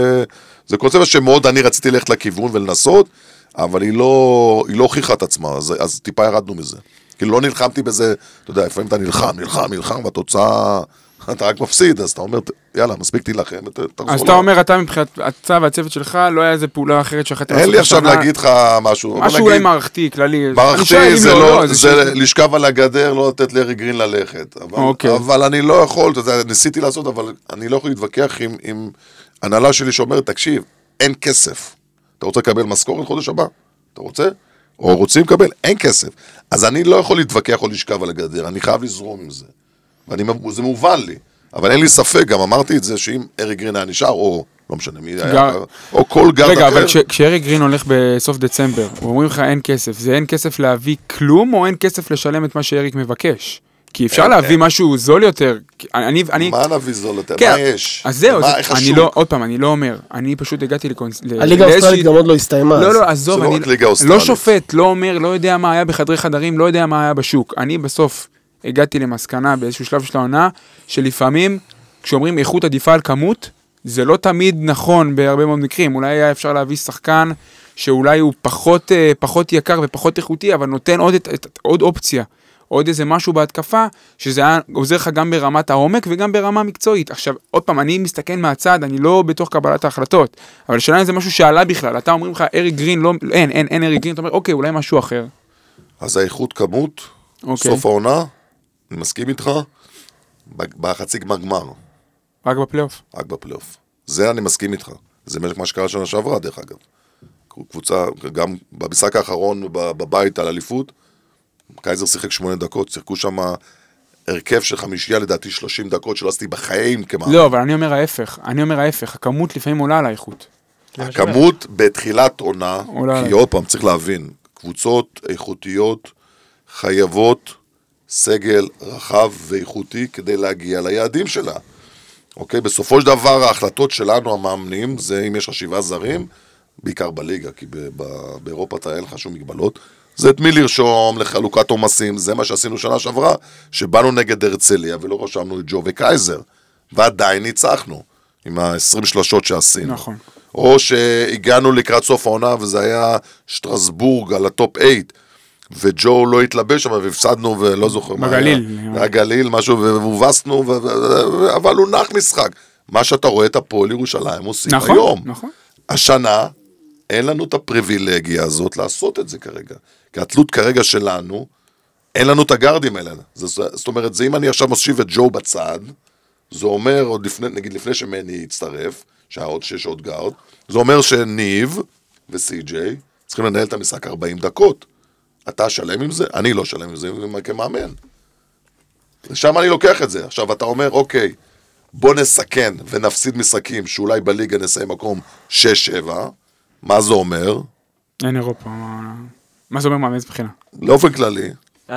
וזה קונספציה שמאוד אני רציתי ללכת לכיוון ולנסות, אבל היא לא, היא לא הוכיחה את עצמה, אז, אז טיפה ירדנו מזה. כאילו לא נלחמתי בזה, אתה יודע, לפעמים אתה נלחם, נלחם, נלחם, והתוצאה, אתה רק מפסיד, אז אתה אומר, יאללה, מספיק תילחם, תחזור. אז אתה אומר, אתה מבחינת הצו והצוות שלך, לא היה איזה פעולה אחרת שאחת... אין לי עכשיו להגיד לך משהו. משהו אולי מערכתי, כללי. מערכתי זה לא, זה לשכב על הגדר, לא לתת לארי גרין ללכת. אבל אני לא יכול, אתה יודע, ניסיתי לעשות, אבל אני לא יכול להתווכח עם הנהלה שלי שאומרת, תקשיב, אין כסף. אתה רוצה לקבל משכורת חודש הבא? אתה רוצה? או רוצים לקבל? אין כסף. אז אני לא יכול להתווכח או לשכב על הגדר, אני חייב לזרום עם זה. וזה מובן לי. אבל אין לי ספק, גם אמרתי את זה, שאם ארי גרין היה נשאר, או לא משנה מי היה, או כל גרד אחר. רגע, אבל כשארי גרין הולך בסוף דצמבר, אומרים לך אין כסף, זה אין כסף להביא כלום, או אין כסף לשלם את מה שאריק מבקש? כי אפשר להביא משהו זול יותר. מה נביא זול יותר? מה יש? אז זהו, אני לא, עוד פעם, אני לא אומר, אני פשוט הגעתי לקונס... הליגה האוסטרלית גם עוד לא הסתיימה. לא, לא, עזוב, אני לא שופט, לא אומר, לא יודע מה היה בחדרי חדרים, לא יודע מה היה בשוק. אני בסוף הגעתי למסקנה באיזשהו שלב של העונה, שלפעמים, כשאומרים איכות עדיפה על כמות, זה לא תמיד נכון בהרבה מאוד מקרים. אולי היה אפשר להביא שחקן שאולי הוא פחות, פחות יקר ופחות איכותי, אבל נותן עוד, עוד אופציה. עוד איזה משהו בהתקפה, שזה עוזר לך גם ברמת העומק וגם ברמה מקצועית. עכשיו, עוד פעם, אני מסתכל מהצד, אני לא בתוך קבלת ההחלטות, אבל השאלה זה משהו שעלה בכלל. אתה אומרים לך, ארי גרין, לא, אין, אין, אין ארי גרין, אתה אומר, אוקיי, אולי משהו אחר. אז האיכות כמות, אוקיי. סוף העונה, אני מסכים איתך, בחצי גמר גמר. רק בפלייאוף. רק בפלייאוף. זה אני מסכים איתך. זה מה שקרה שנה שעברה, דרך אגב. קבוצה, גם במשחק האחרון בבית על אליפות, קייזר שיחק שמונה דקות, שיחקו שם הרכב של חמישייה לדעתי שלושים דקות שלא עשיתי בחיים כמעט. לא, אבל אני אומר ההפך, אני אומר ההפך, הכמות לפעמים עולה על האיכות. הכמות בתחילת עונה, כי עוד פעם צריך להבין, קבוצות איכותיות חייבות סגל רחב ואיכותי כדי להגיע ליעדים שלה. אוקיי, בסופו של דבר ההחלטות שלנו המאמנים, זה אם יש חשיבה זרים, בעיקר בליגה, כי באירופה אתה אין לך שום מגבלות, זה את מי לרשום לחלוקת עומסים, זה מה שעשינו שנה שעברה, שבאנו נגד הרצליה ולא רשמנו את ג'ו וקייזר, ועדיין ניצחנו עם ה-עשרים שלשות שעשינו. נכון. או שהגענו לקראת סוף העונה וזה היה שטרסבורג על הטופ שמונה, וג'ו לא התלבש שם והפסדנו ולא זוכר מה היה. בגליל. בגליל, משהו, והובסנו, אבל הוא נח משחק. מה שאתה רואה את הפועל ירושלים עושים היום. נכון. השנה אין לנו את הפריבילגיה הזאת לעשות את זה כרגע. כי התלות כרגע שלנו, אין לנו את הגרדים האלה. זאת אומרת, זה אם אני עכשיו מושיב את ג'ו בצד, זה אומר, עוד לפני, נגיד לפני שמני יצטרף, שהיה עוד שש עוד גארד, זה אומר שניב וסי-ג'יי צריכים לנהל את המשחק ארבעים דקות. אתה שלם עם זה? אני לא שלם עם זה כמאמן. שם אני לוקח את זה. עכשיו אתה אומר, אוקיי, בוא נסכן ונפסיד משחקים שאולי בליגה נסיים מקום שש שבע, מה זה אומר? אין אירופה. מה זה אומר מאמץ בחינה? לאופן כללי.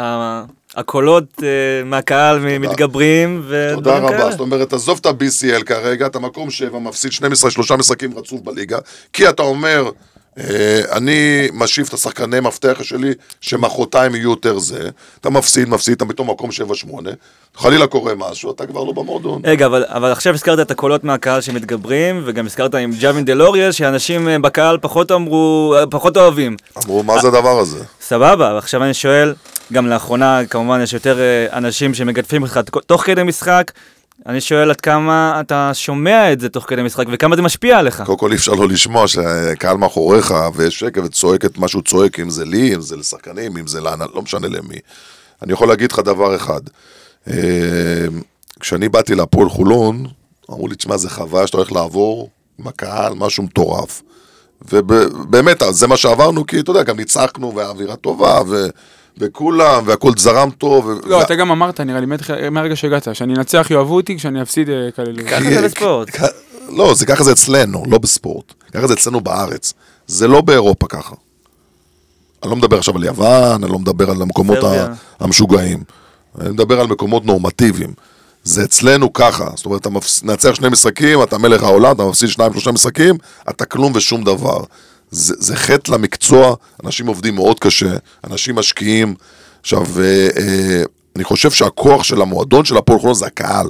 הקולות מהקהל מתגברים תודה רבה, זאת אומרת, עזוב את ה-בי סי אל כרגע, אתה מקום שבע, מפסיד שנים עשר שלושה משחקים רצוף בליגה, כי אתה אומר, אני משיב את השחקני מפתח שלי, שמחרתיים יהיו יותר זה, אתה מפסיד, מפסיד, אתה פתאום מקום שבע שמונה, חלילה קורה משהו, אתה כבר לא במועדון. רגע, אבל, אבל עכשיו הזכרת את הקולות מהקהל שמתגברים, וגם הזכרת עם ג'אבין דלוריאס, שאנשים בקהל פחות אמרו, פחות אוהבים. אמרו, מה זה הדבר הזה? סבבה, ועכשיו אני שואל, גם לאחרונה כמובן יש יותר אנשים שמגדפים לך תוך כדי משחק, אני שואל עד כמה אתה שומע את זה תוך כדי משחק, וכמה זה משפיע עליך. קודם כל אי אפשר לא לשמוע שקהל מאחוריך, ויש שקט וצועק את מה שהוא צועק, אם זה לי, אם זה לשחקנים, אם זה לענה, לא משנה למי. אני יכול להגיד לך דבר אחד, כשאני באתי להפועל חולון, אמרו לי, תשמע, זה חוויה שאתה הולך לעבור עם הקהל, משהו מטורף. ובאמת, זה מה שעברנו, כי אתה יודע, גם ניצחנו, והאווירה טובה, ו... וכולם, והכל זרם טוב. לא, אתה גם אמרת, נראה לי, מהרגע שהגעת, שאני נצח יאהבו אותי, כשאני אפסיד כללו. ככה זה בספורט. לא, זה ככה זה אצלנו, לא בספורט. ככה זה אצלנו בארץ. זה לא באירופה ככה. אני לא מדבר עכשיו על יוון, אני לא מדבר על המקומות המשוגעים. אני מדבר על מקומות נורמטיביים. זה אצלנו ככה. זאת אומרת, אתה נצח שני משחקים, אתה מלך העולם, אתה מפסיד שניים, שלושה משחקים, אתה כלום ושום דבר. זה, זה חטא למקצוע, אנשים עובדים מאוד קשה, אנשים משקיעים. עכשיו, אה, אה, אני חושב שהכוח של המועדון של הפועל חולון זה הקהל.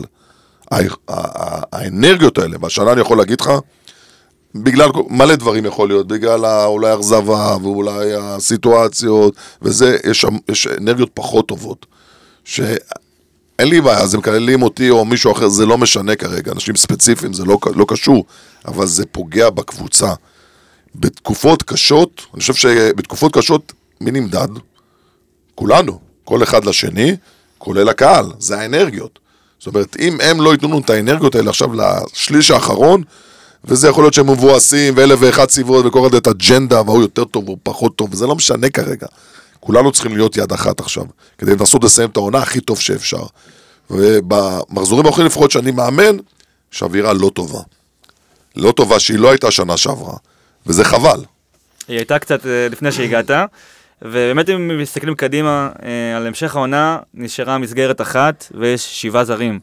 האנרגיות האלה, והשנה אני יכול להגיד לך, בגלל מלא דברים יכול להיות, בגלל אולי אכזבה ואולי הסיטואציות, וזה, יש, יש אנרגיות פחות טובות, שאין לי בעיה, אז הם מקללים אותי או מישהו אחר, זה לא משנה כרגע, אנשים ספציפיים, זה לא, לא קשור, אבל זה פוגע בקבוצה. בתקופות קשות, אני חושב שבתקופות קשות, מי נמדד? כולנו, כל אחד לשני, כולל הקהל, זה האנרגיות. זאת אומרת, אם הם לא ייתנו לנו את האנרגיות האלה עכשיו לשליש האחרון, וזה יכול להיות שהם מבואסים, ואלף ואחת סיבות, וכל אחד את אג'נדה, והוא יותר טוב, והוא פחות טוב, וזה לא משנה כרגע. כולנו צריכים להיות יד אחת עכשיו, כדי לנסות לסיים את העונה הכי טוב שאפשר. ובמחזורים האחרים לפחות שאני מאמן, שהאווירה לא טובה. לא טובה שהיא לא הייתה שנה שעברה. וזה חבל. היא הייתה קצת לפני שהגעת, ובאמת אם מסתכלים קדימה על המשך העונה, נשארה מסגרת אחת, ויש שבעה זרים.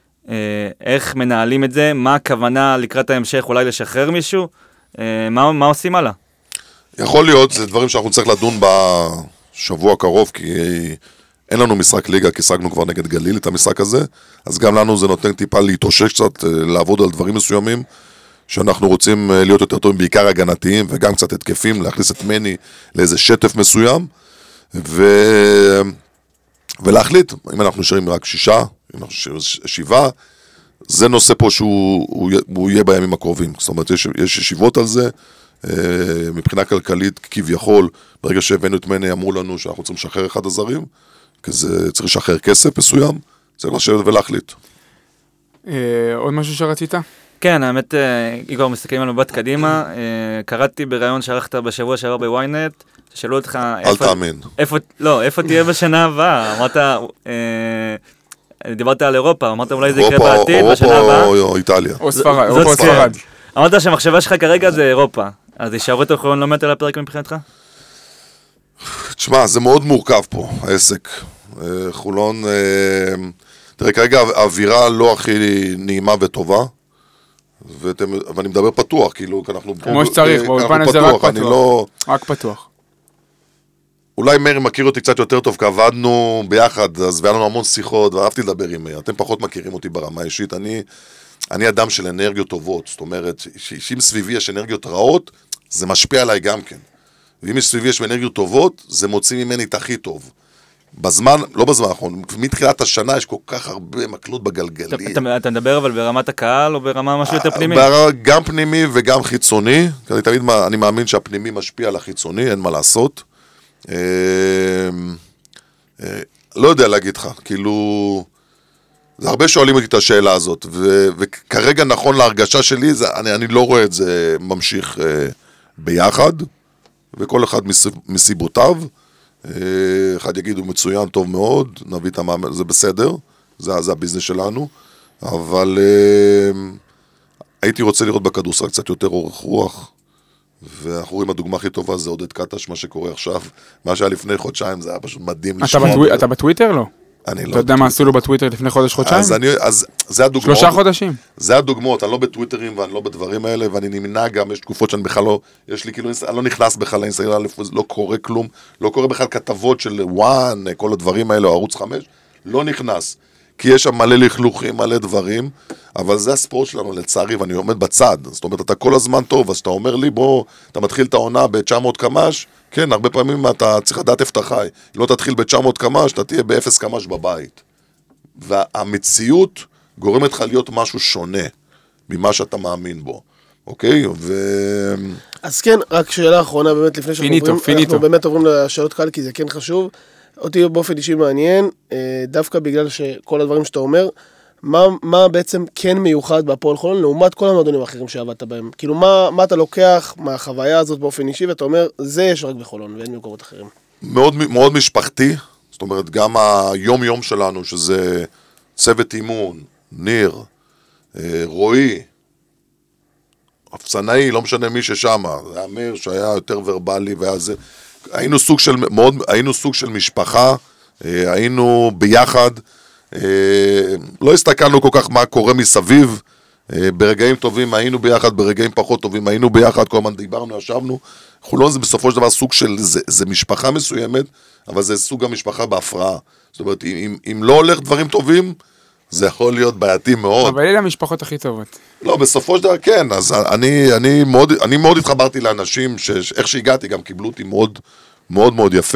איך מנהלים את זה? מה הכוונה לקראת ההמשך? אולי לשחרר מישהו? מה, מה עושים הלאה? יכול להיות, זה דברים שאנחנו צריך לדון בשבוע הקרוב, כי אין לנו משחק ליגה, כי השגנו כבר נגד גליל את המשחק הזה, אז גם לנו זה נותן טיפה להתאושש קצת, לעבוד על דברים מסוימים, שאנחנו רוצים להיות יותר טובים, בעיקר הגנתיים, וגם קצת התקפים, להכניס את מני לאיזה שטף מסוים, ו... ולהחליט, אם אנחנו נשארים רק שישה, אם אנחנו נשארים שבעה, זה נושא פה שהוא הוא, הוא יהיה בימים הקרובים. זאת אומרת, יש, יש ישיבות על זה, מבחינה כלכלית, כביכול, ברגע שהבאנו את מני, אמרו לנו שאנחנו צריכים לשחרר אחד הזרים, כי זה צריך לשחרר כסף מסוים, צריך לשבת ולהחליט. עוד משהו שרצית? כן, האמת, איגור, מסתכלים עלינו בת קדימה, קראתי בראיון שערכת בשבוע שעבר בוויינט, ששאלו אותך... אל תאמין. לא, איפה תהיה בשנה הבאה? אמרת, דיברת על אירופה, אמרת אולי זה יקרה בעתיד, בשנה הבאה. אירופה או איטליה. או ספרד, אירופה או ספרד. אמרת שהמחשבה שלך כרגע זה אירופה, אז יישארו את החולון לא מת על הפרק מבחינתך? תשמע, זה מאוד מורכב פה, העסק. חולון, תראה, כרגע האווירה לא הכי נעימה וטובה, ואתם, ואני מדבר פתוח, כאילו, אנחנו... כמו שצריך, באולפן הזה רק פתוח. רק פתוח. אולי מאיר מכיר אותי קצת יותר טוב, כי עבדנו ביחד, אז והיה לנו המון שיחות, ואהבתי לדבר עם מאיר. אתם פחות מכירים אותי ברמה אישית. אני, אני אדם של אנרגיות טובות, זאת אומרת, שאם סביבי יש אנרגיות רעות, זה משפיע עליי גם כן. ואם יש סביבי יש אנרגיות טובות, זה מוציא ממני את הכי טוב. בזמן, לא בזמן האחרון, מתחילת השנה יש כל כך הרבה מקלות בגלגלים. אתה, אתה מדבר אבל ברמת הקהל או ברמה משהו יותר פנימי? גם פנימי וגם חיצוני, כי אני תמיד, אני מאמין שהפנימי משפיע על החיצוני, אין מה לעשות. לא יודע להגיד לך, כאילו, זה הרבה שואלים אותי את השאלה הזאת, וכרגע נכון להרגשה שלי, אני לא רואה את זה ממשיך ביחד, וכל אחד מסיבותיו, אחד יגיד הוא מצוין טוב מאוד, נביא את המאמן, זה בסדר, זה, זה הביזנס שלנו, אבל הייתי רוצה לראות בכדורסל קצת יותר אורך רוח, ואנחנו רואים הדוגמה הכי טובה זה עודד קטש, מה שקורה עכשיו, מה שהיה לפני חודשיים, זה היה פשוט מדהים לשמוע. אתה בטוויטר לא? אני לא... אתה יודע מה עשו לו בטוויטר לפני חודש, חודשיים? אז, אני, אז זה הדוגמאות. שלושה חודשים. זה הדוגמאות, אני לא בטוויטרים ואני לא בדברים האלה, ואני נמנע גם, יש תקופות שאני בכלל לא, יש לי כאילו, אני לא נכנס בכלל לאינסטגרם, לא קורה כלום, לא קורה בכלל כתבות של וואן, כל הדברים האלה, או ערוץ חמש, לא נכנס. כי יש שם מלא לכלוכים, מלא דברים, אבל זה הספורט שלנו לצערי, ואני עומד בצד. זאת אומרת, אתה כל הזמן טוב, אז אתה אומר לי, בוא, אתה מתחיל את העונה ב-תשע מאות קמ"ש, כן, הרבה פעמים אתה צריך לדעת איפה אתה חי. אם לא תתחיל ב-תשע מאות קמ"ש, אתה תהיה ב-אפס קמ"ש בבית. והמציאות גורמת לך להיות משהו שונה ממה שאתה מאמין בו, אוקיי? ו... אז כן, רק שאלה אחרונה באמת לפני שאנחנו פיניטו, עוברים, פיניטו. אנחנו באמת עוברים לשאלות קהל, כי זה כן חשוב. אותי באופן אישי מעניין, דווקא בגלל שכל הדברים שאתה אומר, מה, מה בעצם כן מיוחד בהפועל חולון, לעומת כל המועדונים האחרים שעבדת בהם? כאילו, מה, מה אתה לוקח מהחוויה הזאת באופן אישי, ואתה אומר, זה יש רק בחולון, ואין במקומות אחרים. מאוד, מאוד משפחתי, זאת אומרת, גם היום-יום שלנו, שזה צוות אימון, ניר, רועי, אפסנאי, לא משנה מי ששם, זה היה מאיר שהיה יותר ורבלי, והיה זה, היינו סוג של, מאוד, היינו סוג של משפחה, היינו ביחד, לא הסתכלנו כל כך מה קורה מסביב, ברגעים טובים היינו ביחד, ברגעים פחות טובים היינו ביחד, כל הזמן דיברנו, ישבנו, חולון זה בסופו של דבר סוג של, זה, זה משפחה מסוימת, אבל זה סוג המשפחה בהפרעה, זאת אומרת, אם, אם לא הולך דברים טובים, זה יכול להיות בעייתי מאוד. אבל אלה המשפחות הכי טובות. לא, בסופו של דבר כן, אז אני, אני מאוד, אני מאוד התחברתי לאנשים, שאיך שהגעתי גם קיבלו אותי מאוד, מאוד מאוד יפה,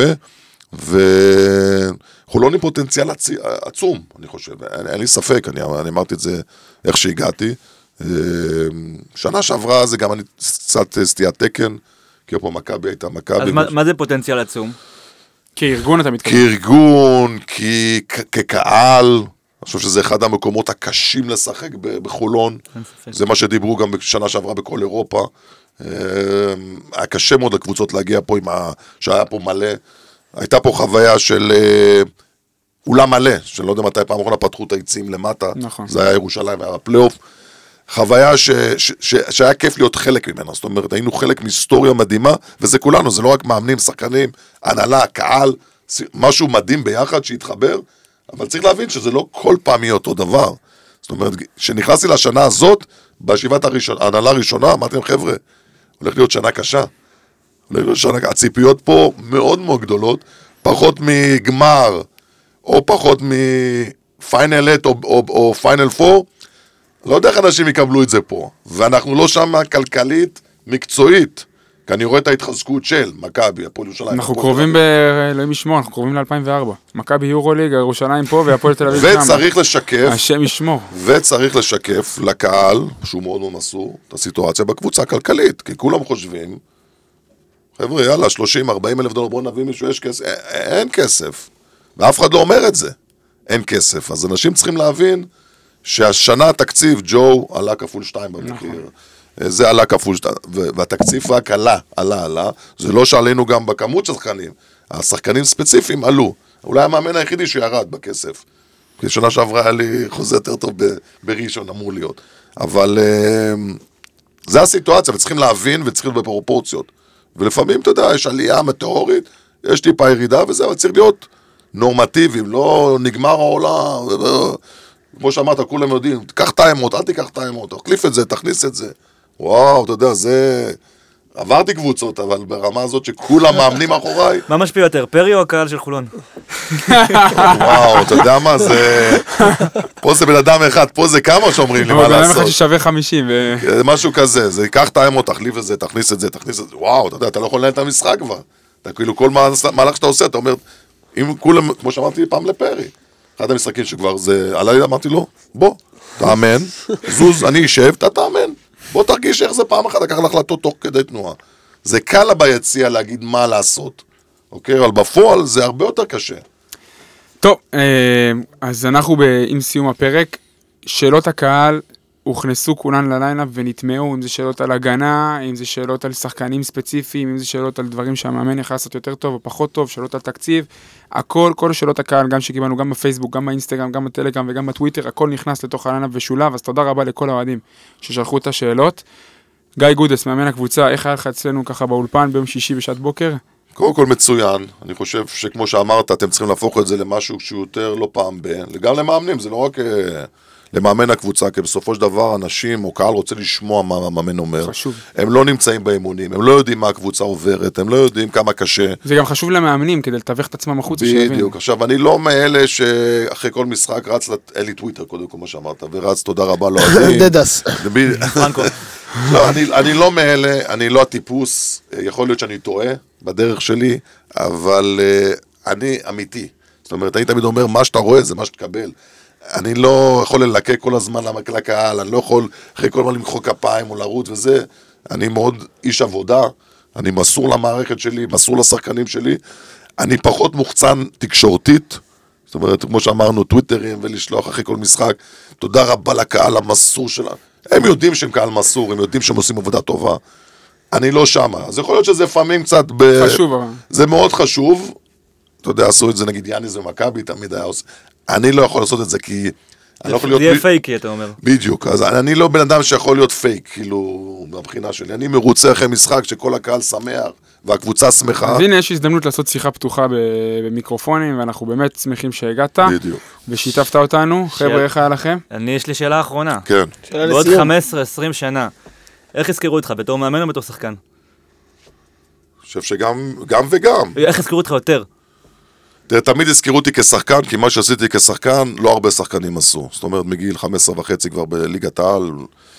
וחולון עם פוטנציאל עצ... עצום, אני חושב, אין, אין לי ספק, אני, אני אמרתי את זה איך שהגעתי. שנה שעברה זה גם אני קצת סטיית תקן, כי פה מכבי הייתה מכבי. אז מה, מה זה פוטנציאל עצום? כארגון אתה מתכוון. כארגון, כי, כ- כקהל, אני חושב שזה אחד המקומות הקשים לשחק בחולון, זה מה שדיברו גם בשנה שעברה בכל אירופה, היה קשה מאוד לקבוצות להגיע פה, עם ה... שהיה פה מלא, הייתה פה חוויה של אולם מלא, שאני לא יודע מתי פעם אחרונה פתחו את העצים למטה, נכון. זה היה ירושלים, היה הפלייאוף, חוויה ש... ש... ש... שהיה כיף להיות חלק ממנה, זאת אומרת, היינו חלק מהיסטוריה מדהימה, וזה כולנו, זה לא רק מאמנים, שחקנים, הנהלה, קהל, משהו מדהים ביחד שהתחבר, אבל צריך להבין שזה לא כל פעם יהיה אותו דבר. זאת אומרת, כשנכנסתי לשנה הזאת, בישיבת הראשון, ההנהלה הראשונה, אמרתי להם, חבר'ה, הולך להיות שנה קשה. הולך להיות שנה, הציפיות פה מאוד מאוד גדולות, פחות מגמר, או פחות מפיינל אט או, או, או פיינל פור, לא יודע איך אנשים יקבלו את זה פה. ואנחנו לא שם כלכלית, מקצועית, כי אני רואה את ההתחזקות של מכבי, הפועל ירושלים. אנחנו קרובים באלוהים ישמור, אנחנו קרובים ל-אלפיים וארבע. מכבי יורוליג, ירושלים פה והפועל תל אביב שם. וצריך לשקף, השם ישמור. וצריך לשקף לקהל, שהוא מאוד מאוד מסור, את הסיטואציה בקבוצה הכלכלית, כי כולם חושבים, חבר'ה, יאללה, שלושים ארבעים אלף דולר, בואו נביא מישהו, יש כסף, אין כסף. ואף אחד לא אומר את זה, אין כסף. אז אנשים צריכים להבין שהשנה התקציב, ג'ו עלה כפול שתיים במחיר. זה עלה כפול שתיים, והתקציב רק עלה, עלה, עלה. זה לא שעלינו גם בכמות של שחקנים. השחקנים ספציפיים עלו. אולי המאמן היחידי שירד בכסף. כי שנה שעברה היה לי חוזה יותר טוב בראשון, אמור להיות. אבל זה הסיטואציה, וצריכים להבין וצריכים להיות בפרופורציות. ולפעמים, אתה יודע, יש עלייה מטאורית, יש טיפה ירידה וזה, אבל צריך להיות נורמטיביים, לא נגמר העולם, כמו שאמרת, כולם יודעים, תיקח טיימות, אל תיקח טיימות, תחליף את זה, תכניס את זה. וואו, אתה יודע, זה... עברתי קבוצות, אבל ברמה הזאת שכולם מאמנים אחוריי. מה משפיע יותר, פרי או הקהל של חולון? וואו, אתה יודע מה, זה... פה זה בן אדם אחד, פה זה כמה שאומרים לי מה בן אדם אחד לעשות. ששווה חמישים. משהו כזה, זה ייקח טיימות, תחליף את זה, תכניס את זה, תכניס את זה. וואו, אתה יודע, אתה לא יכול לנהל את המשחק כבר. אתה כאילו, כל מהלך שאתה עושה, אתה אומר, אם כולם, כמו שאמרתי פעם לפרי, אחד המשחקים שכבר זה, עליי אמרתי לו, בוא, תאמן, זוז, אני אשב, אתה תאמן. בוא תרגיש איך זה פעם אחת, לקח להחלטות תוך כדי תנועה. זה קל ביציע להגיד מה לעשות, אוקיי? אבל בפועל זה הרבה יותר קשה. טוב, אז אנחנו עם סיום הפרק. שאלות הקהל הוכנסו כולן לליינאפ ונטמעו, אם זה שאלות על הגנה, אם זה שאלות על שחקנים ספציפיים, אם זה שאלות על דברים שהמאמן יכול לעשות יותר טוב או פחות טוב, שאלות על תקציב, הכל, כל שאלות הקהל, גם שקיבלנו גם בפייסבוק, גם באינסטגרם, גם בטלגרם וגם בטוויטר, הכל נכנס לתוך הליינאפ ושולב, אז תודה רבה לכל האוהדים ששלחו את השאלות. גיא גודס, מאמן הקבוצה, איך היה לך אצלנו ככה באולפן ביום שישי בשעת בוקר? קודם כל מצוין, אני חושב שכמו שאמרת, אתם צריכים להפוך את זה למשהו שהוא יותר לא פעם ב... גם למאמנים, זה לא רק למאמן הקבוצה, כי בסופו של דבר אנשים או קהל רוצה לשמוע מה המאמן אומר. חשוב. הם לא נמצאים באימונים, הם לא יודעים מה הקבוצה עוברת, הם לא יודעים כמה קשה. זה גם חשוב למאמנים, כדי לתווך את עצמם החוצה. בדיוק, עכשיו אני לא מאלה שאחרי כל משחק רץ, אין לי טוויטר קודם כל מה שאמרת, ורץ תודה רבה לאוהדים. דדס. פרנקו. לא, אני, אני לא מאלה, אני לא הטיפוס, יכול להיות שאני טועה בדרך שלי, אבל uh, אני אמיתי. זאת אומרת, אני תמיד אומר, מה שאתה רואה זה מה שתקבל. אני לא יכול ללקק כל הזמן לקהל, אני לא יכול אחרי כל הזמן למחוא כפיים או לרוץ וזה. אני מאוד איש עבודה, אני מסור למערכת שלי, מסור לשחקנים שלי. אני פחות מוחצן תקשורתית, זאת אומרת, כמו שאמרנו, טוויטרים ולשלוח אחרי כל משחק. תודה רבה לקהל המסור שלה. הם יודעים שהם קהל מסור, הם יודעים שהם עושים עבודה טובה. אני לא שמה. אז יכול להיות שזה לפעמים קצת ב... חשוב, אבל. זה מאוד חשוב. אתה יודע, עשו את זה, נגיד, יאניס ומכבי, תמיד היה עושה... אני לא יכול לעשות את זה, כי... זה יהיה פייקי, אתה אומר. בדיוק. אז אני לא בן אדם שיכול להיות פייק, כאילו, מבחינה שלי. אני מרוצה אחרי משחק שכל הקהל שמח, והקבוצה שמחה. אז הנה, יש הזדמנות לעשות שיחה פתוחה במיקרופונים, ואנחנו באמת שמחים שהגעת. בדיוק. ושיתפת אותנו. חבר'ה, איך היה לכם? אני, יש לי שאלה אחרונה. כן. בעוד חמש עשרה עשרים שנה, איך הזכרו אותך? בתור מאמן או בתור שחקן? אני חושב שגם גם וגם. איך הזכרו אותך יותר? תמיד הזכירו אותי כשחקן, כי מה שעשיתי כשחקן, לא הרבה שחקנים עשו. זאת אומרת, מגיל חמש עשרה וחצי כבר בליגת העל,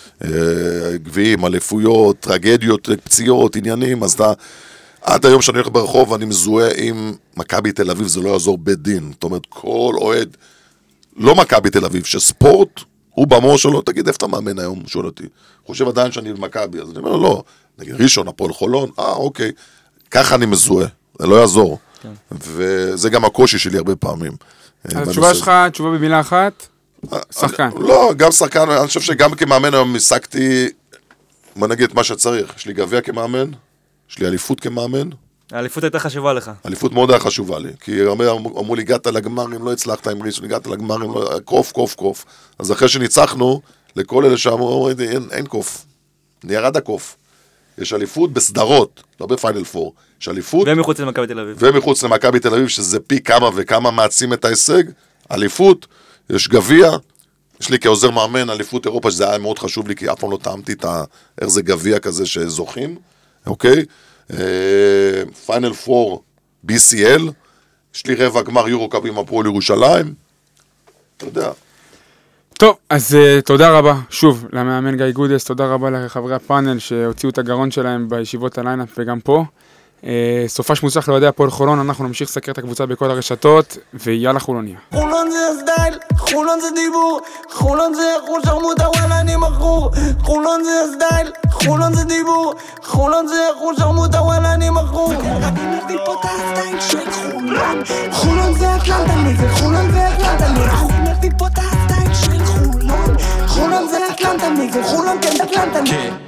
גביעים, אליפויות, טרגדיות, פציעות, עניינים, אז אתה... עד היום שאני הולך ברחוב ואני מזוהה עם מכבי תל אביב, זה לא יעזור בית דין. זאת אומרת, כל אוהד, לא מכבי תל אביב, שספורט, הוא במור שלו, תגיד, איפה אתה מאמן היום? שואל אותי. חושב עדיין שאני במכבי, אז אני אומר לו, לא, נגיד ראשון, הפועל חולון, אה, אוקיי. ככה אני מזוהה, זה לא יעזור. וזה גם הקושי שלי הרבה פעמים. אז התשובה שלך, תשובה במילה אחת, שחקן. לא, גם שחקן, אני חושב שגם כמאמן היום השגתי, מה נגיד, מה שצריך. יש לי גביע כמאמן, יש לי אליפות כמאמן. האליפות הייתה חשובה לך. אליפות מאוד היה חשובה לי, כי הרבה אמרו לי, הגעת לגמרים, לא הצלחת עם ראשון, הגעת לגמרים, קוף, קוף, קוף. אז אחרי שניצחנו, לכל אלה שאמרו, אין קוף, ירד הקוף. יש אליפות בסדרות, לא בפיינל פור. יש אליפות. ומחוץ למכבי תל אביב. ומחוץ למכבי תל אביב, שזה פי כמה וכמה מעצים את ההישג. אליפות, יש גביע. יש לי כעוזר מאמן, אליפות אירופה, שזה היה מאוד חשוב לי, כי אף פעם לא טעמתי את ה... איך זה גביע כזה שזוכים. אוקיי? פיינל פור, בי סי אל. יש לי רבע גמר יורו קאפ עם הפועל ירושלים. אתה יודע. טוב, אז uh, תודה רבה, שוב, למאמן גיא גודס, תודה רבה לחברי הפאנל שהוציאו את הגרון שלהם בישיבות הליינאפ וגם פה. Uh, סופש מוצלח לאוהדי הפועל חולון, אנחנו נמשיך לסקר את הקבוצה בכל הרשתות, ויאללה חולוניה. חולון זה הסטייל, חולון זה דיבור, חולון זה חול שרמוטה וואלה אני מכור. חולון זה הסטייל, חולון זה דיבור, חולון זה חול שרמוטה וואלה אני מכור. רק אם נביא פה את הסטייל של חולון, חולון זה אטלנטה נגד, חולון זה אטלנטה נגד. רק אם נביא פה את הסטייל של חולון, חולון זה אטלנטה נגד, חולון כן אטלנטה נגד.